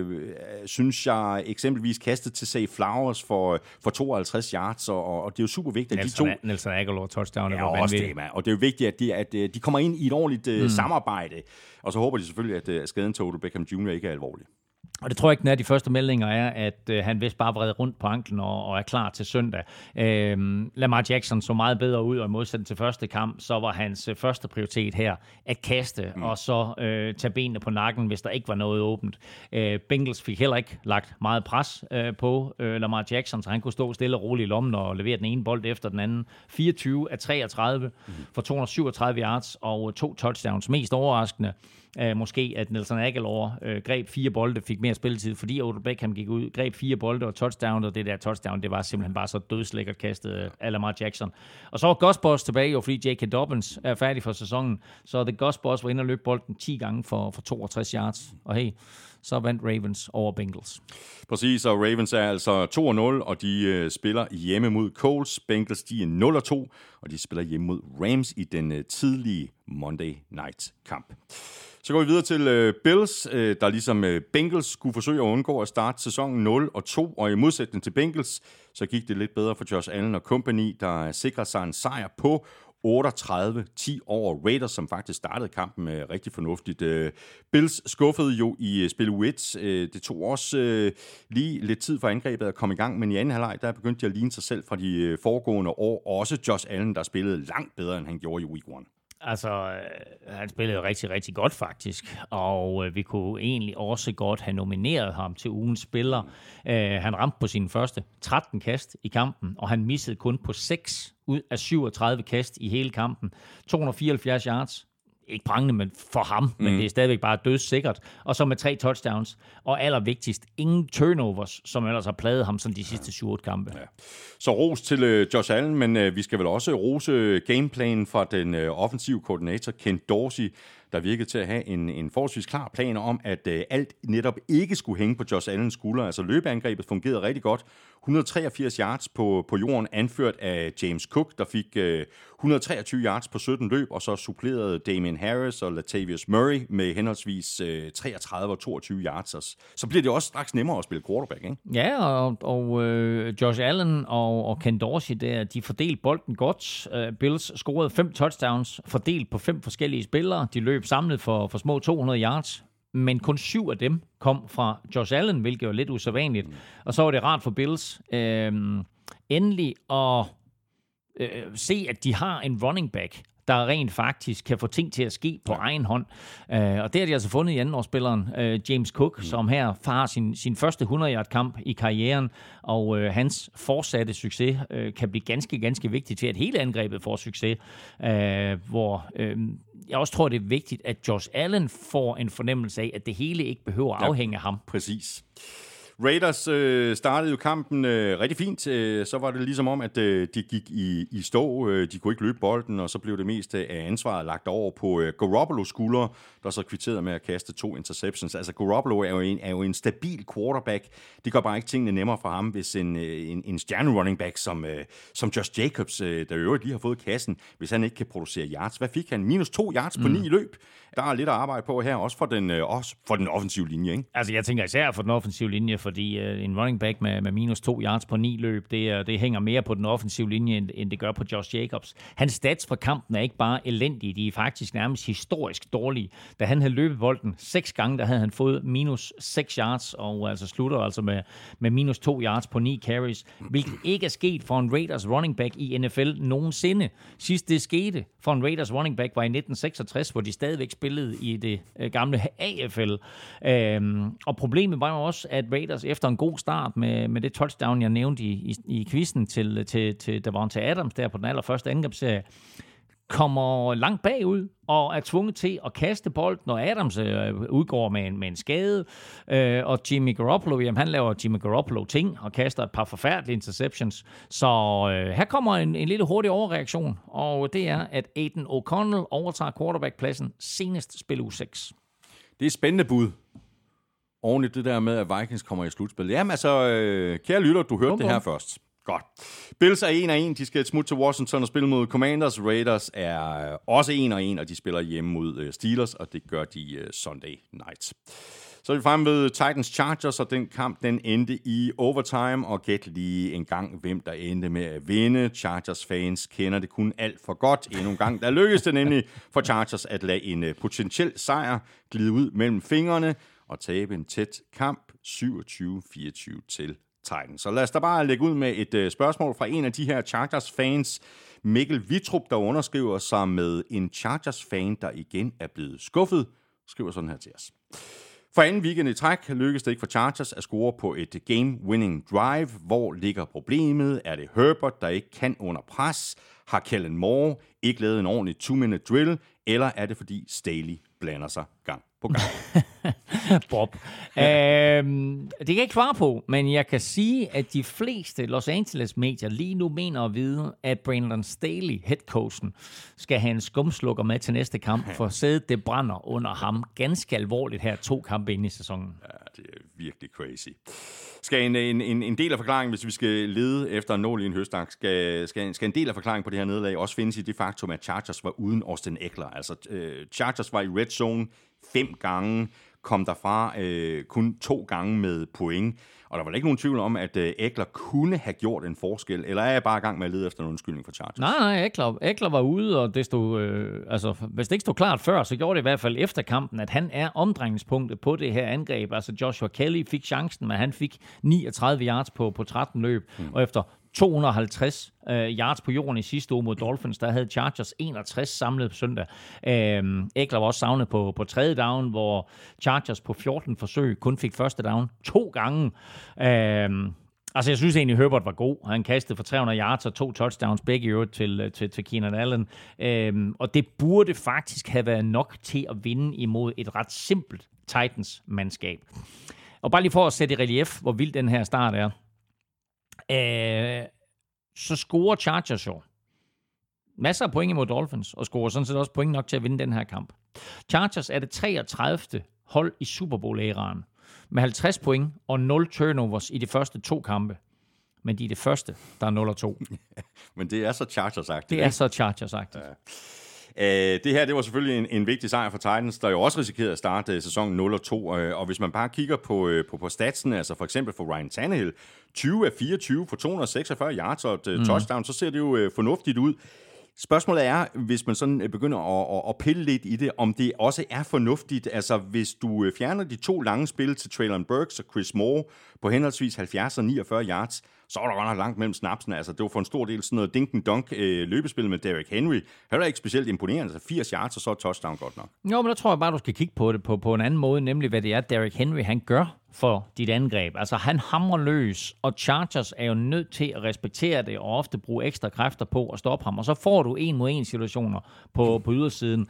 synes jeg, eksempelvis kastet til Zay Flowers for, for tooghalvtreds yards, og, og det er jo super vigtigt, at Nelson, de to... Nelson Aguilar touchdown, ja, også det, man. Og det er jo vigtigt, at de, at de kommer ind i et ordentligt mm. samarbejde, og så håber de selvfølgelig, at skaden til Odell Beckham junior ikke er alvorlig. Og det tror jeg ikke, den er. De første meldinger er, at øh, han vist bare vrede rundt på anklen og, og er klar til søndag. Øhm, Lamar Jackson så meget bedre ud, og i modsætning til første kamp, så var hans øh, første prioritet her at kaste, mm. og så øh, tage benene på nakken, hvis der ikke var noget åbent. Øh, Bengals fik heller ikke lagt meget pres øh, på øh, Lamar Jackson, så han kunne stå stille og roligt i lommen og levere den ene bold efter den anden. fireogtyve af treogtredive mm. for to hundrede og syvogtredive yards og to touchdowns. Mest overraskende Uh, måske, at Nelson Aguilar uh, greb fire bolde, fik mere spilletid, fordi Odell Beckham gik ud, greb fire bolde og touchdown, og det der touchdown, det var simpelthen bare så dødslækkert kastet uh, af Lamar Jackson. Og så var Gus Bus tilbage, jo, fordi J K. Dobbins er færdig for sæsonen, så The Gus Bus var inde og løb bolden ti gange for, for toogtres yards, og hey, så vandt Ravens over Bengals. Præcis, og Ravens er altså to og nul, og de øh, spiller hjemme mod Colts. Bengals, de er nul og to, og de spiller hjemme mod Rams i den øh, tidlige Monday Night kamp. Så går vi videre til øh, Bills, øh, der ligesom øh, Bengals skulle forsøge at undgå at starte sæsonen nul og to, og i modsætning til Bengals, så gik det lidt bedre for Josh Allen og company, der sikrer sig en sejr på otteogtredive ti over Raiders, som faktisk startede kampen øh, rigtig fornuftigt. Øh, Bills skuffede jo i øh, spil U et. Øh, det tog også øh, lige lidt tid for angrebet at komme i gang, men i anden halvleg, der begyndte de at ligne sig selv fra de øh, foregående år. Også Josh Allen, der spillede langt bedre, end han gjorde i week one. Altså, øh, han spillede rigtig, rigtig godt faktisk, og øh, vi kunne egentlig også godt have nomineret ham til ugens spiller. Øh, han ramte på sine første tretten kast i kampen, og han missede kun på seks ud af syvogtredive kast i hele kampen. to hundrede og fireoghalvfjerds yards. Ikke prangende, men for ham, mm. men det er stadigvæk bare dødssikkert. Og så med tre touchdowns, og allervigtigst, ingen turnovers, som ellers har plaget ham sådan de sidste syv otte kampe. Ja. Så ros til uh, Josh Allen, men uh, vi skal vel også rose gameplanen fra den uh, offensive koordinator Ken Dorsey, der virkede til at have en, en forholdsvis klar plan om, at uh, alt netop ikke skulle hænge på Josh Allens skuldre. Altså løbeangrebet fungerede rigtig godt. et hundrede og treogfirs yards på, på jorden, anført af James Cook, der fik uh, et hundrede og treogtyve yards på sytten løb, og så supplerede Damien Harris og Latavius Murray med henholdsvis uh, treogtredive og toogtyve yards. Så bliver det også straks nemmere at spille quarterback, ikke? Ja, og, og uh, Josh Allen og, og Ken Dorsey, der, de fordelte bolden godt. Uh, Bills scorede fem touchdowns, fordelt på fem forskellige spillere. De løb samlet for, for små to hundrede yards, men kun syv af dem kom fra Josh Allen, hvilket var lidt usædvanligt. Og så var det rart for Bills øh, endelig at øh, se, at de har en running back, der rent faktisk kan få ting til at ske på ja. egen hånd. Uh, og det har de altså fundet i andenårsspilleren uh, James Cook, mm. som her har sin, sin første hundrede-yard-kamp i karrieren, og uh, hans fortsatte succes uh, kan blive ganske, ganske vigtigt til, at hele angrebet får succes. Uh, hvor uh, jeg også tror, det er vigtigt, at Josh Allen får en fornemmelse af, at det hele ikke behøver at afhænge af ham. Præcis. Raiders øh, startede jo kampen øh, rigtig fint. Øh, så var det ligesom om, at øh, de gik i, i stå. Øh, de kunne ikke løbe bolden, og så blev det meste af ansvaret lagt over på øh, Garoppolo's skuldre, der så kvitterede med at kaste to interceptions. Altså Garoppolo er jo en, er jo en stabil quarterback. Det gør bare ikke tingene nemmere for ham, hvis en, en, en stjerne running back som, øh, som Josh Jacobs, øh, der jo lige har fået kassen, hvis han ikke kan producere yards. Hvad fik han? Minus to yards på mm. ni løb. Der er lidt at arbejde på her, også for den, øh, også for den offensive linje, ikke? Altså jeg tænker især for den offensive linje, fordi øh, en running back med, med minus to yards på ni løb, det, det hænger mere på den offensive linje, end, end det gør på Josh Jacobs. Hans stats fra kampen er ikke bare elendige, de er faktisk nærmest historisk dårlige. Da han havde løbet bolden seks gange, der havde han fået minus seks yards, og altså slutter altså med, med minus to yards på ni carries, hvilket ikke er sket for en Raiders running back i N F L nogensinde. Sidst det skete for en Raiders running back var i nitten seksogtres, hvor de stadigvæk spillede i det øh, gamle A F L. Øhm, og problemet var jo også, at Raiders efter en god start med, med det touchdown, jeg nævnte i, i, i quizzen til, til, til Davante Adams der på den allerførste angrebsserie, kommer langt bagud og er tvunget til at kaste bolden, og Adams øh, udgår med en, med en skade. Øh, og Jimmy Garoppolo, jamen, han laver Jimmy Garoppolo-ting og kaster et par forfærdelige interceptions. Så øh, her kommer en, en lille hurtig overreaktion, og det er, at Aiden O'Connell overtager quarterback-pladsen senest spil uge seks. Det er spændende bud. oven i det der med, at Vikings kommer i slutspil. Jamen altså, øh, kære lytter, du hørte bum, bum. det her først. Godt. Bills er en og en. De skal smutte til Washington og spille mod Commanders. Raiders er også en og en, og de spiller hjemme mod Steelers, og det gør de uh, Sunday night. Så er vi fremme ved Titans Chargers, og den kamp den endte i overtime, og gæt lige en gang, hvem der endte med at vinde. Chargers fans kender det kun alt for godt. Endnu en gang, der lykkedes det nemlig for Chargers at lade en uh, potentiel sejr glide ud mellem fingrene og tabe en tæt kamp syvogtyve fireogtyve til Titans. Så lad os da bare lægge ud med et uh, spørgsmål fra en af de her Chargers-fans, Mikkel Vitrup, der underskriver sig med en Chargers-fan, der igen er blevet skuffet, skriver sådan her til os. For anden weekend i træk lykkedes det ikke for Chargers at score på et game-winning drive. Hvor ligger problemet? Er det Herbert, der ikke kan under pres? Har Kellen Moore ikke lavet en ordentlig two-minute drill? Eller er det fordi Staley blander sig gang på gang? Bob. øhm, det kan jeg ikke svare på, men jeg kan sige, at de fleste Los Angeles-medier lige nu mener at vide, at Brandon Staley, headcoachen, skal have en skumslukker med til næste kamp, for sædet det brænder under ham ganske alvorligt her to kampe inde i sæsonen. Ja, det er virkelig crazy. Skal en, en, en del af forklaringen, hvis vi skal lede efter en nål i en høstak, skal, skal, skal en del af forklaringen på det her nederlag også findes i det faktum, at Chargers var uden Austin Eckler. Altså, øh, Chargers var i red zone fem gange, kom derfra øh, kun to gange med point. Og der var ikke nogen tvivl om, at øh, Eckler kunne have gjort en forskel, eller er jeg bare i gang med at lede efter en undskyldning for Chargers? Nej, nej, Eckler, Eckler var ude, og det stod, øh, altså, hvis det ikke stod klart før, så gjorde det i hvert fald efter kampen, at han er omdrejningspunktet på det her angreb. Altså Joshua Kelly fik chancen, men han fik niogtredive yards på, på tretten løb, mm. og efter to hundrede og halvtreds øh, yards på jorden i sidste uge mod Dolphins, der havde Chargers enogtres samlet på søndag. Øh, Eckler var også savnet på, på tredje down, hvor Chargers på fjorten forsøg kun fik første down to gange. Øh, altså, jeg synes egentlig, Herbert var god. Han kastede for tre hundrede yards og to touchdowns, begge i øvrigt til, til, til Keenan Allen. Øh, og det burde faktisk have været nok til at vinde imod et ret simpelt Titans-mandskab. Og bare lige for at sætte i relief, hvor vild den her start er. Øh, så scorer Chargers jo masser af point imod Dolphins, og scorer sådan set også point nok til at vinde den her kamp. Chargers er det treogtredivte hold i Super Bowl-æraen, med halvtreds point og nul turnovers i de første to kampe. Men de er det første, der er nul og to. Men det er så Chargers-agtigt. Det er så Chargers-agtigt. Ja. Uh, det her, det var selvfølgelig en, en vigtig sejr for Titans, der jo også risikerede at starte uh, sæsonen nul og to, uh, og hvis man bare kigger på, uh, på, på statsen, altså for eksempel for Ryan Tannehill, tyve af fireogtyve for to hundrede og seksogfyrre yards og et uh, mm. touchdown, så ser det jo uh, fornuftigt ud. Spørgsmålet er, hvis man sådan begynder at, at, at pille lidt i det, om det også er fornuftigt. Altså, hvis du fjerner de to lange spil til Traylon Burks og Chris Moore på henholdsvis halvfjerds og niogfyrre yards, så var der godt nok langt mellem snapsene. Altså, det var for en stor del sådan noget dink-and-dunk øh, løbespil med Derrick Henry. Heller ikke specielt imponerende. Altså firs yards og så et touchdown godt nok. Jo, men der tror jeg bare, du skal kigge på det på, på en anden måde, nemlig hvad det er, Derrick Henry han gør for dit angreb. Altså, han hamrer løs, og Chargers er jo nødt til at respektere det, og ofte bruge ekstra kræfter på at stoppe ham. Og så får du en mod en situationer på, på ydersiden.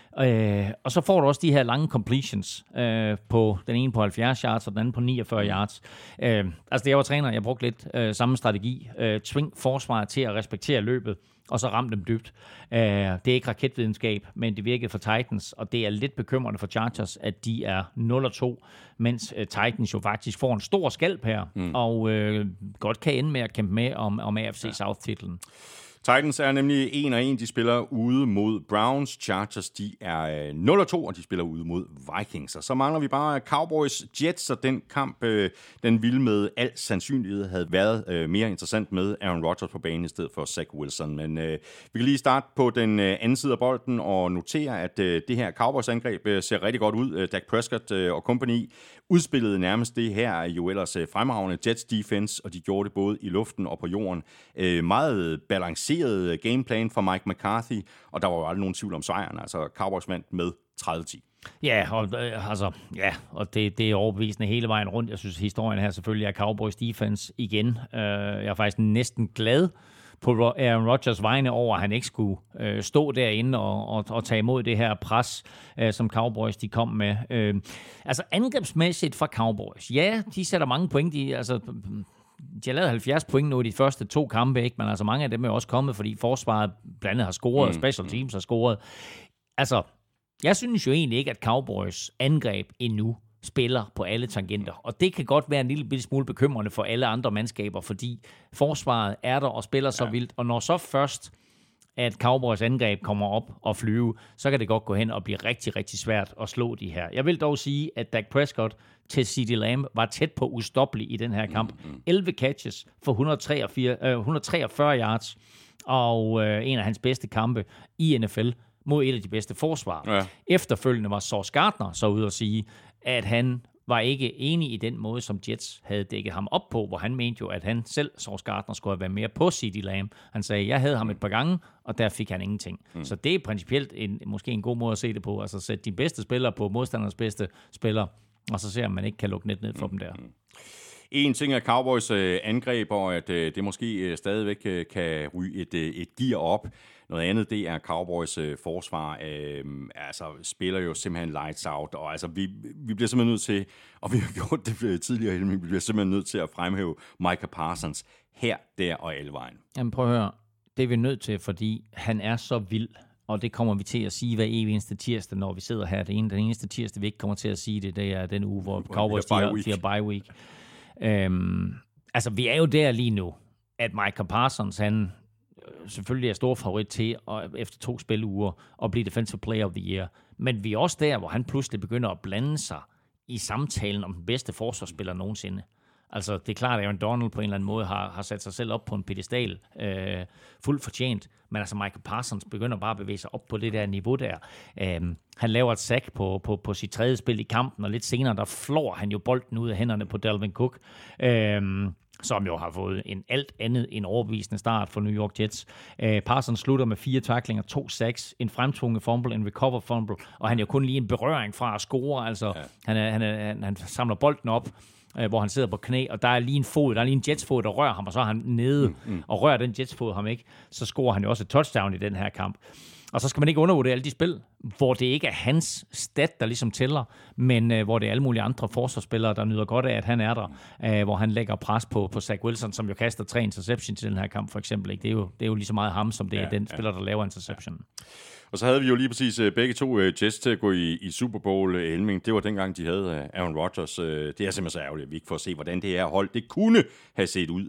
Øh, og så får du også de her lange completions øh, på den ene på halvfjerds yards og den anden på niogfyrre yards. Øh, altså, da jeg var træner, jeg brugte lidt øh, samme strategi. Øh, tving forsvaret til at respektere løbet, og så ramme dem dybt. Øh, det er ikke raketvidenskab, men det virkede for Titans, og det er lidt bekymrende for Chargers, at de er nul og to, mens øh, Titans jo faktisk får en stor skalp her, mm. og øh, godt kan ende med at kæmpe med om, om A F C ja. South-titlen. Titans er nemlig en og en, de spiller ude mod Browns. Chargers, de er nul og to, og de spiller ude mod Vikings. Og så mangler vi bare Cowboys Jets, og den kamp, den ville med al sandsynlighed have været mere interessant med Aaron Rodgers på banen i stedet for Zach Wilson. Men øh, vi kan lige starte på den anden side af bolden og notere, at øh, det her Cowboys-angreb ser rigtig godt ud. Dak Prescott øh, og company udspillede nærmest det her jo ellers øh, fremragende Jets defense, og de gjorde det både i luften og på jorden. Øh, meget balanceret gameplan for Mike McCarthy, og der var jo aldrig nogen tvivl om sejren. Altså, Cowboys vandt med tredive ti. Ja, og, øh, altså, ja, og det, det er overbevisende hele vejen rundt. Jeg synes, historien her selvfølgelig er Cowboys defense igen. Uh, jeg er faktisk næsten glad på Aaron Rodgers vegne over, at han ikke skulle øh, stå derinde og, og, og tage imod det her pres, øh, som Cowboys de kom med. Øh, altså angrebsmæssigt for Cowboys. Ja, de sætter mange point. De, altså, de har lavet halvfjerds point nu i de første to kampe, ikke? Men altså mange af dem er også kommet, fordi forsvaret blandt andet har scoret, og mm. special teams har scoret. Altså, jeg synes jo egentlig ikke, at Cowboys angreb endnu spiller på alle tangenter. Og det kan godt være en lille smule bekymrende for alle andre mandskaber, fordi forsvaret er der og spiller så ja. vildt. Og når så først at Cowboys angreb kommer op og flyve, så kan det godt gå hen og blive rigtig, rigtig svært at slå de her. Jeg vil dog sige, at Dak Prescott til CeeDee Lamb var tæt på ustoppelig i den her kamp. elleve catches for et hundrede og treogfyrre yards, og øh, en af hans bedste kampe i N F L mod et af de bedste forsvar. Ja. Efterfølgende var Sauce Gardner så ude at sige, at han var ikke enig i den måde, som Jets havde dækket ham op på, hvor han mente jo, at han selv, Sauce Gardner, skulle have været mere på CeeDee Lamb. Han sagde, jeg havde ham et par gange, og der fik han ingenting. Mm. Så det er principielt en, måske en god måde at se det på. Altså sætte de bedste spillere på modstanders bedste spillere, og så ser man ikke kan lukke net ned for mm. dem der. En ting er Cowboys øh, angreb, og at øh, det måske øh, stadigvæk øh, kan ryge et, øh, et gear op. Noget andet, det er Cowboys øh, forsvar. Øh, altså, spiller jo simpelthen lights out, og altså, vi, vi bliver simpelthen nødt til, og vi har gjort det tidligere, vi bliver simpelthen nødt til at fremhæve Micah Parsons her, der og alle vejen. Jamen prøv at høre, det er vi nødt til, fordi han er så vild, og det kommer vi til at sige hver evig eneste tirsdag, når vi sidder her. Det ene, den eneste tirsdag, vi ikke kommer til at sige det, det er den uge, hvor Cowboys de har, de har bye week. Øhm, altså, vi er jo der lige nu, at Micah Parsons, han selvfølgelig er stor favorit til, at, efter to spiluger, at blive Defensive Player of the Year. Men vi er også der, hvor han pludselig begynder at blande sig i samtalen om den bedste forsvarsspiller nogensinde. Altså, det er klart, at Aaron Donald på en eller anden måde har, har sat sig selv op på en pedestal, øh, fuldt fortjent, men altså Micah Parsons begynder bare at bevæge sig op på det der niveau der. Øh, han laver et sack på, på, på sit tredje spil i kampen, og lidt senere, der flår han jo bolden ud af hænderne på Dalvin Cook, øh, som jo har fået en alt andet end overbevisende start for New York Jets. Øh, Parsons slutter med fire tacklinger, to sacks, en fremtvunget fumble, en recover fumble, og han er jo kun lige en berøring fra at score, altså ja. han, er, han, er, han, han samler bolden op, hvor han sidder på knæ, og der er lige en fod, der er lige en Jets-fod, der rører ham, og så er han nede, mm, mm. og rører den Jets-fod ham ikke, så scorer han jo også et touchdown i den her kamp. Og så skal man ikke undervurdere alle de spil, hvor det ikke er hans stat, der ligesom tæller, men uh, hvor det er alle mulige andre forsvarsspillere, der nyder godt af, at han er der, uh, hvor han lægger pres på, på Zach Wilson, som jo kaster tre interceptions i den her kamp, for eksempel. Ikke? Det, er jo, det er jo lige så meget ham, som det ja, er den ja. spiller, der laver interception. Ja. Og så havde vi jo lige præcis begge to Jets til at gå i, i Super Bowl, Elming. Det var dengang, de havde Aaron Rodgers. Det er simpelthen så ærgerligt, at vi ikke får se, hvordan det her hold, det kunne have set ud.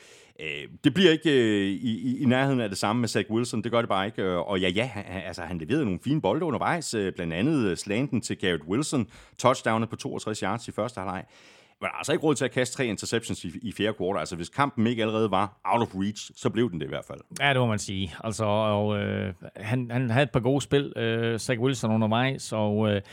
Det bliver ikke i, i nærheden af det samme med Zach Wilson, det gør det bare ikke. Og ja, ja, altså, han leverede nogle fine bolde undervejs, blandt andet slanten til Garrett Wilson, touchdownet på toogtres yards i første halvleg. Men altså ikke råd til at kaste tre interceptions i, i fjerde kvartal. Altså hvis kampen ikke allerede var out of reach, så blev den det i hvert fald. Ja, det må man sige. Altså, og, øh, han, han havde et par gode spil, øh, Zach Wilson undervejs, og øh,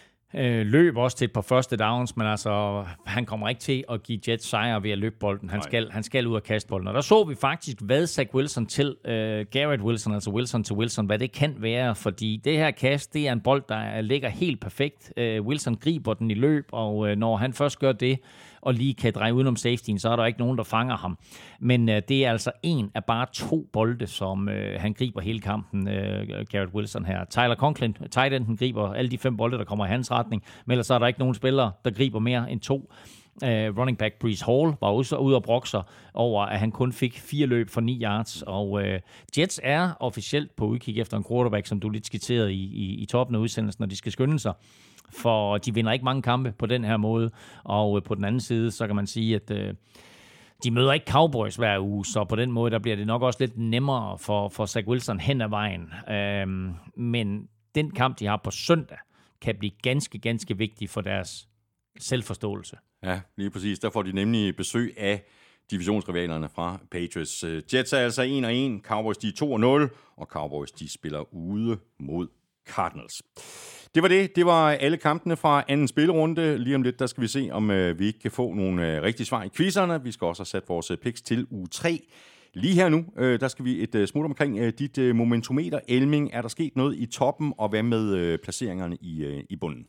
øh, løb også til et par første downs, men altså, han kommer ikke til at give Jets sejre ved at løbe bolden. Han skal, han skal ud og kaste bolden. Og der så vi faktisk, hvad Zach Wilson til øh, Garrett Wilson, altså Wilson til Wilson, hvad det kan være, fordi det her kast, det er en bold, der ligger helt perfekt. Øh, Wilson griber den i løb, og øh, når han først gør det, og lige kan dreje udenom safetyen, så er der ikke nogen, der fanger ham. Men øh, det er altså en af bare to bolde, som øh, han griber hele kampen, øh, Garrett Wilson her. Tyler Conklin, tight enden, griber alle de fem bolde, der kommer i hans retning, men ellers er der ikke nogen spillere, der griber mere end to. Uh, running back Breece Hall var også ude og brokse over, at han kun fik fire løb for ni yards, og uh, Jets er officielt på udkig efter en quarterback, som du lidt skitserede i, i, i toppen af udsendelsen, når de skal skynde sig, for de vinder ikke mange kampe på den her måde, og uh, på den anden side, så kan man sige, at uh, de møder ikke Cowboys hver uge, så på den måde, der bliver det nok også lidt nemmere for, for Zach Wilson hen ad vejen. Uh, men den kamp, de har på søndag, kan blive ganske, ganske vigtig for deres selvforståelse. Ja, lige præcis. Der får de nemlig besøg af divisionsrivalerne fra Patriots. Jets er altså en og en, Cowboys de er to og nul, og Cowboys de spiller ude mod Cardinals. Det var det. Det var alle kampene fra anden spillerunde. Lige om lidt, der skal vi se, om øh, vi ikke kan få nogle øh, rigtige svar i quizzerne. Vi skal også have sat vores øh, picks til uge tre. Lige her nu, øh, der skal vi et øh, smut omkring øh, dit øh, momentometer. Elming, er der sket noget i toppen, og hvad med øh, placeringerne i, øh, i bunden?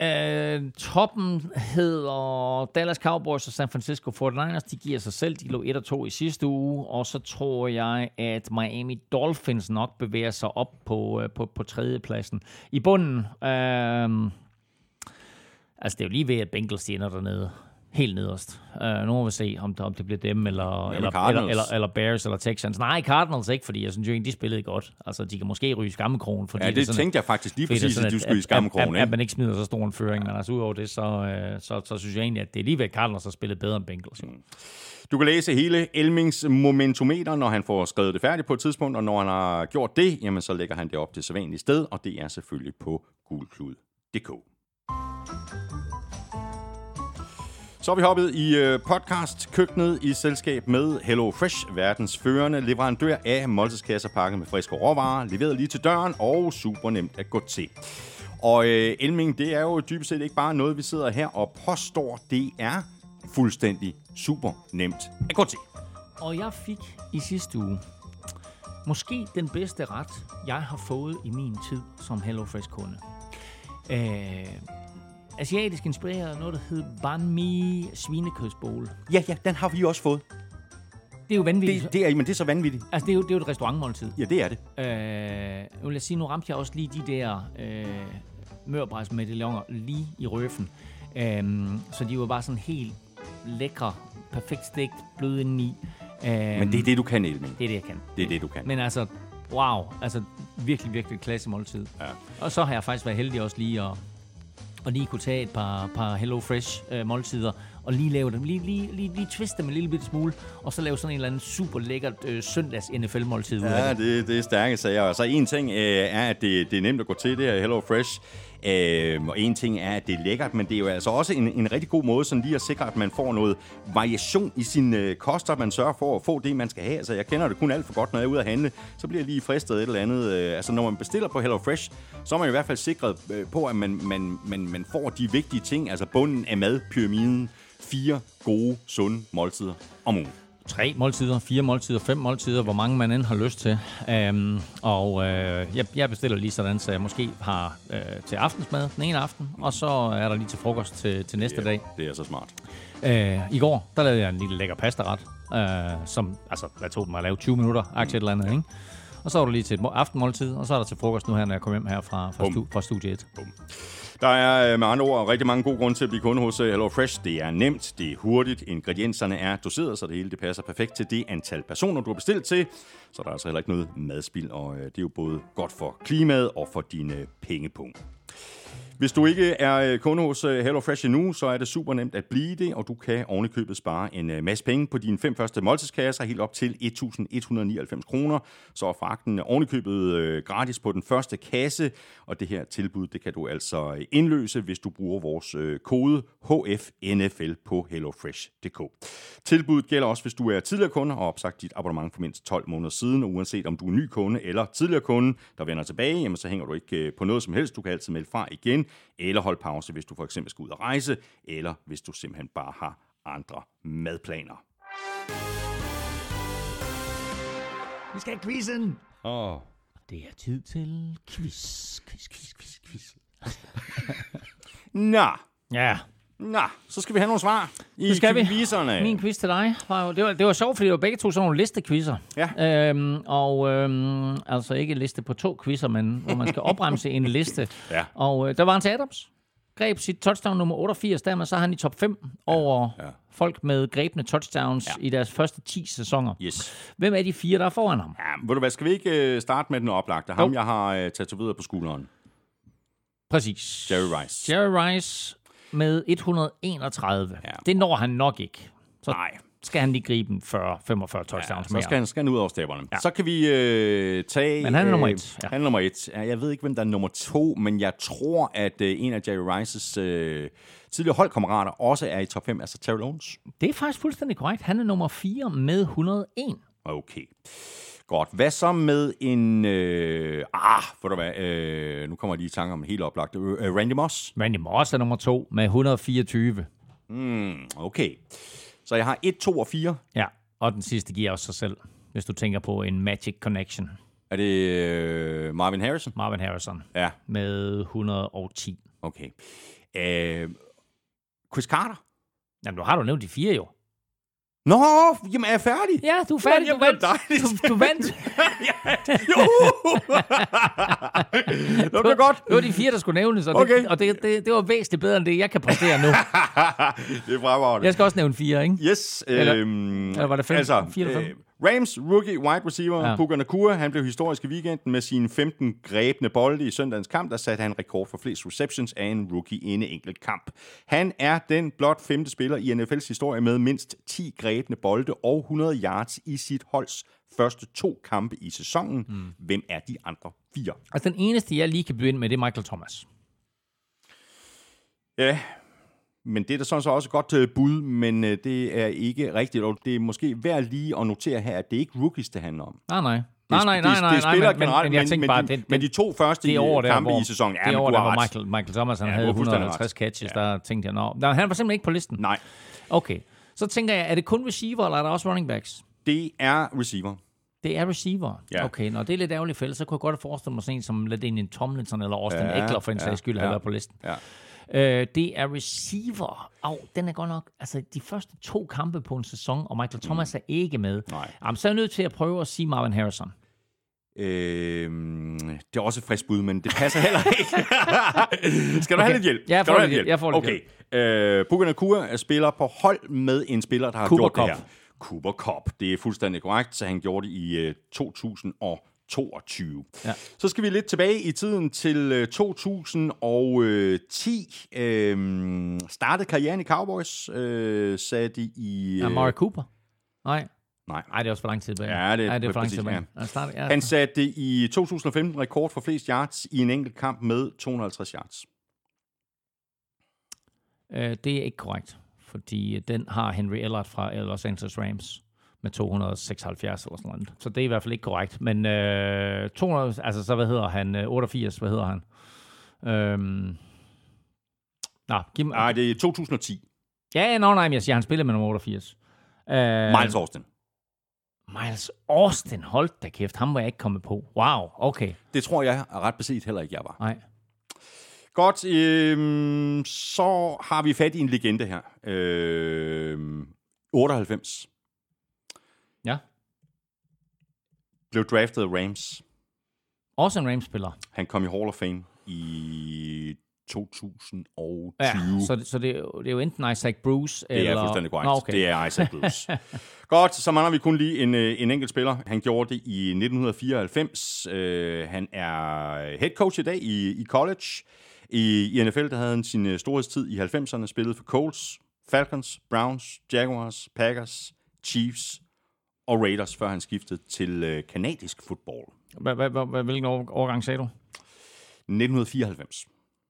Uh, toppen hedder Dallas Cowboys og San Francisco forty-niners. De giver sig selv. De lå et og to i sidste uge. Og så tror jeg, at Miami Dolphins nok bevæger sig op på, uh, på, på tredjepladsen. I bunden, uh, altså det er jo lige ved, at Bengals ender dernede. helt nederst. Uh, nu må vi se, om, om det bliver dem, eller, eller, eller, eller, eller Bears, eller Texans. Nej, Cardinals ikke, fordi jeg synes jo ikke, de spillede godt. Altså, de kan måske ryge i skammekrogen. Ja, det, det sådan, tænkte jeg faktisk lige præcis, at, at, at de skulle i skammekrogen. At, at, at man ikke smider så stor en føring, men altså udover det, så, uh, så, så synes jeg egentlig, at det er lige ved Cardinals, der spillet bedre end Bengals. Mm. Du kan læse hele Elmings momentometer, når han får skrevet det færdigt på et tidspunkt, og når han har gjort det, jamen så lægger han det op til sædvanlige sted, og det er selvfølgelig på gulklud punktum d k. Så er vi hoppet i podcast-køkkenet i selskab med Hello Fresh, verdens førende leverandør af måltidskasser pakket med friske råvarer, leveret lige til døren og super nemt at gå til. Og øh, Elming, det er jo dybest set ikke bare noget, vi sidder her og påstår, det er fuldstændig super nemt at gå til. Og jeg fik i sidste uge måske den bedste ret, jeg har fået i min tid som HelloFresh-kunde. Øh, asiatisk inspireret noget, der hedder banh mi svinekødsbowl. Ja, ja, den har vi også fået. Det er jo vanvittigt. Det, det er, men det er så vanvittigt. Altså, det er jo, det er jo et restaurantmåltid. Ja, det er det. Øh, jeg vil sige, nu ramte jeg også lige de der øh, mørbrejsmedaljoner lige i røfen. Øh, så de var bare sådan helt lækre, perfekt stegt, bløde indeni. Øh, men det er det, du kan, Elming. Det er det, jeg kan. Det er det, du kan. Men altså, wow. Altså, virkelig, virkelig klasse måltid. Ja. Og så har jeg faktisk været heldig også lige at, at lige kunne tage et par, par HelloFresh øh, måltider, og lige lave dem, lige, lige, lige, lige twiste dem en lille bitte smule, og så lave sådan en eller anden super lækkert øh, søndags N F L-måltid ud af ja, det. det, det er stærke sager. Og så en ting øh, er, at det, det er nemt at gå til, det her HelloFresh. Øh, og en ting er, at det er lækkert, men det er jo altså også en, en rigtig god måde sådan lige at sikre, at man får noget variation i sin øh, kost, og man sørger for at få det, man skal have. Altså, jeg kender det kun alt for godt, når jeg er ude at handle, så bliver jeg lige fristet et eller andet. Øh, altså, når man bestiller på HelloFresh, så er man i hvert fald sikret øh, på, at man, man, man, man får de vigtige ting, altså bunden af madpyramiden, fire gode, sunde måltider om ugen. Tre måltider, fire måltider, fem måltider, hvor mange man end har lyst til. Um, og øh, jeg, jeg bestiller lige sådan, så jeg måske har øh, til aftensmad den ene aften, og så er der lige til frokost til, til næste det er, dag. Det er så smart. Uh, I går, der lavede jeg en lille lækker pastaret, uh, som, altså, jeg tog mig at lave tyve minutter, aktivt et eller andet, ikke? Og så var der lige til et aftenmåltid, og så er der til frokost nu her, når jeg kommer hjem her fra, fra, stu, fra studie et. Bum. Der er med andre ord rigtig mange gode grunde til at blive kunde hos HelloFresh. Det er nemt, det er hurtigt, ingredienserne er doseret, så det hele det passer perfekt til det antal personer, du har bestilt til. Så der er altså heller ikke noget madspild, og det er jo både godt for klimaet og for dine pengepunkt. Hvis du ikke er kunde hos HelloFresh endnu, så er det super nemt at blive det, og du kan ovenikøbet spare en masse penge på dine fem første måltidskasser, helt op til et tusind et hundrede nioghalvfems kroner. Så er fragten ovenikøbet gratis på den første kasse, og det her tilbud, det kan du altså indløse, hvis du bruger vores kode H F N F L på hellofresh punktum d k. Tilbuddet gælder også, hvis du er tidligere kunde og har opsagt dit abonnement for mindst tolv måneder siden, og uanset om du er ny kunde eller tidligere kunde, der vender tilbage, jamen så hænger du ikke på noget som helst. Du kan altid melde fra igen, eller holde pause, hvis du for eksempel skal ud og rejse, eller hvis du simpelthen bare har andre madplaner. Vi skal have quizzen. Åh. Oh. Det er tid til quiz, quiz, quiz, quiz, quiz. Nå. Ja. Nå, så skal vi have nogle svar i det skal quizerne. Vi. Min quiz til dig var jo, det var, det var sjovt, fordi det var begge to sådan nogle listequizzer. Ja. Øhm, og øhm, altså ikke en liste på to quizzer, men hvor man skal opremse en liste. Ja. Og øh, der var en til Adams. Greb sit touchdown nummer otteogfirs, dermed så er han i top fem ja. over ja. folk med grebne touchdowns ja. i deres første ti sæsoner. Yes. Hvem er de fire, der er foran ham? Ja, ved du hvad, skal vi ikke starte med den oplagte? Ham, oh. jeg har uh, tatoveret på skulderen. Præcis. Jerry Rice. Jerry Rice med et hundrede og enogtredive. Ja. Det når han nok ikke. Så nej. Skal han lige gribe en fyrre femogfyrre touchdowns ja, mere. Så skal han, skal han ud over stepperne. Ja. Så kan vi øh, tage... Men han er nummer et. Ja. Han er nummer et. Jeg ved ikke, hvem der er nummer to, men jeg tror, at øh, en af Jerry Rices øh, tidligere holdkammerater også er i top fem, altså Terrell Owens. Det er faktisk fuldstændig korrekt. Han er nummer fire med et hundrede og en. Okay. Godt. Hvad så med en... Øh, ah, ved du hvad? Øh, nu kommer jeg lige i tanke om en helt oplagt. Øh, Randy Moss. Randy Moss er nummer to med et hundrede og fireogtyve. Mm, okay. Så jeg har et, to og fire. Ja, og den sidste giver også sig selv, hvis du tænker på en Magic Connection. Er det øh, Marvin Harrison? Marvin Harrison. Ja. Med et hundrede og ti. Okay. Øh, Chris Carter? Jamen, du har du nævnt de fire jo. Nå, jamen er jeg færdig? Ja, du er færdig. Du vandt. Du, du vandt. Jo! Det var godt. Det var de fire, der skulle nævnes, og, okay. det, og det, det, det var væsentligt bedre end det, jeg kan præstere nu. Det er fremragende. Jeg skal også nævne fire, ikke? Yes. Eller, øhm, eller var det fem? Altså, Fire eller fem? Øh, Rams rookie wide receiver Ja. Puka Nacua, han blev historisk i weekenden med sine femten grebne bolde i søndagens kamp, der satte han rekord for flest receptions af en rookie i en enkelt kamp. Han er den blot femte spiller i N F L's historie med mindst ti grebne bolde og hundrede yards i sit holds første to kampe i sæsonen. Mm. Hvem er de andre fire? Altså, den eneste, jeg lige kan byde ind med, det er Michael Thomas. Ja, men det er da sådan så også et godt uh, bud, men uh, det er ikke rigtigt, og det er måske værd lige at notere her, at det er ikke rookies, det handler om. Nej, nej. Det, Nej, nej, nej, det, nej, det spiller men, generelt, men, men jeg tænkte men, bare, men, den, men de to første det år der, kampe hvor, i sæsonen, ja, det men år du der, har hvor ret. Michael, Michael Thomas han Ja, havde du har et hundrede og fuldstændig halvtreds ret. catches, Ja. der tænkte jeg, nå, nej, han var simpelthen ikke på listen. Nej, Okay, så tænker jeg, er det kun receiver, eller er der også running backs? det er receiver. Det er receiver. Ja. Okay, når det er lidt ærgerligt for ellers, så kunne jeg godt forestille mig sådan en som Ladanian Tomlinson eller Austin Ja, Eckler for en ja, sags skyld, ja. havde været på listen. Ja. Øh, det er receiver. Au, den er godt nok... Altså, de første to kampe på en sæson, og Michael Thomas mm. er ikke med. Nej. Jamen, så er jeg nødt til at prøve at sige Marvin Harrison. Øhm, det er også et frisk bud, men det passer heller ikke. Skal du okay. have lidt hjælp? Ja, jeg Skal får du lidt hjælp. Jeg får lidt okay. hjælp. Øh, Puka Nacua spiller på hold med en spiller, der har Cooper gjort Kupp. det her. Cooper Kupp. Det er fuldstændig korrekt, så han gjorde det i uh, to tusind og toogtyve. Ja. Så skal vi lidt tilbage i tiden til uh, to tusind og ti. Øhm, startede karrieren i Cowboys. Øh, satte i... Uh, Amari Cooper? Nej. Nej. Nej, det er også for lang tid tilbage. Ja, det er, Nej, det er for lang præcis, tid tilbage. ja. Han, startede, ja. Han satte i to tusind og femten rekord for flest yards i en enkelt kamp med to hundrede og halvtreds yards. Øh, det er ikke korrekt, fordi den har Henry Ellard fra Los Angeles Rams med to hundrede og seksoghalvfjerds eller sådan noget. Så det er i hvert fald ikke korrekt. Men øh, to hundrede, altså så hvad hedder han? otteogfirs, hvad hedder han? Øhm, nå, giv mig... Nej, det er to tusind og ti. Ja, no, nej, men jeg siger, han spiller med nummer otteogfirs. Øh, Miles Austin. Miles Austin, hold da kæft, ham var jeg ikke kommet på. Wow, okay. Det tror jeg er ret beset heller ikke, jeg var. Nej. Godt, øhm, så har vi fat i en legende her. Øhm, otteoghalvfems. Ja. Blev draftet af Rams. Også en Rams-spiller. Han kom i Hall of Fame i to tusind og tyve. Ja, så, det, så det, er jo, det er jo enten Isaac Bruce Det eller... er fuldstændig korrekt. Nå, okay. Det er Isaac Bruce. Godt, så mangler vi kun lige en, en enkelt spiller. Han gjorde det i nitten fireoghalvfems. Uh, han er head coach i dag i, i college. I, I N F L der havde han sin storhedstid i halvfemserne, spillet for Colts, Falcons, Browns, Jaguars, Packers, Chiefs og Raiders, før han skiftede til uh, kanadisk fodbold. Hvilken årgang sagde du? nitten fireoghalvfems.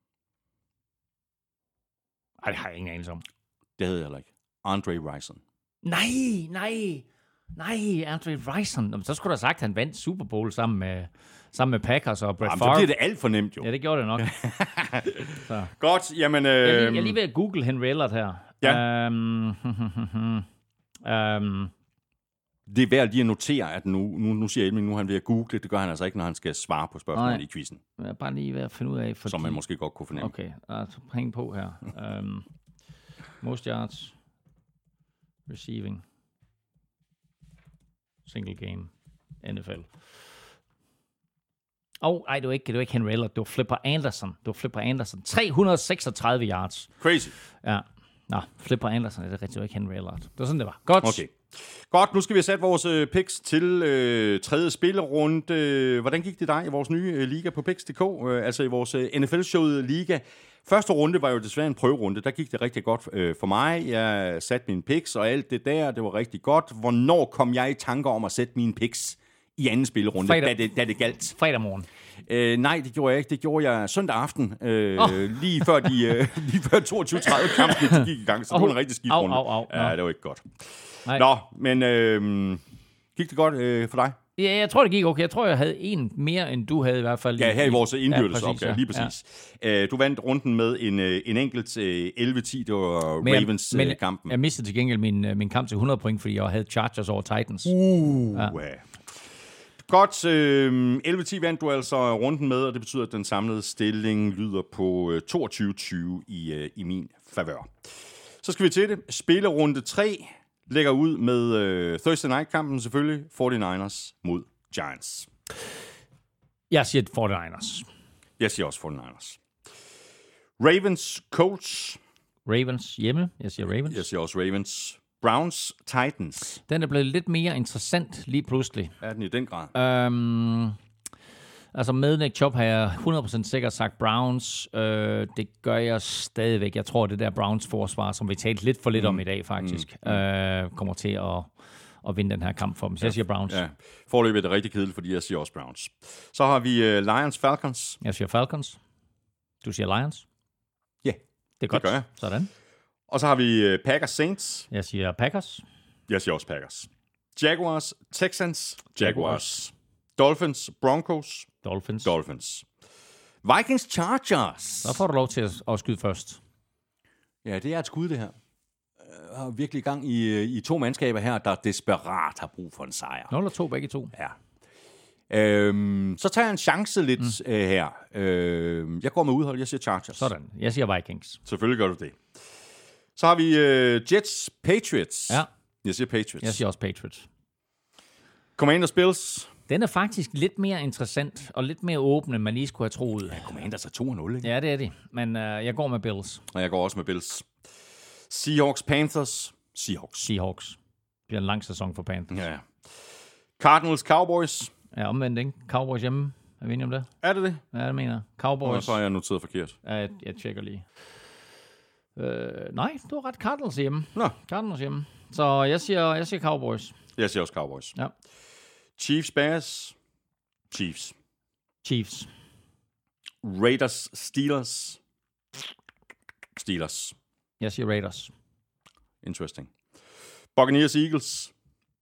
Ej, det har jeg ingen anelse om. Det havde jeg heller ikke. Andre Rison. Nej, nej, nej, Andre Rison. Nå, så skulle du have sagt, at han vandt Super Bowl sammen med, sammen med Packers og Brett Jamen, Favre. så bliver det alt for nemt, jo. Ja, det gjorde det nok. Så. Godt, jamen... Øh... Jeg, er lige, jeg er lige ved at google Henry Ellard her. Ja. Um, um, Det er værd lige at notere, at nu, nu, nu siger Elming, nu er han ved at google. Det gør han altså ikke, når han skal svare på spørgsmål i quizzen. Jeg er bare lige ved at finde ud af, fordi... Som man måske godt kunne fornemme. Okay, altså, hæng på her. Um, most yards, receiving, single game, N F L. Åh, oh, ej, det var ikke, det var ikke Henry Ellard, det var Flipper Anderson. Det var Flipper Anderson. tre hundrede og seksogtredive yards. Crazy. Ja. Nå, Flipper Anderson, det er rigtigt, det var ikke Henry Ellard. Det var sådan, det var. Godt. Okay. Godt, nu skal vi have sat vores øh, picks til øh, tredje spillerunde. Øh, hvordan gik det dig i vores nye øh, liga på picks punktum d k? Øh, altså i vores øh, N F L-showet liga. Første runde var jo desværre en prøverunde. Der gik det rigtig godt øh, for mig. Jeg satte mine picks og alt det der. Det var rigtig godt. Hvornår kom jeg i tanker om at sætte mine picks i anden spillerunde, da det, da det galt? Fredag morgen. Øh, nej, det gjorde jeg ikke. Det gjorde jeg søndag aften, øh, oh. lige før de øh, lige før toogtyve tredive kampen gik i gang. Så oh. det var en rigtig skidt runde. Au, au, au. Ja, det var ikke godt. Nej. Nå, men øh, gik det godt øh, for dig? Ja, jeg tror, det gik okay. Jeg tror, jeg havde en mere, end du havde i hvert fald. Ja, her i vores indbyrdes ja, lige præcis. Ja. Du vandt runden med en, en enkelt elleve ti, det var men Ravens-kampen. Jeg, jeg mistede til gengæld min, min kamp til hundrede point, fordi jeg havde Chargers over Titans. Uh, ja. Ja. Godt, øh, elleve ti vandt du altså runden med, og det betyder, at den samlede stilling lyder på øh, toogtyve tyve i, øh, i min favør. Så skal vi til det. Spillerunde tre lægger ud med øh, Thursday Night-kampen selvfølgelig, forty-niners mod Giants. Jeg siger forty-niners. Jeg siger også forty-niners. Ravens, Colts. Ravens hjemme. Jeg siger Ravens. Jeg siger også Ravens. Browns, Titans. Den er blevet lidt mere interessant lige pludselig. Er den i den grad? Øhm, altså med Nick Chubb har jeg hundrede procent sikkert sagt Browns. Øh, det gør jeg stadigvæk. Jeg tror, det der Browns forsvar, som vi talte lidt for lidt mm. om i dag faktisk, mm. øh, kommer til at, at vinde den her kamp for dem. Så jeg siger Browns. Ja. Forløbet er det rigtig kedeligt, fordi jeg siger også Browns. Så har vi uh, Lions, Falcons. Jeg siger Falcons. Du siger Lions. Ja, yeah, det er godt. Det gør jeg. Sådan. Og så har vi uh, Packers, Saints. Jeg siger Packers. Jeg siger også Packers. Jaguars, Texans, Jaguars. Dolphins, Broncos, Dolphins. Dolphins. Vikings, Chargers. Så får du lov til at, at skyde først. Ja, det er et skud, det her. Jeg har virkelig i gang i, i to mandskaber her, der desperat har brug for en sejr. nul og to begge to. Ja. Øhm, så tager jeg en chance lidt mm. øh, her. Øhm, jeg går med udhold, jeg siger Chargers. Sådan. Jeg siger Vikings. Selvfølgelig gør du det. Så har vi øh, Jets, Patriots. Ja. Jeg siger Patriots. Jeg siger også Patriots. Commanders, Bills. Den er faktisk lidt mere interessant og lidt mere åben, end man lige skulle have troet. Ja, Commanders er to nul, ikke? Ja, det er det. Men uh, jeg går med Bills. Og jeg går også med Bills. Seahawks, Panthers. Seahawks. Seahawks. Det bliver en lang sæson for Panthers. Ja. Cardinals, Cowboys. Ja, omvendt, ikke? Cowboys hjemme. Er vi enige om det? Er det det? Ja, det mener jeg. Cowboys. Og så har jeg noteret forkert. Ja, jeg, jeg tjekker lige. Øh, nej, du har ret. Cardinals hjemme. Nå. Cardinals hjemme. Så jeg siger, jeg siger Cowboys. Jeg siger også Cowboys. Ja. Chiefs, Bears. Chiefs. Chiefs. Raiders, Steelers. Steelers. Jeg siger Raiders. Interesting. Buccaneers, Eagles.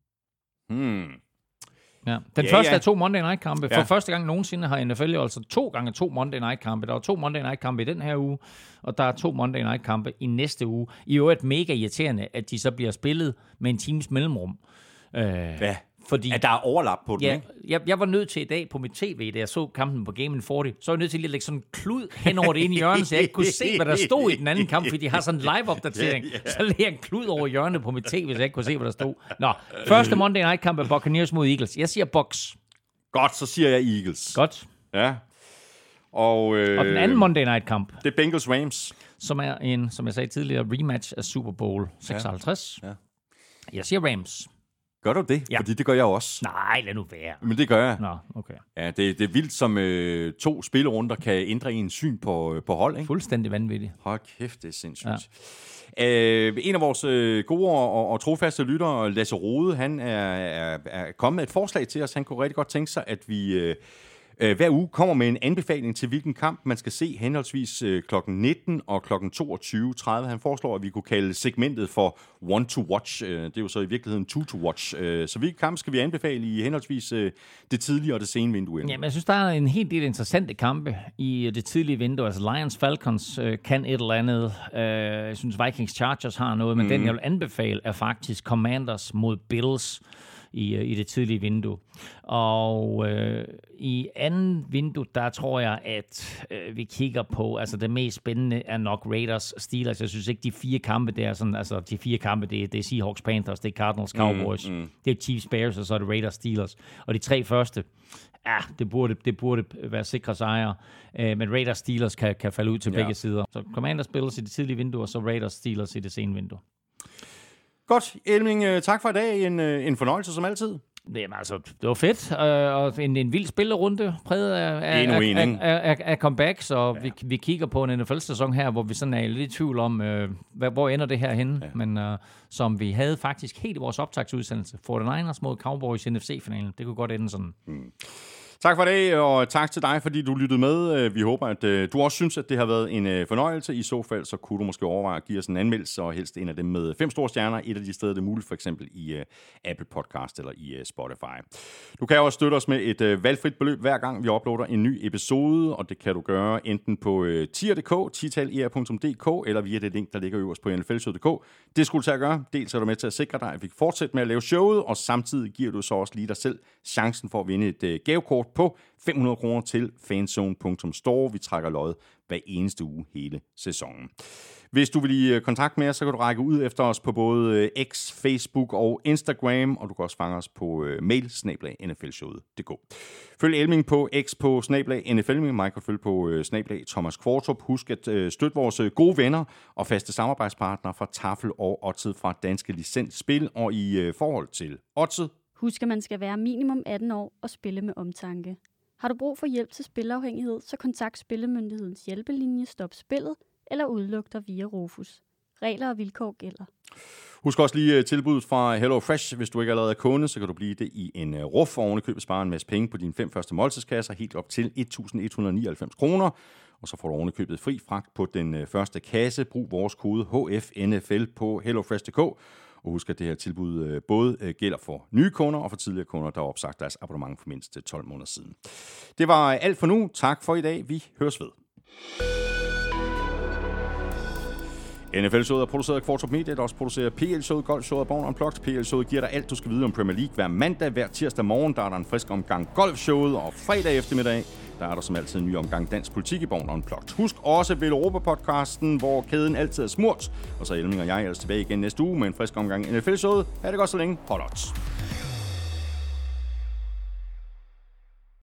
Hmm. Ja. Den ja, første ja. er to Monday Night-kampe. For ja. første gang nogensinde har N F L altså to gange to Monday Night-kampe. Der var to Monday Night-kampe i den her uge, og der er to Monday Night-kampe i næste uge. I øvrigt mega irriterende, at de så bliver spillet med en times mellemrum. Øh, ja. Fordi, at der er overlap på den, ja, ikke? Jeg, jeg var nødt til i dag på mit tv, da jeg så kampen på Game fyrre, så var jeg nødt til at lægge sådan en klud hen over det ene hjørne, så jeg ikke kunne se, hvad der stod i den anden kamp, fordi de har sådan en live-opdatering. Yeah, yeah. Så lagde jeg en klud over hjørnet på mit tv, så jeg ikke kunne se, hvad der stod. Nå, første Monday Night-kamp er Buccaneers mod Eagles. Jeg siger Bucs. Godt, så siger jeg Eagles. Godt. Ja. Og, øh, og den anden Monday Night-kamp. Det er Bengals Rams. Som er en, som jeg sagde tidligere, rematch af Super Bowl seksoghalvtreds. Ja. Ja. Jeg siger Rams. Gør du det? Ja. Fordi det gør jeg også. Nej, lad nu være. Men det gør jeg. Nå, okay. Ja, det, det er vildt, som øh, to spillerunder kan ændre en syn på, på hold, ikke? Fuldstændig vanvittigt. Hold kæft, det er sindssygt. Ja. Øh, en af vores øh, gode og, og trofaste lyttere, Lasse Rode, han er, er, er kommet med et forslag til os. Han kunne rigtig godt tænke sig, at vi øh, øh, hver uge kommer med en anbefaling til, hvilken kamp man skal se henholdsvis øh, klokken nitten og klokken toogtyve tredive. Han foreslår, at vi kunne kalde segmentet for One to Watch. Øh, det er jo så i virkeligheden Two to Watch. Øh, så hvilke kampe skal vi anbefale i henholdsvis øh, det tidlige og det sene vindue? Jamen, jeg synes, der er en helt del interessante kampe i det tidlige vindue. Altså Lions Falcons øh, kan et eller andet. Øh, jeg synes, Vikings Chargers har noget, men mm. den, jeg vil anbefale, er faktisk Commanders mod Bills i, i det tidlige vindue. Og øh, i anden vindue, der tror jeg, at øh, vi kigger på, altså det mest spændende er nok Raiders Steelers. Jeg synes ikke, de fire kampe, det er sådan, altså de fire kampe, det er, det er Seahawks Panthers, det er Cardinals Cowboys, mm, mm. det er Chiefs Bears, og så er det Raiders Steelers. Og de tre første, ja, det burde, det burde være sikre sejre, øh, men Raiders Steelers kan, kan falde ud til ja. begge sider. Så Commanders Bills i det tidlige vindue, og så Raiders Steelers i det sene vindue. Godt, Elming, tak for i dag. En, en fornøjelse som altid. Jamen, altså, det var fedt, øh, og en, en vild spillerunde, præget af, af, af, af, af, af comebacks, og ja. vi, vi kigger på en N F L-sæson her, hvor vi sådan er lidt i tvivl om, øh, hvad, hvor ender det her henne, ja. men øh, som vi havde faktisk helt i vores optagsudsendelse, forty-niners mod Cowboys i N F C-finalen, det kunne godt ende sådan. Mm. Tak for det, og tak til dig, fordi du lyttede med. Vi håber, at du også synes, at det har været en fornøjelse. I så fald, så kunne du måske overveje at give os en anmeldelse, og helst en af dem med fem store stjerner. Et af de steder, det er muligt, for eksempel i Apple Podcast eller i Spotify. Du kan også støtte os med et valgfrit beløb, hver gang vi uploader en ny episode, og det kan du gøre enten på tier punktum d k, tital punktum d k, eller via det link, der ligger øverst på n f l punktum d k. Det skulle du til at gøre. Dels er du med til at sikre dig, at vi kan fortsætte med at lave showet, og samtidig giver du så også lige dig selv chancen for at vinde et gavekort på fem hundrede kroner til fanzone punktum store. Vi trækker lod hver eneste uge hele sæsonen. Hvis du vil i kontakt med os, så kan du række ud efter os på både X, Facebook og Instagram, og du kan også fange os på mail snabel-a n f l showet punktum d k. Følg Elming på X på snabel-a N F L, mig kan følge på snabel-a Thomas Kvartrup. Husk at støtte vores gode venner og faste samarbejdspartnere fra Tafel og Oddset fra Danske Licensspil, og i forhold til Oddset. Husk, at man skal være minimum atten år og spille med omtanke. Har du brug for hjælp til spilafhængighed, så kontakt Spillemyndighedens hjælpelinje Stop Spillet eller udluk dig via Rufus. Regler og vilkår gælder. Husk også lige tilbuddet fra Hello Fresh. Hvis du ikke allerede er kunde, så kan du blive det i en ruf og ovenikøbet spare en masse penge på dine fem første måltidskasser, helt op til et tusind et hundrede nioghalvfems kroner. Og så får du ovenikøbet fri fragt på den første kasse. Brug vores kode H F N F L på hellofresh punktum d k. Og husk, at det her tilbud både gælder for nye kunder og for tidligere kunder, der har opsagt deres abonnement for mindst tolv måneder siden. Det var alt for nu. Tak for i dag. Vi høres ved. N F L-showet er produceret af Kvartrup Media, der også producerer P L-showet, Golf-showet og Born Unplugged. P L-showet giver dig alt, du skal vide om Premier League hver mandag. Hver tirsdag morgen, der er der en frisk omgang Golf-showet, og fredag eftermiddag, der er der som altid en ny omgang dansk politik i Born Unplugged. Husk også Vel Europa-podcasten, hvor kæden altid er smurt. Og så er Elming og jeg ellers tilbage igen næste uge med en frisk omgang N F L-showet. Ha' det godt så længe. Hold odds.